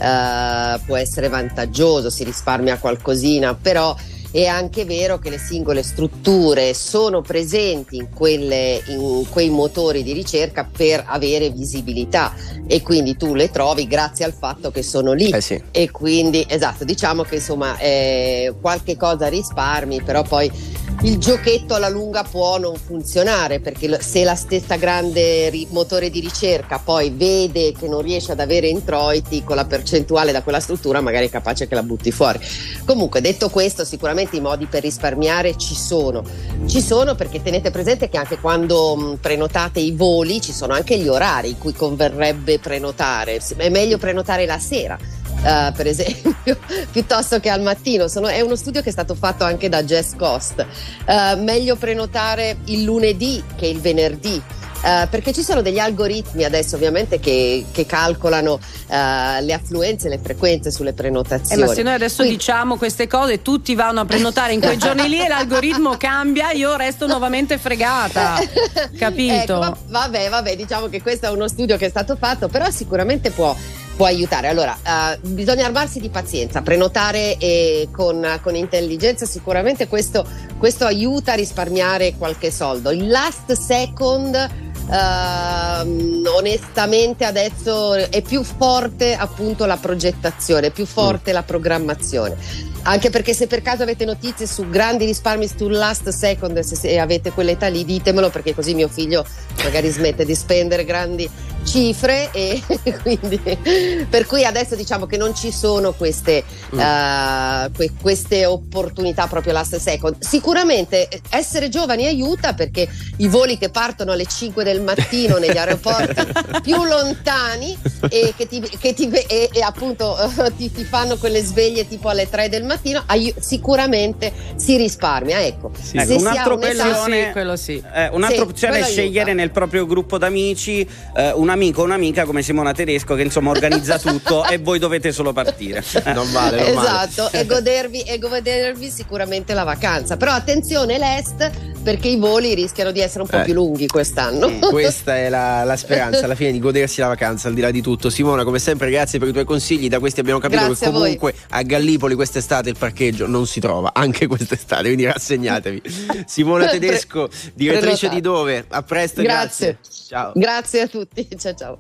vantaggioso, si risparmia qualcosina, però è anche vero che le singole strutture sono presenti in quei motori di ricerca per avere visibilità, e quindi tu le trovi grazie al fatto che sono lì. E quindi diciamo che insomma qualche cosa risparmi, però poi il giochetto alla lunga può non funzionare, perché se la stessa grande motore di ricerca poi vede che non riesce ad avere introiti con la percentuale da quella struttura, magari è capace che la butti fuori. Comunque, detto questo, sicuramente i modi per risparmiare ci sono, perché tenete presente che anche quando prenotate i voli ci sono anche gli orari in cui converrebbe prenotare. È meglio prenotare la sera, per esempio, piuttosto che al mattino. È uno studio che è stato fatto anche da Jess Cost. Meglio prenotare il lunedì che il venerdì, perché ci sono degli algoritmi adesso ovviamente che calcolano le affluenze e le frequenze sulle prenotazioni. Ma se noi adesso diciamo queste cose, tutti vanno a prenotare in quei giorni lì e l'algoritmo cambia, io resto nuovamente fregata, capito? Ecco, vabbè, diciamo che questo è uno studio che è stato fatto, però sicuramente può aiutare. Allora, bisogna armarsi di pazienza, prenotare con intelligenza, sicuramente questo aiuta a risparmiare qualche soldo. Il last second onestamente adesso è più forte appunto la progettazione, più forte la programmazione, anche perché se per caso avete notizie su grandi risparmi sul last second, se avete quell'età lì, ditemelo, perché così mio figlio magari smette di spendere grandi cifre, e quindi per cui adesso diciamo che non ci sono queste opportunità proprio last second. Sicuramente essere giovani aiuta, perché i voli che partono alle 5 del mattino negli aeroporti più lontani e che appunto ti fanno quelle sveglie tipo alle 3 del mattino, sicuramente si risparmia. Ecco, se un'altra opzione, un'altra opzione è scegliere aiuta nel proprio gruppo d'amici un amico o un'amica come Simona Tedesco, che insomma organizza tutto e voi dovete solo partire. Non vale. Esatto, e godervi sicuramente la vacanza. Però attenzione l'est, perché i voli rischiano di essere un po' più lunghi quest'anno. Questa è la speranza alla fine, di godersi la vacanza al di là di tutto. Simona, come sempre grazie per i tuoi consigli. Da questi abbiamo capito che comunque a Gallipoli quest'estate il parcheggio non si trova, anche quest'estate, quindi rassegnatevi. Simona Tedesco, direttrice di Dove, a presto. Grazie. Ciao. Grazie a tutti, ciao.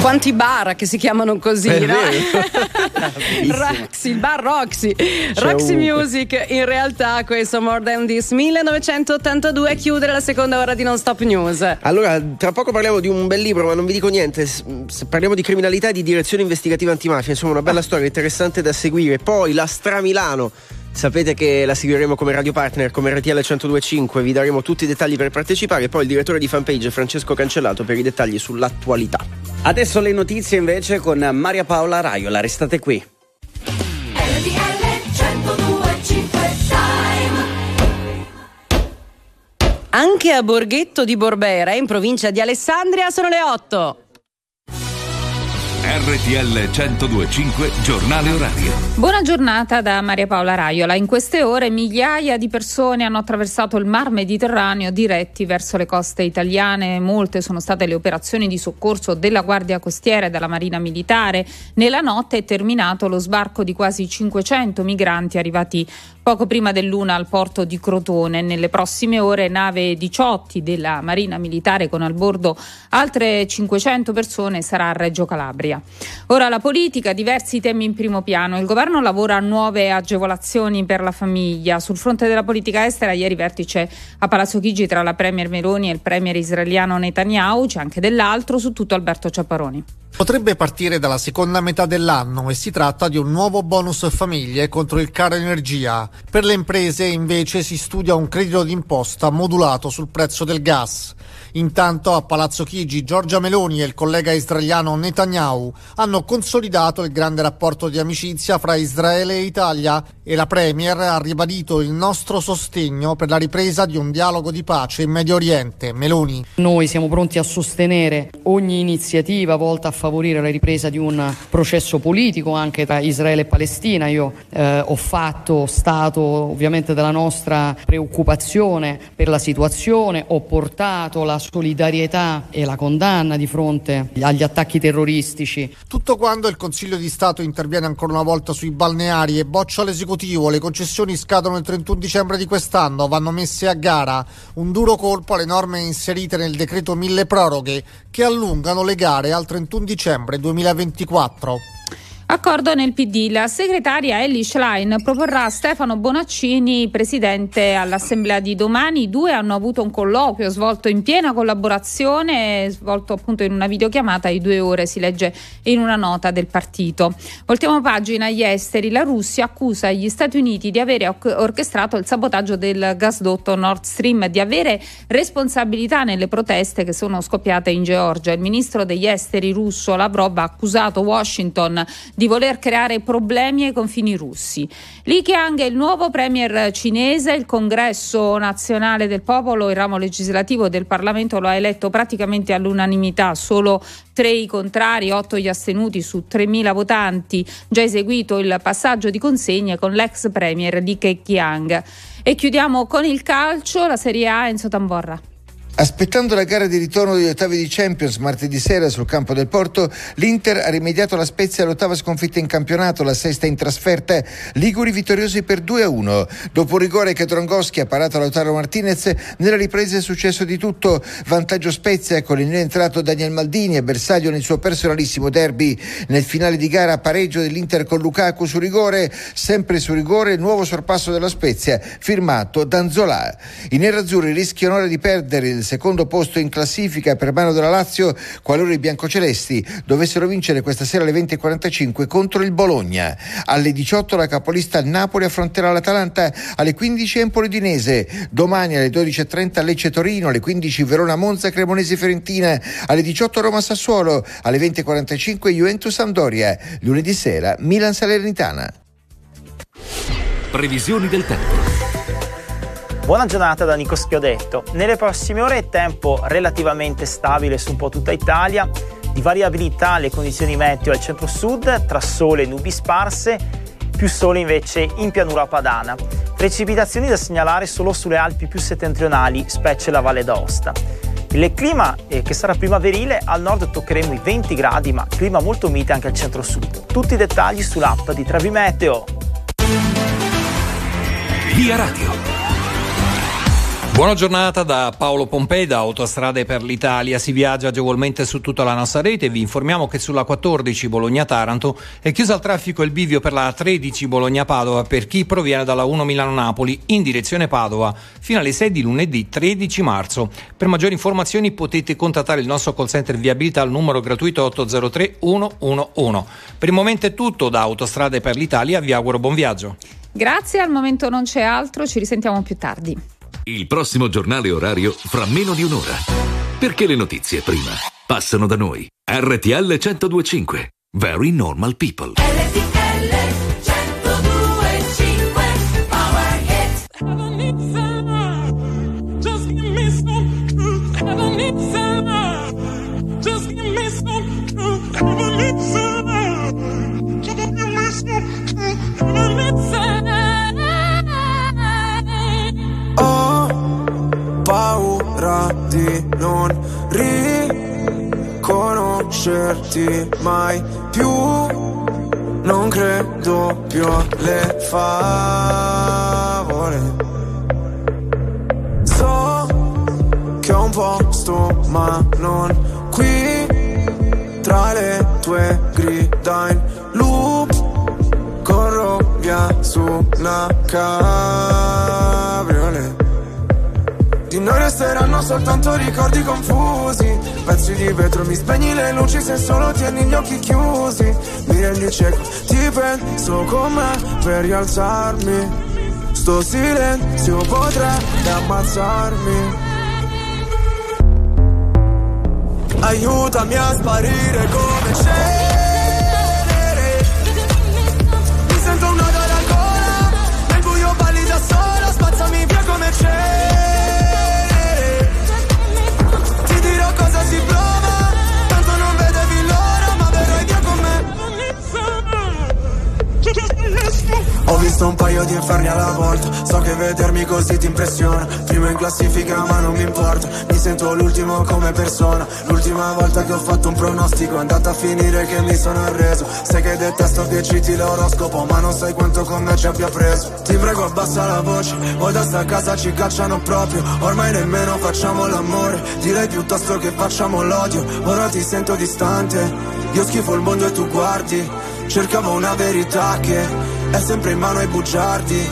Quanti bar che si chiamano così, no? Roxy, il bar Roxy. Roxy Music, in realtà questo More Than This 1982 chiude la seconda ora di Non Stop News. Allora, tra poco parliamo di un bel libro, ma non vi dico niente. Parliamo di criminalità e di direzione investigativa antimafia, insomma una bella storia interessante da seguire. Poi la Stramilano, sapete che la seguiremo come radio partner, come RTL 102.5, vi daremo tutti i dettagli per partecipare. Poi il direttore di fanpage Francesco Cancellato per i dettagli sull'attualità. Adesso le notizie invece con Maria Paola Raiola, restate qui. Anche a Borghetto di Borbera, in provincia di Alessandria, sono le 8. RTL 102.5 giornale orario. Buona giornata da Maria Paola Raiola. In queste ore migliaia di persone hanno attraversato il Mar Mediterraneo diretti verso le coste italiane. Molte sono state le operazioni di soccorso della Guardia Costiera e della Marina Militare. Nella notte è terminato lo sbarco di quasi 500 migranti arrivati poco prima dell'una al porto di Crotone. Nelle prossime ore nave 18 della Marina Militare con al bordo altre 500 persone sarà a Reggio Calabria. Ora la politica, diversi temi in primo piano. Il governo lavora a nuove agevolazioni per la famiglia. Sul fronte della politica estera, ieri vertice a Palazzo Chigi tra la premier Meloni e il premier israeliano Netanyahu. C'è anche dell'altro, su tutto Alberto Ciapparoni. Potrebbe partire dalla seconda metà dell'anno e si tratta di un nuovo bonus famiglie contro il caro energia. Per le imprese invece si studia un credito d'imposta modulato sul prezzo del gas. Intanto a Palazzo Chigi Giorgia Meloni e il collega israeliano Netanyahu hanno consolidato il grande rapporto di amicizia fra Israele e Italia e la premier ha ribadito il nostro sostegno per la ripresa di un dialogo di pace in Medio Oriente. Meloni: noi siamo pronti a sostenere ogni iniziativa volta a favorire la ripresa di un processo politico anche tra Israele e Palestina. Io ho fatto stato ovviamente della nostra preoccupazione per la situazione, ho portato la solidarietà e la condanna di fronte agli attacchi terroristici. Tutto quando il Consiglio di Stato interviene ancora una volta sui balneari e boccia l'esecutivo, le concessioni scadono il 31 dicembre di quest'anno, vanno messe a gara. Un duro colpo alle norme inserite nel decreto mille proroghe che allungano le gare al 31 dicembre 2024. Accordo nel PD. La segretaria Elly Schlein proporrà Stefano Bonaccini presidente all'assemblea di domani. I due hanno avuto un colloquio svolto in piena collaborazione, svolto appunto in una videochiamata di 2 ore, si legge in una nota del partito. Voltiamo pagina agli esteri. La Russia accusa gli Stati Uniti di avere orchestrato il sabotaggio del gasdotto Nord Stream, di avere responsabilità nelle proteste che sono scoppiate in Georgia. Il ministro degli esteri russo Lavrov ha accusato Washington di voler creare problemi ai confini russi. Li Qiang è il nuovo premier cinese. Il Congresso Nazionale del Popolo, il ramo legislativo del Parlamento, lo ha eletto praticamente all'unanimità, solo 3 i contrari, 8 gli astenuti su 3.000 votanti. Già eseguito il passaggio di consegne con l'ex premier Li Keqiang. E chiudiamo con il calcio, la Serie A, Enzo Tamborra. Aspettando la gara di ritorno degli ottavi di Champions martedì sera sul campo del Porto, l'Inter ha rimediato la Spezia all'8ª sconfitta in campionato, la 6ª in trasferta. Liguri vittoriosi per 2-1. Dopo un rigore che Drongoschi ha parato a Lautaro Martinez, nella ripresa è successo di tutto. Vantaggio Spezia con il entrato Daniel Maldini e bersaglio nel suo personalissimo derby. Nel finale di gara pareggio dell'Inter con Lukaku su rigore, sempre su rigore il nuovo sorpasso della Spezia firmato Danzola. I nerazzurri rischiano ora di perdere il secondo posto in classifica per mano della Lazio qualora i biancocelesti dovessero vincere questa sera alle 20:45 contro il Bologna. Alle 18 la capolista il Napoli affronterà l'Atalanta, alle 15 Empoli Udinese, domani alle 12:30 Lecce Torino, alle 15 Verona Monza Cremonese Fiorentina, alle 18 Roma Sassuolo, alle 20:45 Juventus Sampdoria, lunedì sera Milan Salernitana. Previsioni del tempo. Buona giornata da Nico Schiodetto. Nelle prossime ore tempo relativamente stabile su un po' tutta Italia, di variabilità le condizioni meteo al centro-sud, tra sole e nubi sparse, più sole invece in pianura padana. Precipitazioni da segnalare solo sulle Alpi più settentrionali, specie la Valle d'Aosta. Il clima che sarà primaverile, al nord toccheremo i 20 gradi, ma clima molto mite anche al centro-sud. Tutti i dettagli sull'app di Trevi Meteo. Via Radio. Buona giornata da Paolo Pompei da Autostrade per l'Italia. Si viaggia agevolmente su tutta la nostra rete. Vi informiamo che sulla 14 Bologna-Taranto è chiusa al traffico il bivio per la 13 Bologna-Padova per chi proviene dalla 1 Milano-Napoli in direzione Padova fino alle 6 di lunedì 13 marzo. Per maggiori informazioni potete contattare il nostro call center viabilità al numero gratuito 803 111. Per il momento è tutto da Autostrade per l'Italia. Vi auguro buon viaggio. Grazie, al momento non c'è altro, ci risentiamo più tardi. Il prossimo giornale orario fra meno di un'ora. Perché le notizie prima passano da noi. RTL 102.5. Very Normal People. RTL 102.5 Power Hit. Just give me some truth. I need some. Just give me some truth. I need some. Just give me some truth. I need some. Ho paura di non riconoscerti mai più. Non credo più alle favole. So che ho un posto ma non qui. Tra le tue grida in loop corro via su una cabriolet. Di noi resteranno soltanto ricordi confusi. Pezzi di vetro, mi spegni le luci se solo tieni gli occhi chiusi. Mi rendi cieco, ti penso con me per rialzarmi. Sto silenzio potrebbe ammazzarmi. Aiutami a sparire come cenere. Mi sento un nodo alla gola. Nel buio balli da sola. Spazzami via come cenere. Ti dirò cosa si prova. Tanto non vedevi l'ora, ma verrai via con me. Ho visto un paio di inferni alla volta. So che vedermi così ti impressiona. Primo in classifica ma non mi importa. Mi sento l'ultimo come persona. L'ultima volta che ho fatto un pronostico è andata a finire che mi sono arreso. Sai che detesto che citi l'oroscopo, ma non sai quanto con me ci abbia preso. Ti prego abbassa la voce, o da sta casa ci cacciano proprio. Ormai nemmeno facciamo l'amore, direi piuttosto che facciamo l'odio. Ora ti sento distante, io schifo il mondo e tu guardi. Cercavo una verità che è sempre in mano ai bugiardi.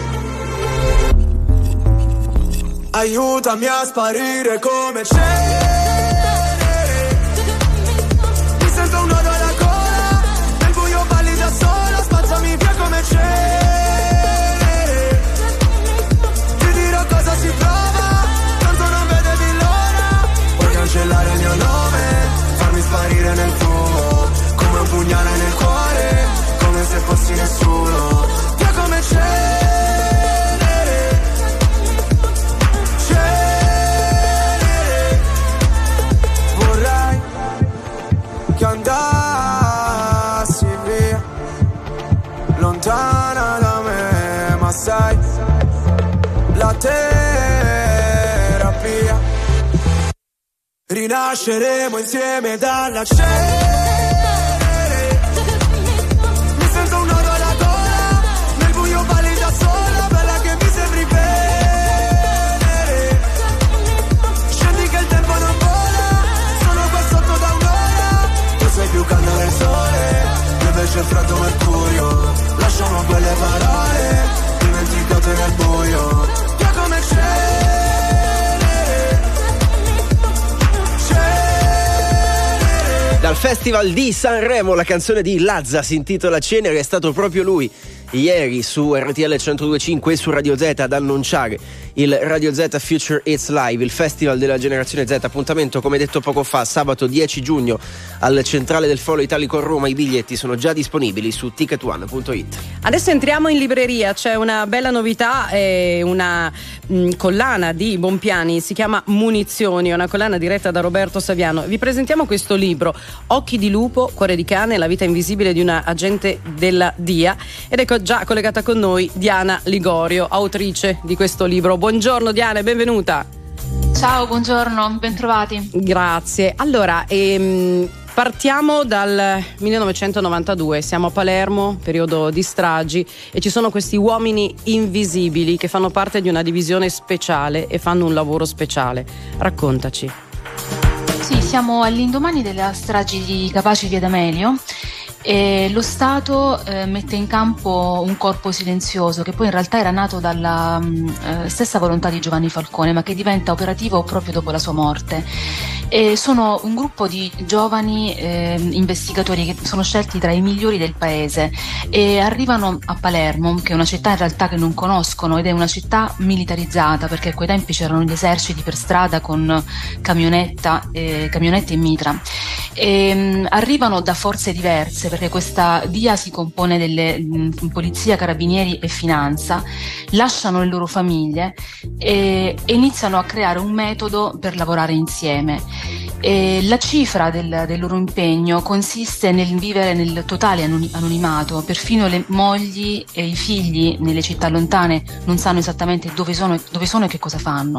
Aiutami a sparire come cenere. Mi sento un nodo alla gola. Nel buio balli da sola. Spazzami via come cenere. Ti dirò cosa si prova. Tanto non vedevi l'ora. Puoi cancellare il mio nome, farmi sparire nel fumo, come un pugnale nel cuore, come se fossi nessuno. Via come cenere. Che andassi via, lontana da me, ma sai, la terapia. Rinasceremo insieme dalla cenere. Mi sento un nodo alla gola, nel buio balli da sola, bella che mi sembri venere. Scendi che il tempo non vola, sono qua sotto da un'ora. Tu sei più caldo del sole, io invece freddo mercurio. Lasciamo quelle parole dimenticate nel buio. Via come Dal Festival di Sanremo la canzone di Lazza si intitola Cenere. È stato proprio lui ieri su RTL 102.5 e su Radio Z ad annunciare il Radio Z Future Hits Live, il festival della generazione Z. Appuntamento, come detto poco fa, sabato 10 giugno al centrale del Foro Italico Roma. I biglietti sono già disponibili su ticketone.it. Adesso entriamo in libreria, c'è una bella novità, una collana di Bompiani, si chiama Munizioni, è una collana diretta da Roberto Saviano. Vi presentiamo questo libro, Occhi di lupo, cuore di cane, la vita invisibile di una agente della DIA, ed ecco già collegata con noi Diana Ligorio, autrice di questo libro. Buongiorno Diana e benvenuta. Ciao, buongiorno, bentrovati. Grazie. Allora, partiamo dal 1992, siamo a Palermo, periodo di stragi, e ci sono questi uomini invisibili che fanno parte di una divisione speciale e fanno un lavoro speciale. Raccontaci. Sì, siamo all'indomani della strage di Capaci via D'Amelio. E lo Stato mette in campo un corpo silenzioso che poi in realtà era nato dalla stessa volontà di Giovanni Falcone, ma che diventa operativo proprio dopo la sua morte. E sono un gruppo di giovani investigatori che sono scelti tra i migliori del paese e arrivano a Palermo, che è una città in realtà che non conoscono, ed è una città militarizzata, perché a quei tempi c'erano gli eserciti per strada con camionette e mitra. Arrivano da forze diverse, perché questa DIA si compone delle polizia, carabinieri e finanza, lasciano le loro famiglie e iniziano a creare un metodo per lavorare insieme. La cifra del loro impegno consiste nel vivere nel totale anonimato. Perfino le mogli e i figli nelle città lontane non sanno esattamente dove sono e che cosa fanno.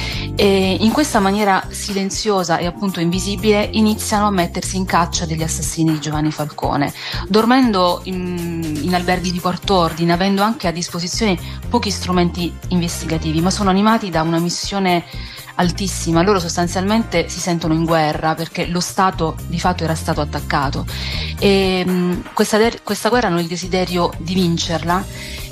E in questa maniera silenziosa e appunto invisibile iniziano a mettersi in caccia degli assassini di Giovanni Falcone, dormendo in alberghi di quart'ordine, avendo anche a disposizione pochi strumenti investigativi, ma sono animati da una missione altissima. Loro sostanzialmente si sentono in guerra perché lo Stato di fatto era stato attaccato e questa guerra hanno il desiderio di vincerla,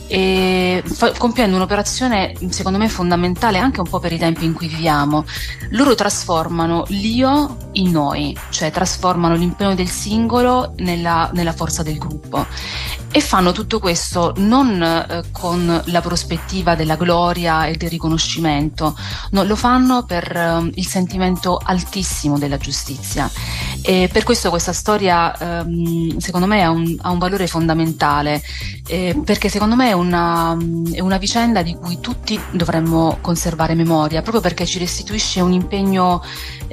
e compiendo un'operazione secondo me fondamentale anche un po' per i tempi in cui viviamo. Loro trasformano l'io in noi, cioè trasformano l'impegno del singolo nella forza del gruppo, e fanno tutto questo non con la prospettiva della gloria e del riconoscimento, no, lo fanno per il sentimento altissimo della giustizia. E per questo questa storia secondo me ha un valore fondamentale, perché secondo me è una vicenda di cui tutti dovremmo conservare memoria, proprio perché ci restituisce un impegno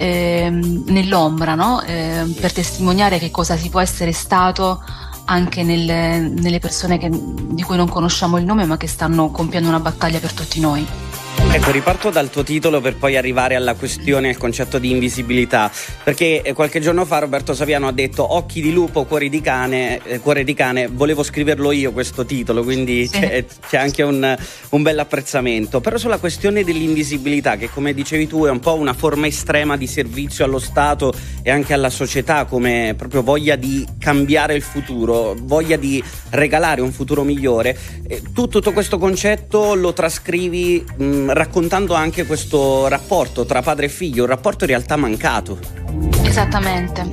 nell'ombra, no? Per testimoniare che cosa si può essere stato anche nelle persone di cui non conosciamo il nome, ma che stanno compiendo una battaglia per tutti noi. Ecco, riparto dal tuo titolo per poi arrivare alla questione, al concetto di invisibilità, perché qualche giorno fa Roberto Saviano ha detto occhi di lupo, cuore di cane, volevo scriverlo io questo titolo, quindi sì. c'è anche un bel apprezzamento. Però sulla questione dell'invisibilità, che come dicevi tu è un po' una forma estrema di servizio allo Stato e anche alla società, come proprio voglia di cambiare il futuro, voglia di regalare un futuro migliore, tu tutto questo concetto lo trascrivi raccontando anche questo rapporto tra padre e figlio, un rapporto in realtà mancato. Esattamente.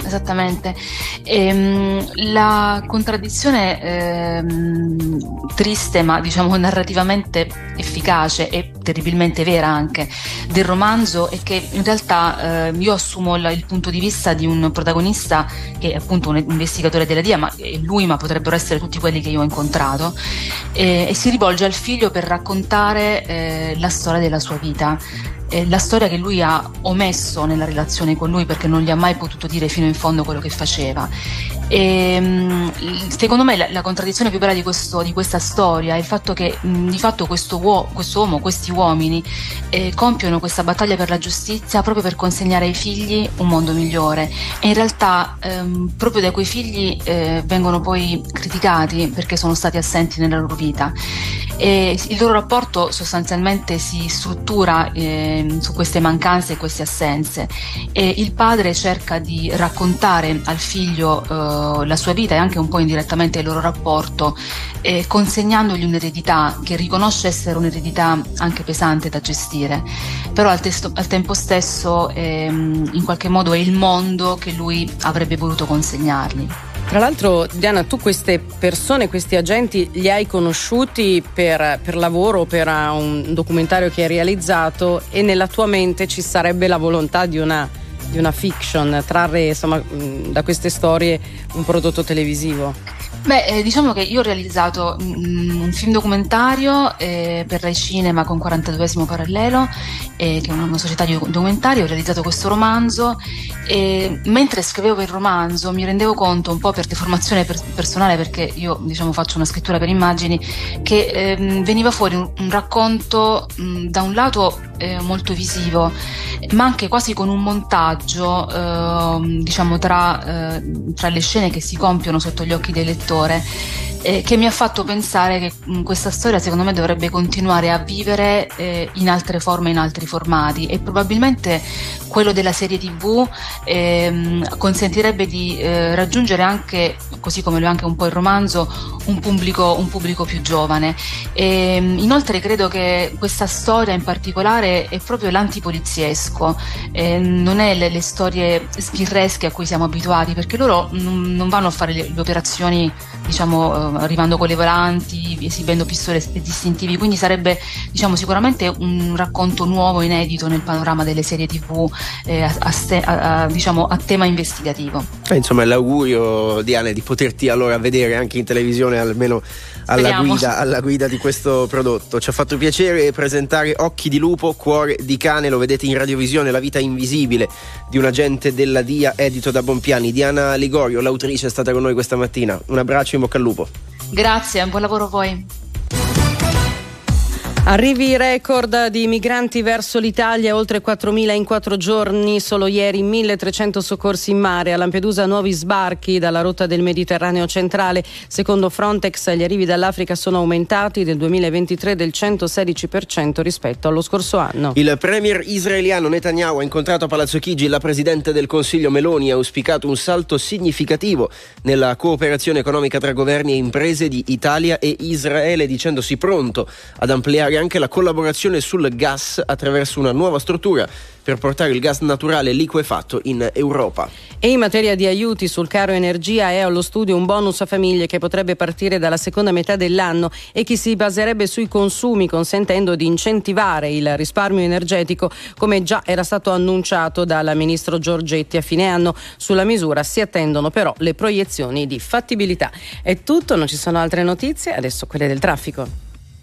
La contraddizione triste, ma diciamo narrativamente efficace e terribilmente vera anche, del romanzo è che in realtà io assumo il punto di vista di un protagonista che è appunto un investigatore della DIA, ma è lui, ma potrebbero essere tutti quelli che io ho incontrato, e si rivolge al figlio per raccontare la storia della sua vita. La storia che lui ha omesso nella relazione con lui, perché non gli ha mai potuto dire fino in fondo quello che faceva. E secondo me la contraddizione più bella di questa storia è il fatto che di fatto questi uomini compiono questa battaglia per la giustizia proprio per consegnare ai figli un mondo migliore, e in realtà proprio da quei figli vengono poi criticati perché sono stati assenti nella loro vita, e il loro rapporto sostanzialmente si struttura su queste mancanze e queste assenze, e il padre cerca di raccontare al figlio la sua vita e anche un po' indirettamente il loro rapporto, consegnandogli un'eredità che riconosce essere un'eredità anche pesante da gestire, però al tempo stesso in qualche modo è il mondo che lui avrebbe voluto consegnargli. Tra l'altro, Diana, tu queste persone, questi agenti li hai conosciuti per lavoro, per un documentario che hai realizzato, e nella tua mente ci sarebbe la volontà di una fiction, trarre insomma da queste storie un prodotto televisivo? Diciamo che io ho realizzato un film documentario per Rai Cinema con 42esimo Parallelo, che è una società di documentario. Ho realizzato questo romanzo e mentre scrivevo il romanzo mi rendevo conto, un po' per deformazione personale, perché io faccio una scrittura per immagini, che veniva fuori un racconto da un lato molto visivo, ma anche quasi con un montaggio tra le scene che si compiono sotto gli occhi del lettore, che mi ha fatto pensare che questa storia secondo me dovrebbe continuare a vivere in altre forme, in altri formati, e probabilmente quello della serie TV consentirebbe di raggiungere anche, così come lo è anche un po' il romanzo, un pubblico più giovane. Inoltre credo che questa storia in particolare è proprio l'antipoliziesco, non è le storie sbirresche a cui siamo abituati, perché loro non vanno a fare le operazioni arrivando con le volanti, esibendo pistole e distintivi, quindi sarebbe sicuramente un racconto nuovo, inedito nel panorama delle serie TV a tema investigativo. Insomma, è l'augurio, Diana, di poterti allora vedere anche in televisione, almeno alla guida di questo prodotto. Ci ha fatto piacere presentare Occhi di lupo, cuore di cane. Lo vedete in radiovisione, La vita invisibile di un agente della DIA, edito da Bompiani. Diana Ligorio, l'autrice, è stata con noi questa mattina. Un abbraccio, in bocca al lupo. Grazie, buon lavoro a voi. Arrivi record di migranti verso l'Italia, oltre 4.000 in 4 giorni, solo ieri 1.300 soccorsi in mare. A Lampedusa nuovi sbarchi dalla rotta del Mediterraneo centrale. Secondo Frontex gli arrivi dall'Africa sono aumentati nel 2023 del 116% rispetto allo scorso anno. Il premier israeliano Netanyahu ha incontrato a Palazzo Chigi la presidente del Consiglio Meloni e ha auspicato un salto significativo nella cooperazione economica tra governi e imprese di Italia e Israele, dicendosi pronto ad ampliare anche la collaborazione sul gas attraverso una nuova struttura per portare il gas naturale liquefatto in Europa. E in materia di aiuti sul caro energia è allo studio un bonus a famiglie che potrebbe partire dalla seconda metà dell'anno e che si baserebbe sui consumi, consentendo di incentivare il risparmio energetico, come già era stato annunciato dal ministro Giorgetti a fine anno. Sulla misura si attendono però le proiezioni di fattibilità. È tutto, non ci sono altre notizie, adesso quelle del traffico.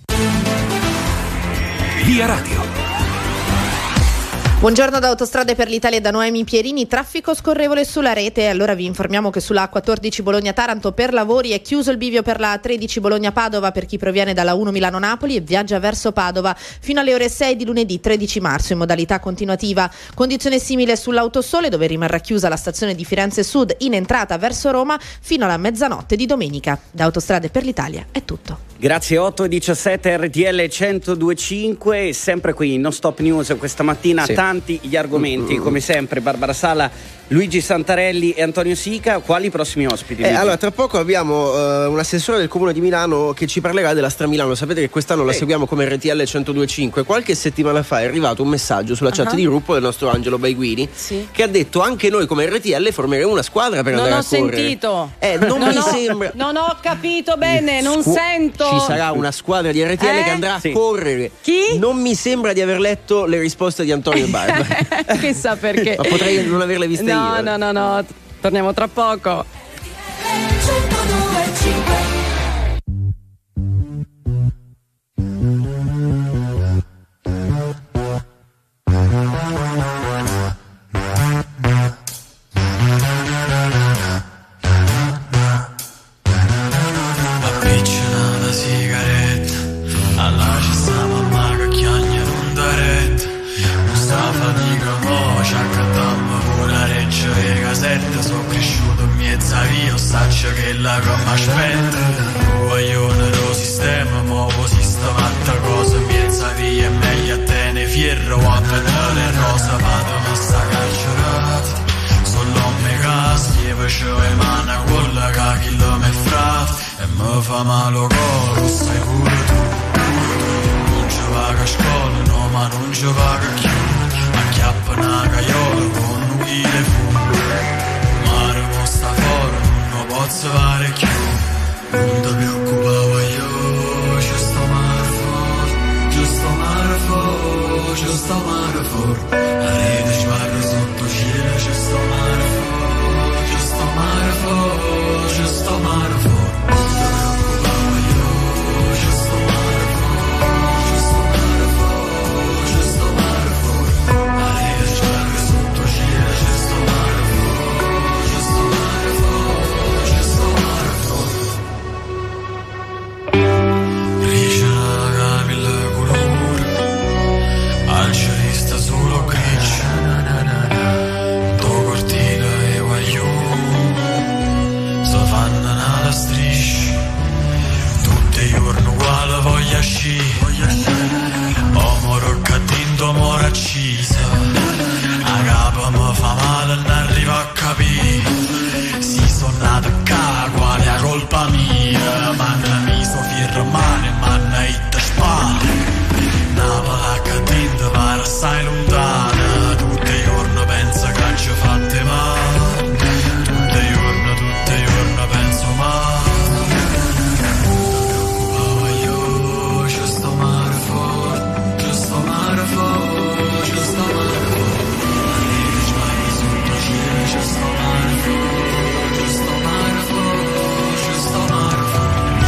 Via Radio. Buongiorno da Autostrade per l'Italia e da Noemi Pierini. Traffico scorrevole sulla rete. Allora vi informiamo che sulla A14 Bologna-Taranto per lavori è chiuso il bivio per la A13 Bologna-Padova per chi proviene dalla 1 Milano-Napoli e viaggia verso Padova fino alle ore 6 di lunedì 13 marzo in modalità continuativa. Condizione simile sull'Autosole, dove rimarrà chiusa la stazione di Firenze Sud in entrata verso Roma fino alla mezzanotte di domenica. Da Autostrade per l'Italia è tutto. Grazie. 8:17 RTL 102.5, sempre qui Non Stop News questa mattina. Sì. Tanti gli argomenti, come sempre. Barbara Sala, Luigi Santarelli e Antonio Sica. Quali prossimi ospiti? Allora, tra poco abbiamo un assessore del Comune di Milano che ci parlerà della Stramilano. Sapete che quest'anno la seguiamo come RTL 102.5. Qualche settimana fa è arrivato un messaggio sulla chat di gruppo del nostro Angelo Baiguini, che ha detto: anche noi come RTL formeremo una squadra per andare a correre. Non mi sembra. Non ho capito bene, non sento. Ci sarà una squadra di RTL che andrà a correre. Chi? Non mi sembra di aver letto le risposte di Antonio e Barbara. Chissà perché. Ma potrei non averle viste io. No, torniamo tra poco. Sono cresciuto in mezzo a via, saccio che la come aspetta. Tu vogliono lo sistema, muovo sistematta cosa in mezzo a via, è meglio a te ne fierro, a pennelle rosa, vado a sta carcerata. Solo me caschi e facevo le mani quella che chi lo me frate. E mi fa male lo coro, sai pure tu. Non ci vaga a scuola, no ma non ci vaga a chiudere. Acchiappa una caiola con un chile fu. Posso fare più, non ti preoccupare io, ci sto mare fuori, la rete ci parla sotto cielo, ci sto mare fuori, ci sto mare fuori. colpa mia, manna mi sto firmare, manna itta spara. Una palacca tinta va assai lontana, tutte i giorni penso che ci ho fatte male, tutte i giorni penso male. Io ci sto mare fuori, ci sto mare fuori, ci sto mare fuori. Sotto cielo ci sto mare fuori, ci sto mare fuori, ci sto mare fuori.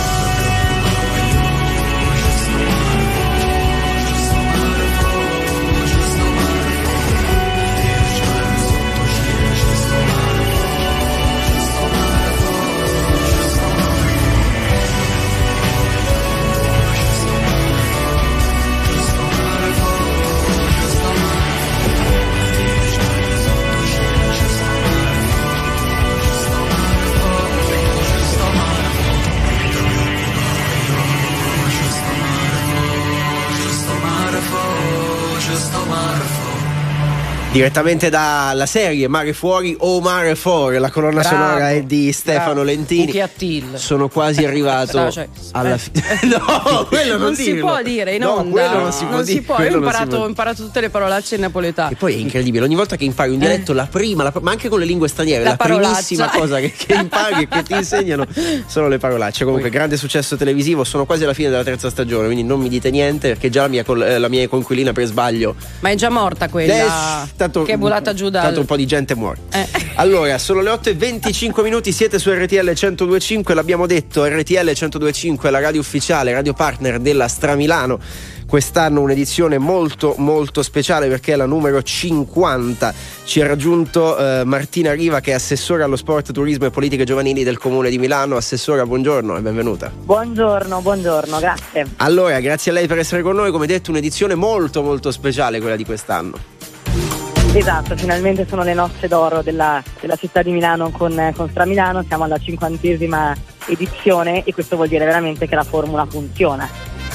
Direttamente dalla serie Mare Fuori o Mare Fuori, la colonna sonora è di Stefano Lentini. Sono quasi arrivato alla fine. No, quello non si può dire in onda. No, quello non si può dire. Io ho imparato tutte le parolacce in napoletano. E poi è incredibile, ogni volta che impari un dialetto, la prima, ma anche con le lingue straniere, la primissima cosa che impari e che ti insegnano sono le parolacce. Comunque, grande successo televisivo, sono quasi alla fine della terza stagione, quindi non mi dite niente, perché già la mia coinquilina per sbaglio. Ma è già morta quella. Che è volata giù tanto un po' di gente muore. Allora, sono le 8:25 minuti, siete su RTL 102.5, l'abbiamo detto, RTL 102.5 è la radio ufficiale, radio partner della Stramilano. Quest'anno un'edizione molto molto speciale perché è la numero 50. Ci ha raggiunto Martina Riva, che è assessore allo sport, turismo e politiche giovanili del Comune di Milano. Assessora, buongiorno e benvenuta. Buongiorno, grazie. Allora, grazie a lei per essere con noi. Come detto, un'edizione molto molto speciale quella di quest'anno. Esatto, finalmente sono le nozze d'oro della città di Milano con Stramilano, siamo alla 50ª edizione e questo vuol dire veramente che la formula funziona.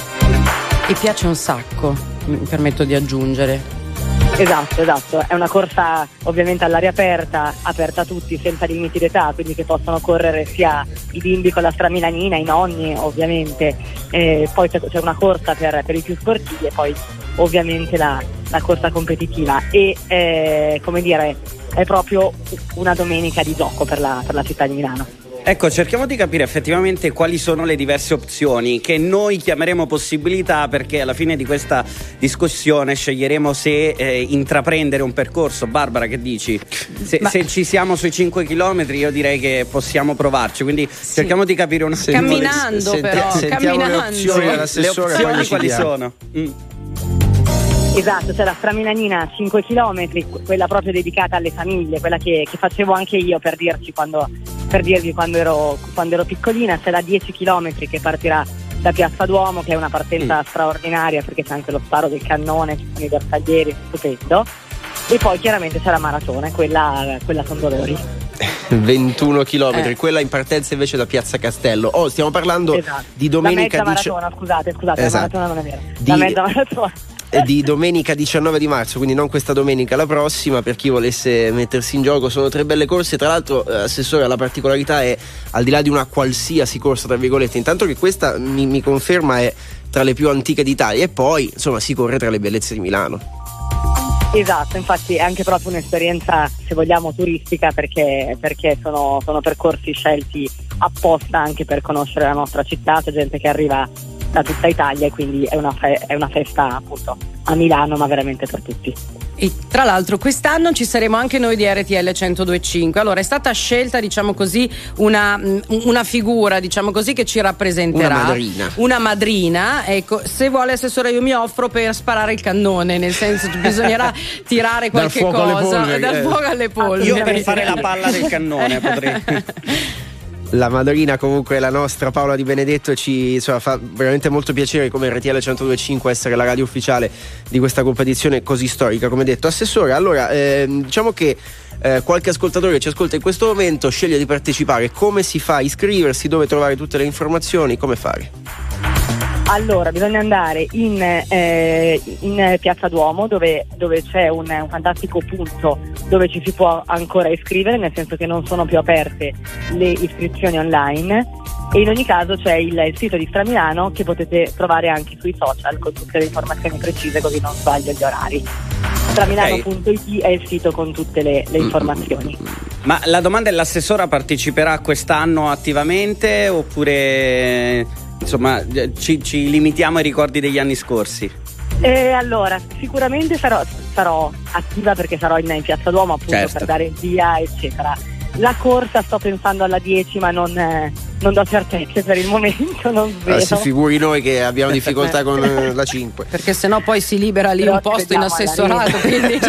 E piace un sacco, mi permetto di aggiungere. Esatto, è una corsa ovviamente all'aria aperta a tutti, senza limiti d'età, quindi che possono correre sia i bimbi con la stramilanina, i nonni ovviamente, poi c'è una corsa per i più sportivi e poi ovviamente la corsa competitiva e come dire è proprio una domenica di gioco per la città di Milano. Ecco, cerchiamo di capire effettivamente quali sono le diverse opzioni che noi chiameremo possibilità, perché alla fine di questa discussione sceglieremo se intraprendere un percorso. Barbara, che dici? Se ci siamo sui 5 chilometri io direi che possiamo provarci, quindi cerchiamo di capire una camminando le opzioni quali sono? Esatto, c'è la stramilanina 5 km, quella proprio dedicata alle famiglie, quella che facevo anche io per dirvi quando ero piccolina. C'è la 10 km che partirà da Piazza Duomo, che è una partenza straordinaria perché c'è anche lo sparo del cannone, ci sono i bersaglieri, stupendo. E poi chiaramente c'è la maratona, quella sono dolori. 21 km, quella in partenza invece da Piazza Castello. Stiamo parlando di domenica la mezza maratona, scusate, esatto. La maratona non è vera. La mezza maratona. Di domenica 19 di marzo, quindi non questa domenica, la prossima, per chi volesse mettersi in gioco. Sono 3 belle corse. Tra l'altro, assessore, la particolarità è, al di là di una qualsiasi corsa tra virgolette, intanto che questa mi conferma è tra le più antiche d'Italia, e poi insomma si corre tra le bellezze di Milano. Esatto, infatti è anche proprio un'esperienza, se vogliamo, turistica, perché sono percorsi scelti apposta anche per conoscere la nostra città. C'è gente che arriva da tutta Italia e quindi è una festa appunto a Milano, ma veramente per tutti. E tra l'altro quest'anno ci saremo anche noi di RTL 102.5. Allora è stata scelta, diciamo così, una figura, diciamo così, che ci rappresenterà. Una madrina. Ecco, se vuole, assessore, io mi offro per sparare il cannone, nel senso bisognerà tirare qualche cosa dal fuoco alle polveri. Io per fare la palla del cannone potrei. La madrina comunque è la nostra Paola Di Benedetto, e ci fa veramente molto piacere come RTL 102.5 essere la radio ufficiale di questa competizione così storica, come detto. Assessore, allora diciamo che qualche ascoltatore che ci ascolta in questo momento sceglie di partecipare. Come si fa a iscriversi? Dove trovare tutte le informazioni? Come fare? Allora, bisogna andare in Piazza Duomo, dove c'è un fantastico punto dove ci si può ancora iscrivere, nel senso che non sono più aperte le iscrizioni online, E in ogni caso c'è il sito di Stramilano che potete trovare anche sui social con tutte le informazioni precise, così non sbaglio gli orari. Stramilano.it è il sito con tutte le informazioni. Ma la domanda è: l'assessora parteciperà quest'anno attivamente oppure insomma ci limitiamo ai ricordi degli anni scorsi? Allora, sicuramente sarò attiva perché sarò in Piazza Duomo, appunto, certo, per dare il via, eccetera. La corsa sto pensando alla 10, ma non do certezze per il momento, non vedo. Si figuri noi che abbiamo difficoltà con la 5. Perché sennò poi si libera lì un posto in assessorato, quindi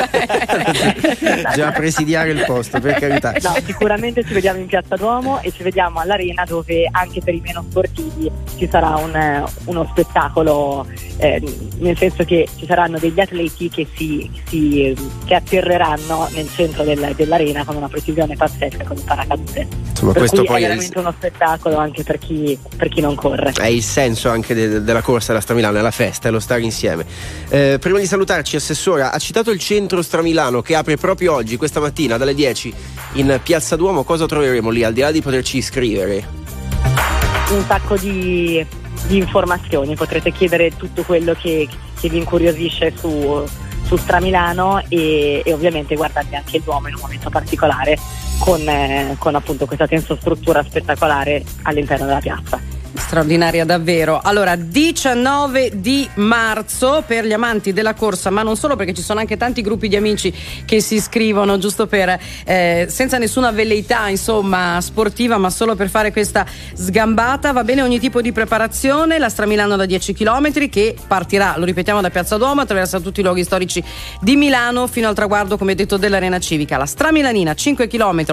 già presidiare il posto, per carità. No, sicuramente ci vediamo in Piazza Duomo e ci vediamo all'Arena, dove anche per i meno sportivi ci sarà uno spettacolo, nel senso che ci saranno degli atleti che atterreranno nel centro dell'Arena con una precisione pazzesca, con il paracadute. Insomma, per questo cui poi è veramente uno spettacolo anche per chi non corre. È il senso anche della corsa alla Stramilano, è la festa, è lo stare insieme. Prima di salutarci, assessora, ha citato il centro Stramilano che apre proprio oggi, questa mattina dalle 10 in Piazza Duomo. Cosa troveremo lì, al di là di poterci iscrivere? Un sacco di informazioni, potrete chiedere tutto quello che vi incuriosisce su Stramilano e ovviamente guardarvi anche il Duomo in un momento particolare con appunto questa tensostruttura spettacolare all'interno della piazza. Straordinaria davvero. Allora, 19 di marzo per gli amanti della corsa, ma non solo, perché ci sono anche tanti gruppi di amici che si iscrivono giusto per senza nessuna velleità insomma sportiva, ma solo per fare questa sgambata. Va bene ogni tipo di preparazione. La Stramilano da 10 km che partirà, lo ripetiamo, da Piazza Duomo, attraverso tutti i luoghi storici di Milano fino al traguardo, come detto, dell'Arena Civica. La Stramilanina 5 km,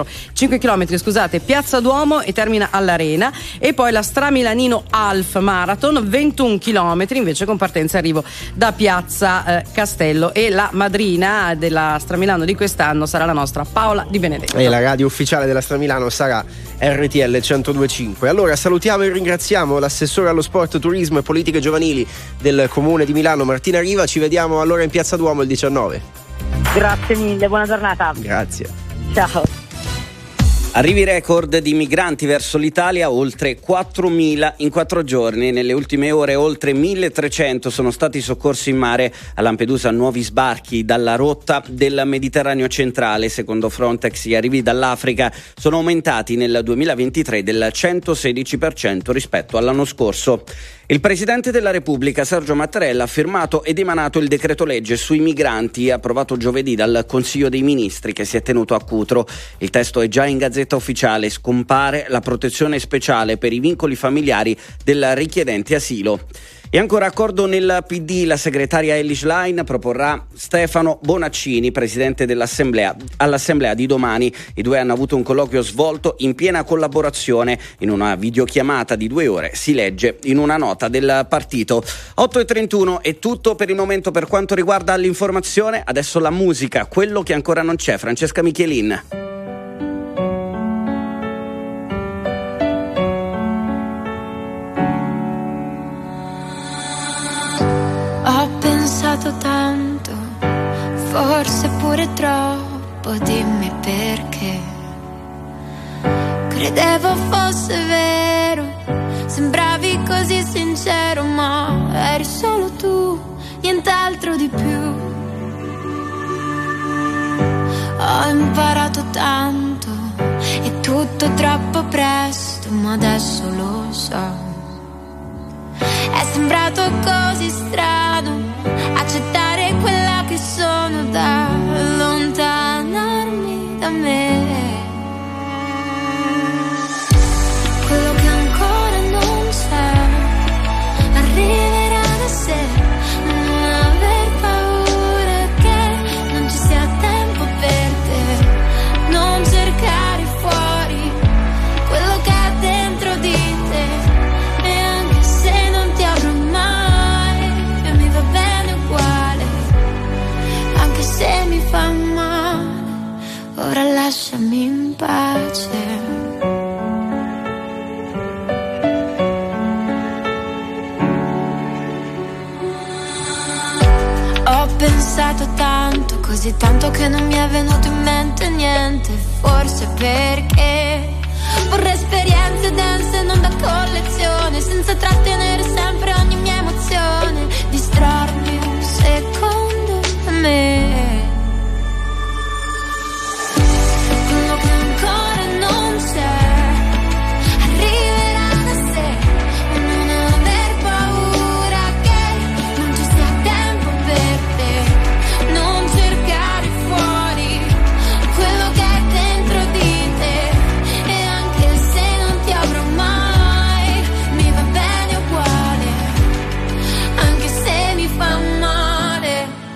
Piazza Duomo e termina all'Arena, e poi la Stramilanino Half Marathon 21 km invece con partenza e arrivo da Piazza Castello, e la madrina della Stramilano di quest'anno sarà la nostra Paola Di Benedetto. E la radio ufficiale della Stramilano sarà RTL 102.5. Allora salutiamo e ringraziamo l'assessore allo sport, turismo e politiche giovanili del Comune di Milano, Martina Riva. Ci vediamo allora in Piazza Duomo il 19. Grazie mille, buona giornata. Grazie. Ciao. Arrivi record di migranti verso l'Italia, oltre 4.000 in 4 giorni. Nelle ultime ore oltre 1.300 sono stati soccorsi in mare a Lampedusa, nuovi sbarchi dalla rotta del Mediterraneo centrale. Secondo Frontex gli arrivi dall'Africa sono aumentati nel 2023 del 116% rispetto all'anno scorso. Il Presidente della Repubblica Sergio Mattarella ha firmato ed emanato il decreto legge sui migranti, approvato giovedì dal Consiglio dei Ministri che si è tenuto a Cutro. Il testo è già in Gazzetta Ufficiale, scompare la protezione speciale per i vincoli familiari del richiedente asilo. E ancora accordo nel PD, la segretaria Elly Schlein proporrà Stefano Bonaccini, presidente dell'Assemblea, all'Assemblea di domani. I due hanno avuto un colloquio svolto in piena collaborazione. In una videochiamata di 2 ore, si legge in una nota del partito. 8:31 è tutto per il momento per quanto riguarda l'informazione. Adesso la musica, quello che ancora non c'è. Francesca Michelin. Tanto, forse pure troppo, dimmi perché. Credevo fosse vero, sembravi così sincero, ma eri solo tu, nient'altro di più. Ho imparato tanto, è tutto troppo presto, ma adesso lo so. È sembrato così strano accettare quella che sono, da allontanarmi da me. Quello che ancora non c'è arriverà da sé. Non aver paura che non ci sia tempo per te. Non cercare fuori quello che è dentro di te. Se mi fa male, ora lasciami in pace. Ho pensato tanto, così tanto che non mi è venuto in mente niente. Forse perché vorrei esperienze dense, non da da collezione, senza trattenere sempre ogni mia emozione, distrarmi un secondo a me. Quello che ancora non c'è arriverà da sé, non aver paura che non ci sia tempo per te, non cercare fuori quello che è dentro di te, e anche se non ti avrò mai mi va bene uguale, anche se mi fa male.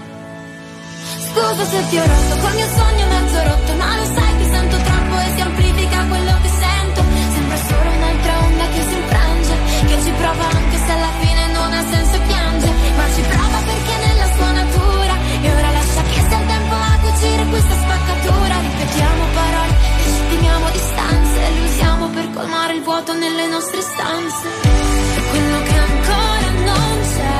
Scusa se ti ho rotto col mio sogno mezzo rotto, ma lo sai che sento troppo e si amplifica quello che sento. Sembra solo un'altra onda che si infrange, che ci prova anche se alla fine non ha senso piange, ma ci prova perché è nella sua natura. E ora lascia che sia il tempo a cucire questa spaccatura. Ripetiamo parole, legittimiamo distanze, le usiamo per colmare il vuoto nelle nostre stanze. Quello che ancora non c'è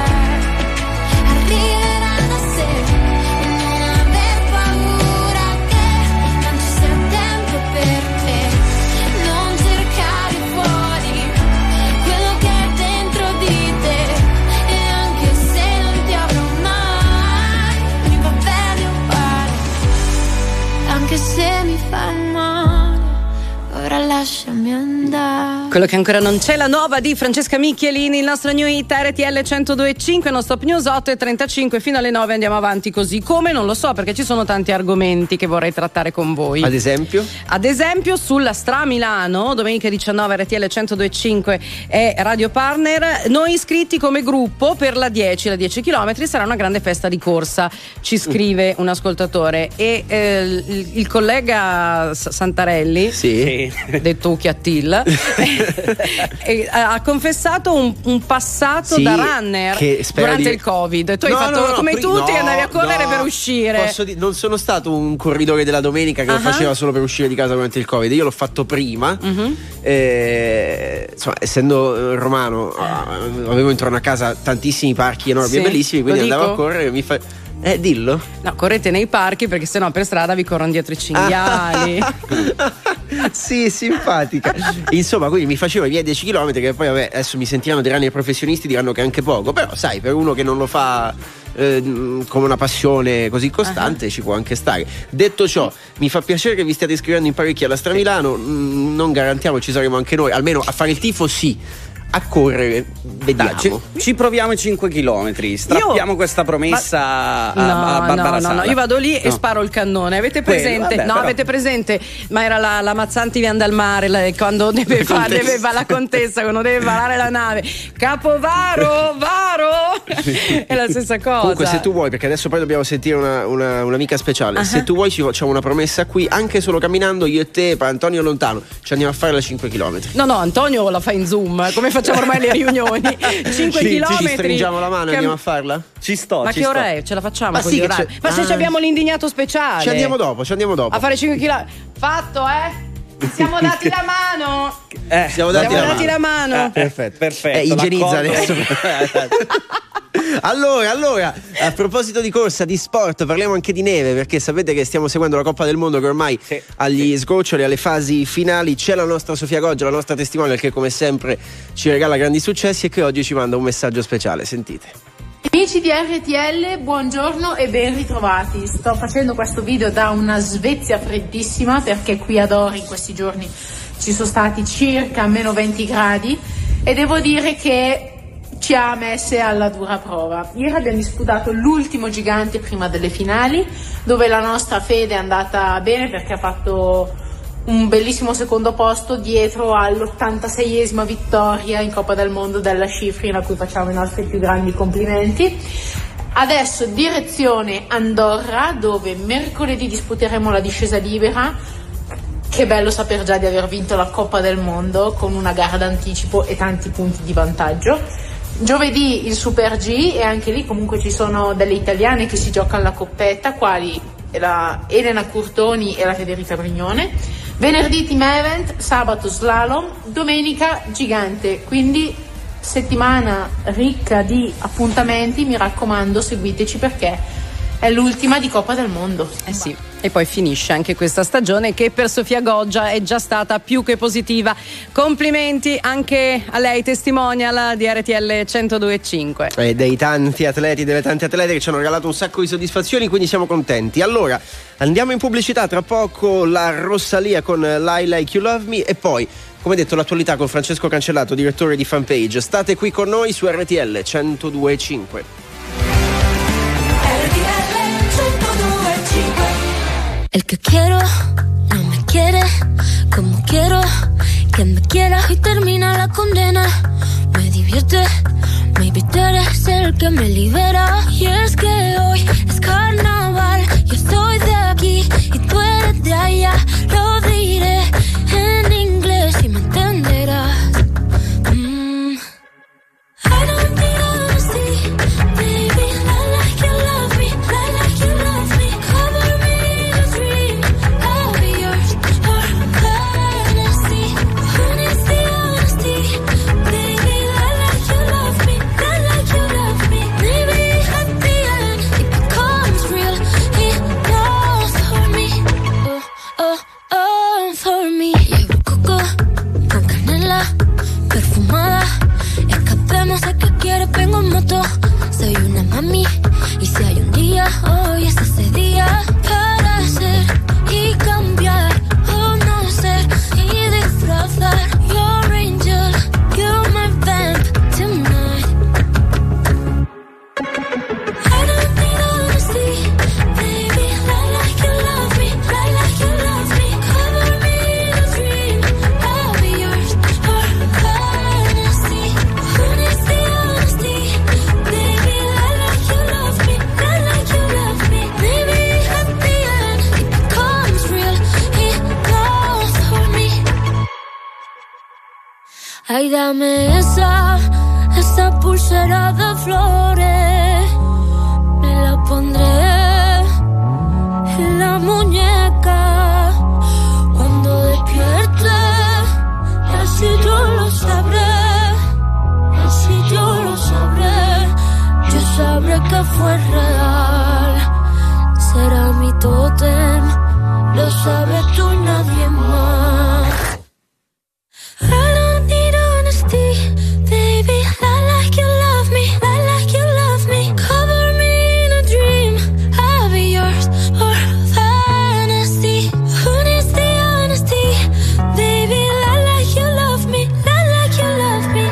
arriverà da sé, non aver paura che non ci sia tempo per te, non cercare fuori quello che è dentro di te, e anche se non ti avrò mai mi va bene uguale, anche se mi fa male, ora lasciami andare. Quello che ancora non c'è, la nuova di Francesca Michielini, il nostro new hit RTL 102.5, non stop news 8:35 fino alle 9, andiamo avanti così. Come? Non lo so, perché ci sono tanti argomenti che vorrei trattare con voi. Ad esempio? Ad esempio sulla Stra Milano, domenica 19 RTL 102.5 è radio partner. Noi iscritti come gruppo per la 10 km sarà una grande festa di corsa, ci scrive un ascoltatore, e il collega Santarelli, sì, detto Uchiattil, ha confessato un passato da runner durante il Covid. Tu hai fatto come tutti, andavi a correre per uscire. Non sono stato un corridore della domenica che lo faceva solo per uscire di casa durante il Covid, io l'ho fatto prima. Insomma, essendo romano, avevo intorno a casa tantissimi parchi enormi e bellissimi, quindi andavo a correre. Dillo. No, correte nei parchi perché sennò per strada vi corrono dietro i cinghiali. Sì, simpatica. Insomma, quindi mi facevo i miei 10 km, che poi vabbè, adesso mi sentiranno dei runner professionisti, diranno che è anche poco, però sai, per uno che non lo fa come una passione così costante, ci può anche stare. Detto ciò, mi fa piacere che vi stiate iscrivendo in parecchi alla Stra Milano. Non garantiamo ci saremo anche noi, almeno a fare il tifo sì, a correre vediamo. Ci proviamo i 5 km, strappiamo questa promessa a Barbara Sala. No, io vado lì e sparo il cannone. Avete presente? Avete presente? Ma era la Mazzanti Vian dal Mare, quando deve fare la contessa, quando deve varare la nave. Capovaro, Varo! È la stessa cosa. Comunque, se tu vuoi, perché adesso poi dobbiamo sentire un'amica speciale, se tu vuoi ci facciamo una promessa qui, anche solo camminando, io e te, Antonio lontano, ci andiamo a fare la 5 km. No, Antonio la fa in Zoom, come facciamo ormai le riunioni. 5 chilometri. Ci stringiamo la mano e andiamo a farla? Ci sto. Ma che ora è? Ce la facciamo con gli orari? Ma se abbiamo l'indignato speciale. Ci andiamo dopo. A fare 5 km. Fatto, siamo dati la mano. Siamo dati la mano. Perfetto. Igienizza adesso. Allora, a proposito di corsa, di sport, parliamo anche di neve, perché sapete che stiamo seguendo la Coppa del Mondo, che ormai agli sgoccioli, alle fasi finali. C'è la nostra Sofia Goggia, la nostra testimonial, che come sempre ci regala grandi successi e che oggi ci manda un messaggio speciale. Sentite. Amici di RTL, buongiorno e ben ritrovati. Sto facendo questo video da una Svezia freddissima, perché qui ad Ori in questi giorni ci sono stati circa meno 20 gradi e devo dire che ci ha messe alla dura prova. Ieri abbiamo disputato l'ultimo gigante prima delle finali, dove la nostra Fede è andata bene perché ha fatto un bellissimo secondo posto dietro all'86esima vittoria in Coppa del Mondo della Schifrin, a cui facciamo i nostri più grandi complimenti. Adesso direzione Andorra, dove mercoledì disputeremo la discesa libera. Che bello saper già di aver vinto la Coppa del Mondo con una gara d'anticipo e tanti punti di vantaggio. Giovedì il Super G, e anche lì comunque ci sono delle italiane che si giocano la coppetta, quali la Elena Curtoni e la Federica Brignone. Venerdì team event, sabato slalom, domenica gigante, quindi settimana ricca di appuntamenti. Mi raccomando, seguiteci perché è l'ultima di Coppa del Mondo. Sì. E poi finisce anche questa stagione che per Sofia Goggia è già stata più che positiva. Complimenti anche a lei, testimonial di RTL 102.5. E dei tanti atleti, delle tante atlete che ci hanno regalato un sacco di soddisfazioni, quindi siamo contenti. Allora, andiamo in pubblicità, tra poco la Rosalia con I Like You Love Me e poi, come detto, l'attualità con Francesco Cancellato, direttore di Fanpage. State qui con noi su RTL 102.5. El que quiero no me quiere como quiero que me quiera y termina la condena. Me divierte, maybe tú eres el que me libera. Y es que hoy es carnaval, yo estoy de aquí y tú eres de allá. Lo diré en inglés y me entenderás. I don't need honesty, baby, I like you love me, I like you love me. Cover me in a dream, I'll be yours for fantasy. Who needs the honesty, baby, I like you love me, I like you love me. Maybe at the end it becomes real enough for me, for me. Llevo coco con canela perfumada. Sé que quieres, vengo en moto. Soy una mami y si hay un día, hoy es ese día para ser y cambiar o no ser y disfrazar. Your angel, you're my vamp tonight. I don't need honesty, baby, I like you love me, I like you love me. Cover me in a dream, I'll be yours for fantasy. Who needs the honesty, baby, I like you love me, I like you love me. Maybe at the end it becomes real enough for me. Ay, dame esa pulsera de flores, me la pondré en la muñeca cuando despierte, y así yo lo sabré. Así yo lo sabré, yo sabré que fue real. Será mi tótem, lo sabes tú y nadie más. I don't need honesty, baby, I like you love me, I like you love me. Cover me in a dream, I'll be yours for fantasy. Who needs the honesty, baby, I like you love me, I like you love me.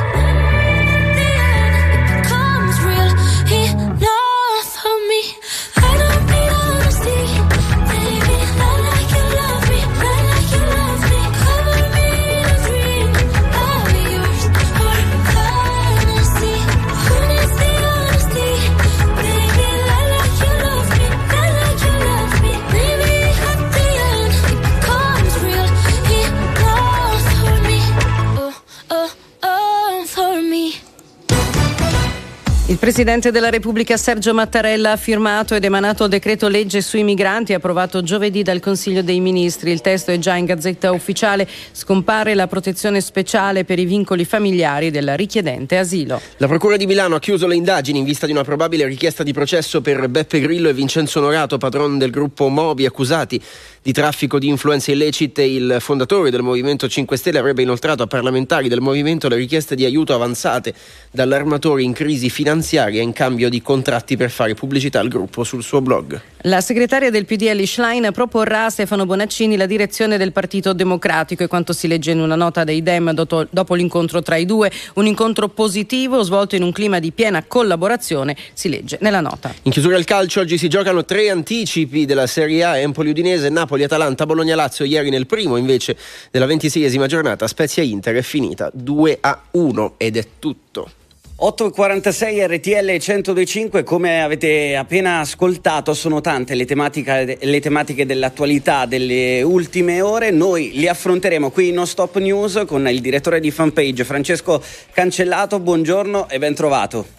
Il Presidente della Repubblica Sergio Mattarella ha firmato ed emanato il decreto legge sui migranti approvato giovedì dal Consiglio dei Ministri. Il testo è già in Gazzetta Ufficiale. Scompare la protezione speciale per i vincoli familiari del richiedente asilo. La Procura di Milano ha chiuso le indagini in vista di una probabile richiesta di processo per Beppe Grillo e Vincenzo Onorato, patron del gruppo Moby, accusati di traffico di influenze illecite. Il fondatore del Movimento 5 Stelle avrebbe inoltrato a parlamentari del movimento le richieste di aiuto avanzate dall'armatore in crisi finanziaria in cambio di contratti per fare pubblicità al gruppo sul suo blog. La segretaria del PD Elly Schlein proporrà a Stefano Bonaccini la direzione del Partito Democratico, e quanto si legge in una nota dei Dem dopo l'incontro tra i due, un incontro positivo svolto in un clima di piena collaborazione, si legge nella nota. In chiusura al calcio oggi si giocano 3 anticipi della Serie A: Empoli Udinese, Napoli Atalanta, Bologna Lazio. Ieri nel primo invece della 26esima giornata Spezia Inter è finita 2-1 ed è tutto. 8.46 RTL 102.5, come avete appena ascoltato sono tante le tematiche dell'attualità delle ultime ore. Noi li affronteremo qui in No Stop News con il direttore di Fanpage Francesco Cancellato. Buongiorno e ben trovato.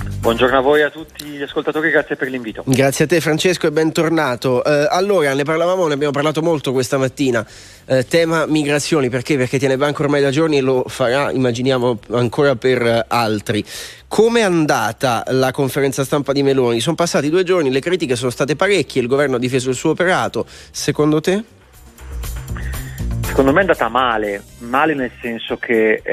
Buongiorno a voi e a tutti gli ascoltatori, grazie per l'invito. Grazie a te Francesco e bentornato. Allora, ne abbiamo parlato molto questa mattina, tema migrazioni, perché tiene banco ormai da giorni e lo farà, immaginiamo, ancora per altri. Come è andata la conferenza stampa di Meloni? Sono passati 2 giorni, le critiche sono state parecchie, il governo ha difeso il suo operato, secondo te? Secondo me è andata male nel senso che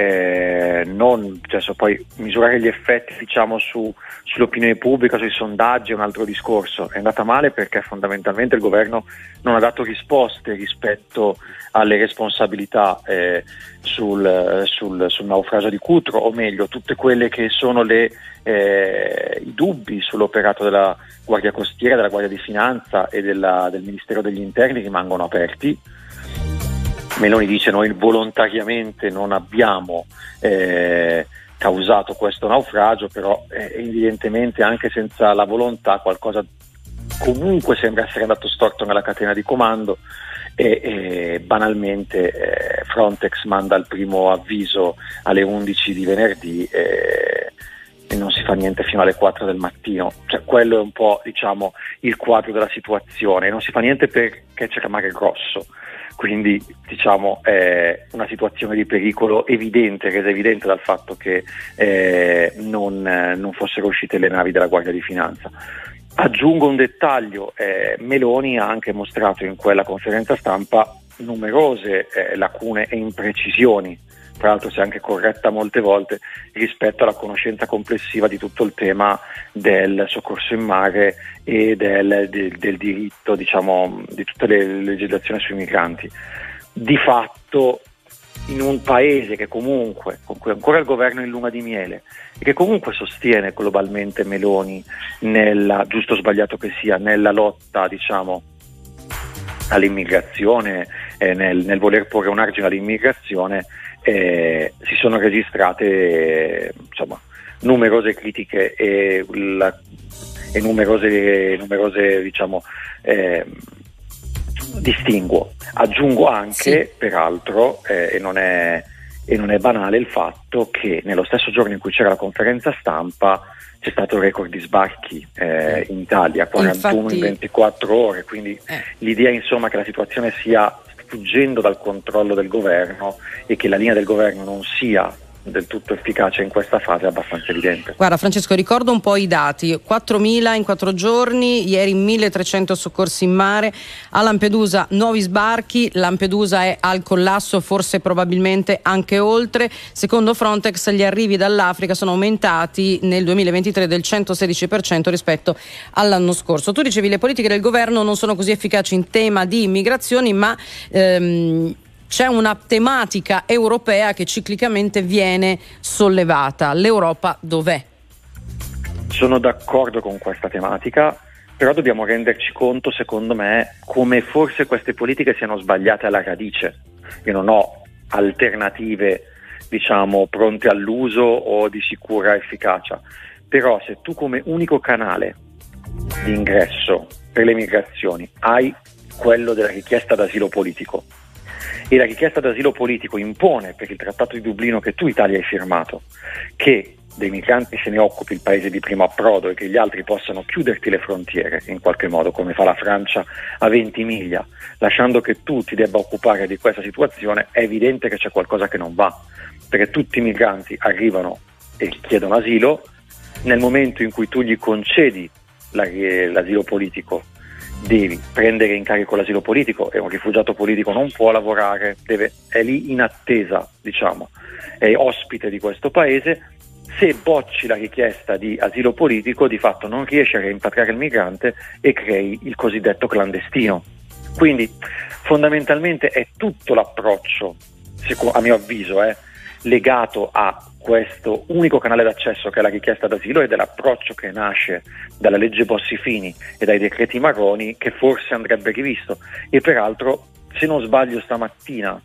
poi misurare gli effetti sull'opinione pubblica, sui sondaggi è un altro discorso. È andata male perché fondamentalmente il governo non ha dato risposte rispetto alle responsabilità sul naufragio di Cutro, o meglio tutte quelle che sono i dubbi sull'operato della Guardia Costiera, della Guardia di Finanza e del Ministero degli Interni rimangono aperti. Meloni dice: noi volontariamente non abbiamo causato questo naufragio, però evidentemente anche senza la volontà qualcosa comunque sembra essere andato storto nella catena di comando e banalmente Frontex manda il primo avviso alle 11 di venerdì e non si fa niente fino alle 4 del mattino. Cioè, quello è un po', il quadro della situazione. Non si fa niente perché c'è il mare grosso. Quindi è una situazione di pericolo evidente, resa evidente dal fatto che non fossero uscite le navi della Guardia di Finanza. Aggiungo un dettaglio: Meloni ha anche mostrato in quella conferenza stampa numerose lacune e imprecisioni, tra l'altro si è anche corretta molte volte rispetto alla conoscenza complessiva di tutto il tema del soccorso in mare e del diritto, di tutte le legislazioni sui migranti. Di fatto, in un paese che comunque, con cui ancora il governo è in luna di miele e che comunque sostiene globalmente Meloni nella, giusto o sbagliato che sia, nella lotta all'immigrazione, nel voler porre un argine all'immigrazione, si sono registrate numerose critiche e numerose distinguo. Aggiungo anche, peraltro, e non è banale, il fatto che nello stesso giorno in cui c'era la conferenza stampa c'è stato il record di sbarchi in Italia, 41 in 24 ore, quindi l'idea che la situazione sia fuggendo dal controllo del governo e che la linea del governo non sia del tutto efficace in questa fase è abbastanza evidente. Guarda Francesco, ricordo un po' i dati: 4.000 in 4 giorni, ieri 1.300 soccorsi in mare, a Lampedusa nuovi sbarchi, Lampedusa è al collasso, forse probabilmente anche oltre. Secondo Frontex gli arrivi dall'Africa sono aumentati nel 2023 del 116% rispetto all'anno scorso. Tu dicevi le politiche del governo non sono così efficaci in tema di immigrazioni, ma c'è una tematica europea che ciclicamente viene sollevata. L'Europa dov'è? Sono d'accordo con questa tematica, però dobbiamo renderci conto, secondo me, come forse queste politiche siano sbagliate alla radice. Io non ho alternative, pronte all'uso o di sicura efficacia, però se tu come unico canale di ingresso per le migrazioni hai quello della richiesta d'asilo politico, e la richiesta d'asilo politico impone, per il Trattato di Dublino che tu Italia hai firmato, che dei migranti se ne occupi il paese di primo approdo e che gli altri possano chiuderti le frontiere in qualche modo, come fa la Francia a Ventimiglia, lasciando che tu ti debba occupare di questa situazione, è evidente che c'è qualcosa che non va, perché tutti i migranti arrivano e chiedono asilo. Nel momento in cui tu gli concedi l'asilo politico, devi prendere in carico l'asilo politico, e un rifugiato politico non può lavorare, è lì in attesa, è ospite di questo paese. Se bocci la richiesta di asilo politico, di fatto non riesci a rimpatriare il migrante e crei il cosiddetto clandestino. Quindi fondamentalmente è tutto l'approccio, a mio avviso, legato a questo unico canale d'accesso che è la richiesta d'asilo, ed è l'approccio che nasce dalla legge Bossi-Fini e dai decreti Maroni, che forse andrebbe rivisto. E peraltro, se non sbaglio, stamattina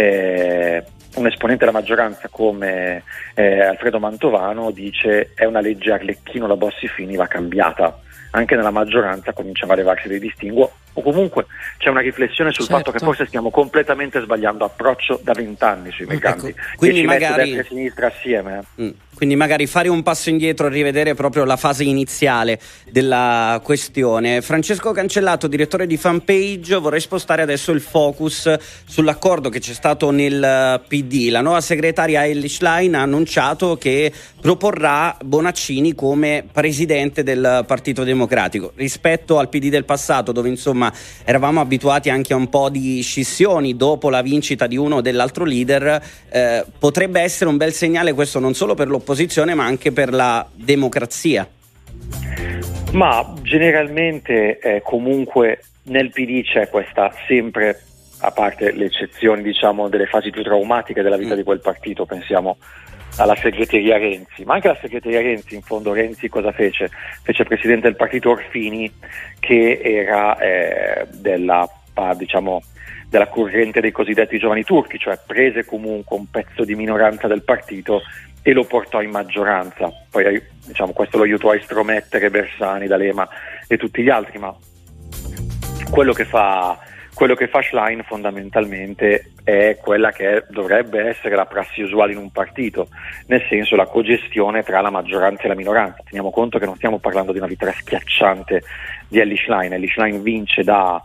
un esponente della maggioranza come Alfredo Mantovano dice: è una legge Arlecchino la Bossi-Fini, va cambiata. Anche nella maggioranza cominciava a levarsi dei distinguo, o comunque c'è una riflessione sul fatto che forse stiamo completamente sbagliando approccio da 20 anni sui migranti, ecco, quindi che ci magari mette destra e sinistra assieme. Quindi magari fare un passo indietro e rivedere proprio la fase iniziale della questione. Francesco Cancellato, direttore di Fanpage, vorrei spostare adesso il focus sull'accordo che c'è stato nel PD. La nuova segretaria Elly Schlein ha annunciato che proporrà Bonaccini come presidente del Partito Democratico. Rispetto al PD del passato, dove insomma eravamo abituati anche a un po' di scissioni dopo la vincita di uno o dell'altro leader, potrebbe essere un bel segnale questo non solo per l'opposizione ma anche per la democrazia. Ma generalmente comunque nel PD c'è questa sempre, a parte le eccezioni diciamo delle fasi più traumatiche della vita di quel partito, pensiamo alla segreteria Renzi, ma anche la segreteria Renzi, in fondo Renzi cosa fece? Fece presidente del partito Orfini, che era della corrente dei cosiddetti giovani turchi, cioè prese comunque un pezzo di minoranza del partito e lo portò in maggioranza. Poi diciamo questo lo aiutò a estromettere Bersani, D'Alema e tutti gli altri, ma quello che fa Schlein fondamentalmente è quella che dovrebbe essere la prassi usuale in un partito, nel senso la cogestione tra la maggioranza e la minoranza. Teniamo conto che non stiamo parlando di una vittoria schiacciante di Elly Schlein. Elly Schlein vince da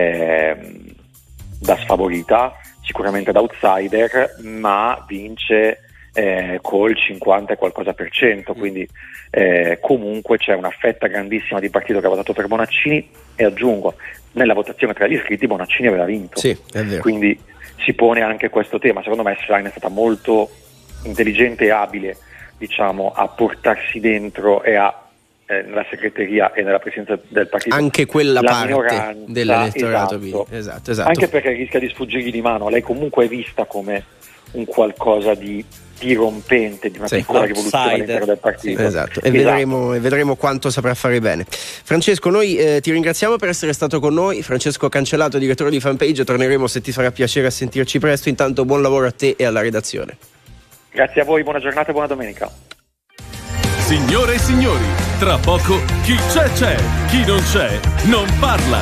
sfavorita, sicuramente da outsider, ma vince col 50 e qualcosa per cento, quindi comunque c'è una fetta grandissima di partito che ha votato per Bonaccini, e aggiungo, nella votazione tra gli iscritti Bonaccini aveva vinto, sì, è vero. Quindi si pone anche questo tema. Secondo me Schlein è stata molto intelligente e abile, diciamo, a portarsi dentro e a nella segreteria e nella presidenza del partito anche quella la parte minoranza, dell'elettorato, esatto. esatto. Anche perché rischia di sfuggirgli di mano. Lei comunque è vista come un qualcosa di dirompente, di una piccola rivoluzione all'interno del partito. Esatto. E vedremo quanto saprà fare bene. Francesco, noi ti ringraziamo per essere stato con noi. Francesco Cancellato, direttore di Fanpage, torneremo, se ti farà piacere, a sentirci presto. Intanto buon lavoro a te e alla redazione. Grazie a voi, buona giornata e buona domenica. Signore e signori, tra poco chi c'è, chi non c'è non parla.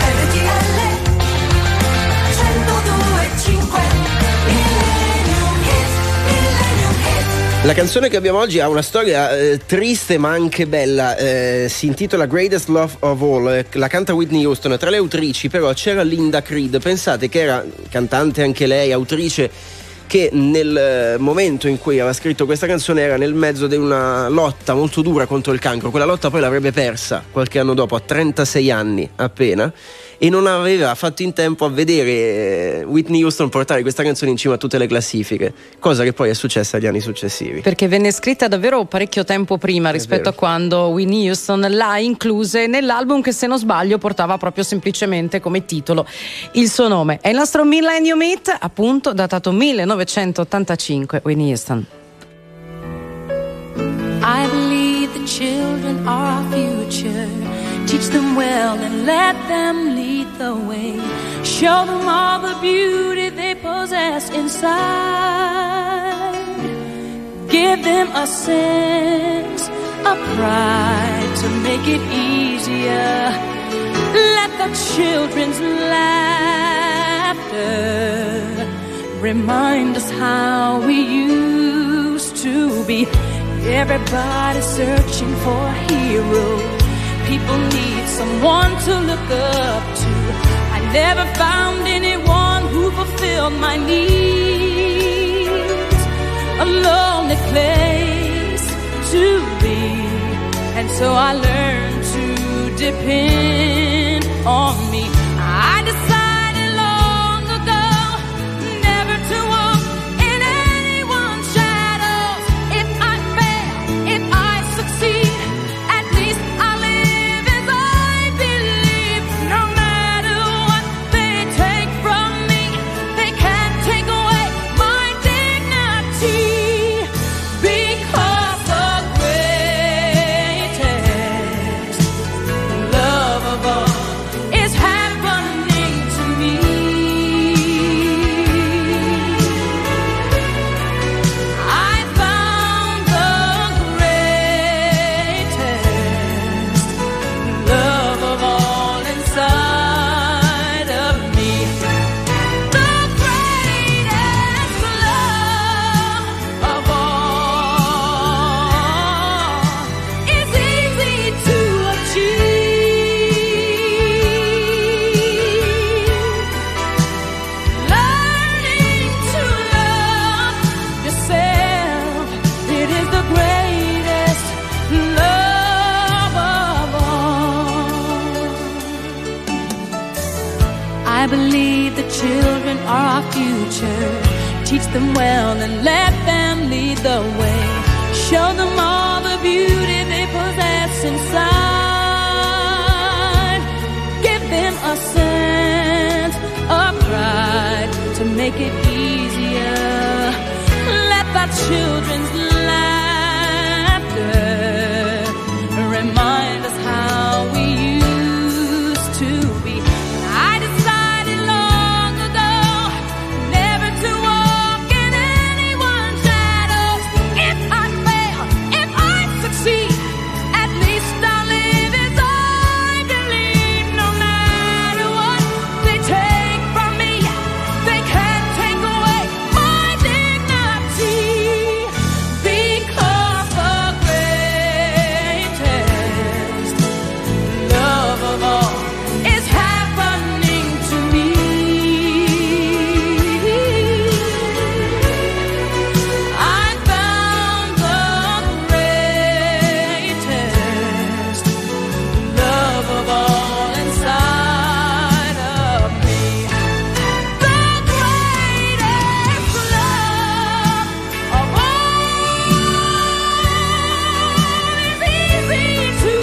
La canzone che abbiamo oggi ha una storia triste ma anche bella, si intitola Greatest Love of All, la canta Whitney Houston. Tra le autrici però c'era Linda Creed, pensate che era cantante anche lei, autrice, che nel momento in cui aveva scritto questa canzone era nel mezzo di una lotta molto dura contro il cancro. Quella lotta poi l'avrebbe persa qualche anno dopo, a 36 anni appena, e non aveva fatto in tempo a vedere Whitney Houston portare questa canzone in cima a tutte le classifiche, cosa che poi è successa agli anni successivi. Perché venne scritta davvero parecchio tempo prima rispetto a quando Whitney Houston l'ha incluse nell'album che, se non sbaglio, portava proprio semplicemente come titolo il suo nome. È il nostro Millennium Hit, appunto, datato 1985, Whitney Houston. I believe the children are our future. Teach them well and let them lead the way. Show them all the beauty they possess inside. Give them a sense of pride to make it easier. Let the children's laughter remind us how we used to be. Everybody's searching for a hero. People need someone to look up to. I never found anyone who fulfilled my needs. A lonely place to be, and so I learned to depend on me. I decided long ago never to walk in anyone's shadows. If I fail, if I succeed, at least I live as I believe. No matter what they take from me, they can't take away my dignity. Because the greatest love of all is are our future. Teach them well and let them lead the way. Show them all the beauty they possess inside. Give them a sense of pride to make it easier. Let the children's laughter remind us how we used to be. I decided long ago never to walk in anyone's shadows. If I fail, if I succeed, at least I'll live as I believe. No matter what they take from me, they can't take away my dignity. Because the greatest love of all is happening to me. I found the greatest love of all inside of me. The greatest love of all is easy to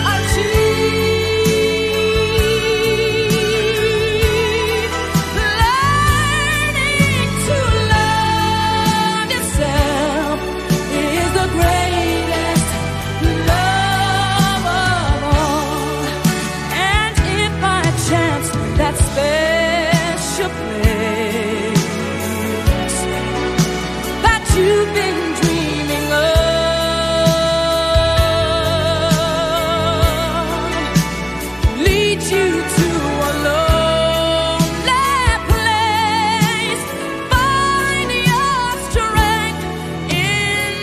achieve. Learning to love yourself is the greatest love of all. And if by chance that special place that you've been dreaming of leads you to a lonely place, find your strength in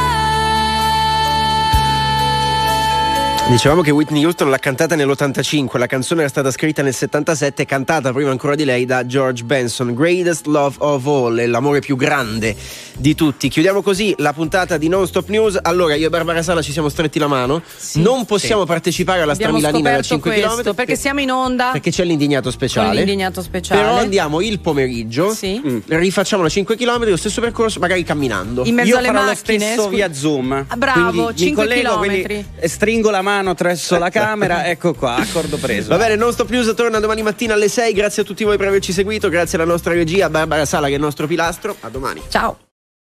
love. Dicevamo che Whitney Houston l'ha cantata nell'85, la canzone era stata scritta nel 77, cantata prima ancora di lei da George Benson. Greatest Love of All, è l'amore più grande di tutti. Chiudiamo così la puntata di Non Stop News. Allora, io e Barbara Sala ci siamo stretti la mano. Non possiamo partecipare alla Abbiamo Stramilanina da scoperto 5 questo, km perché siamo in onda perché c'è l'indignato con speciale. l'indignato speciale. Però andiamo il pomeriggio, rifacciamo la 5 km, lo stesso percorso, magari camminando. In mezzo Io alle farò macchine, lo stesso via Zoom. Bravo, Quindi mi 5 collego, quindi chilometri. stringo la mano attraverso la camera, ecco qua, accordo preso. Va bene, Non Stop News torna domani mattina alle 6. Grazie a tutti voi per averci seguito, grazie alla nostra regia, Barbara Sala che è il nostro pilastro. A domani. Ciao.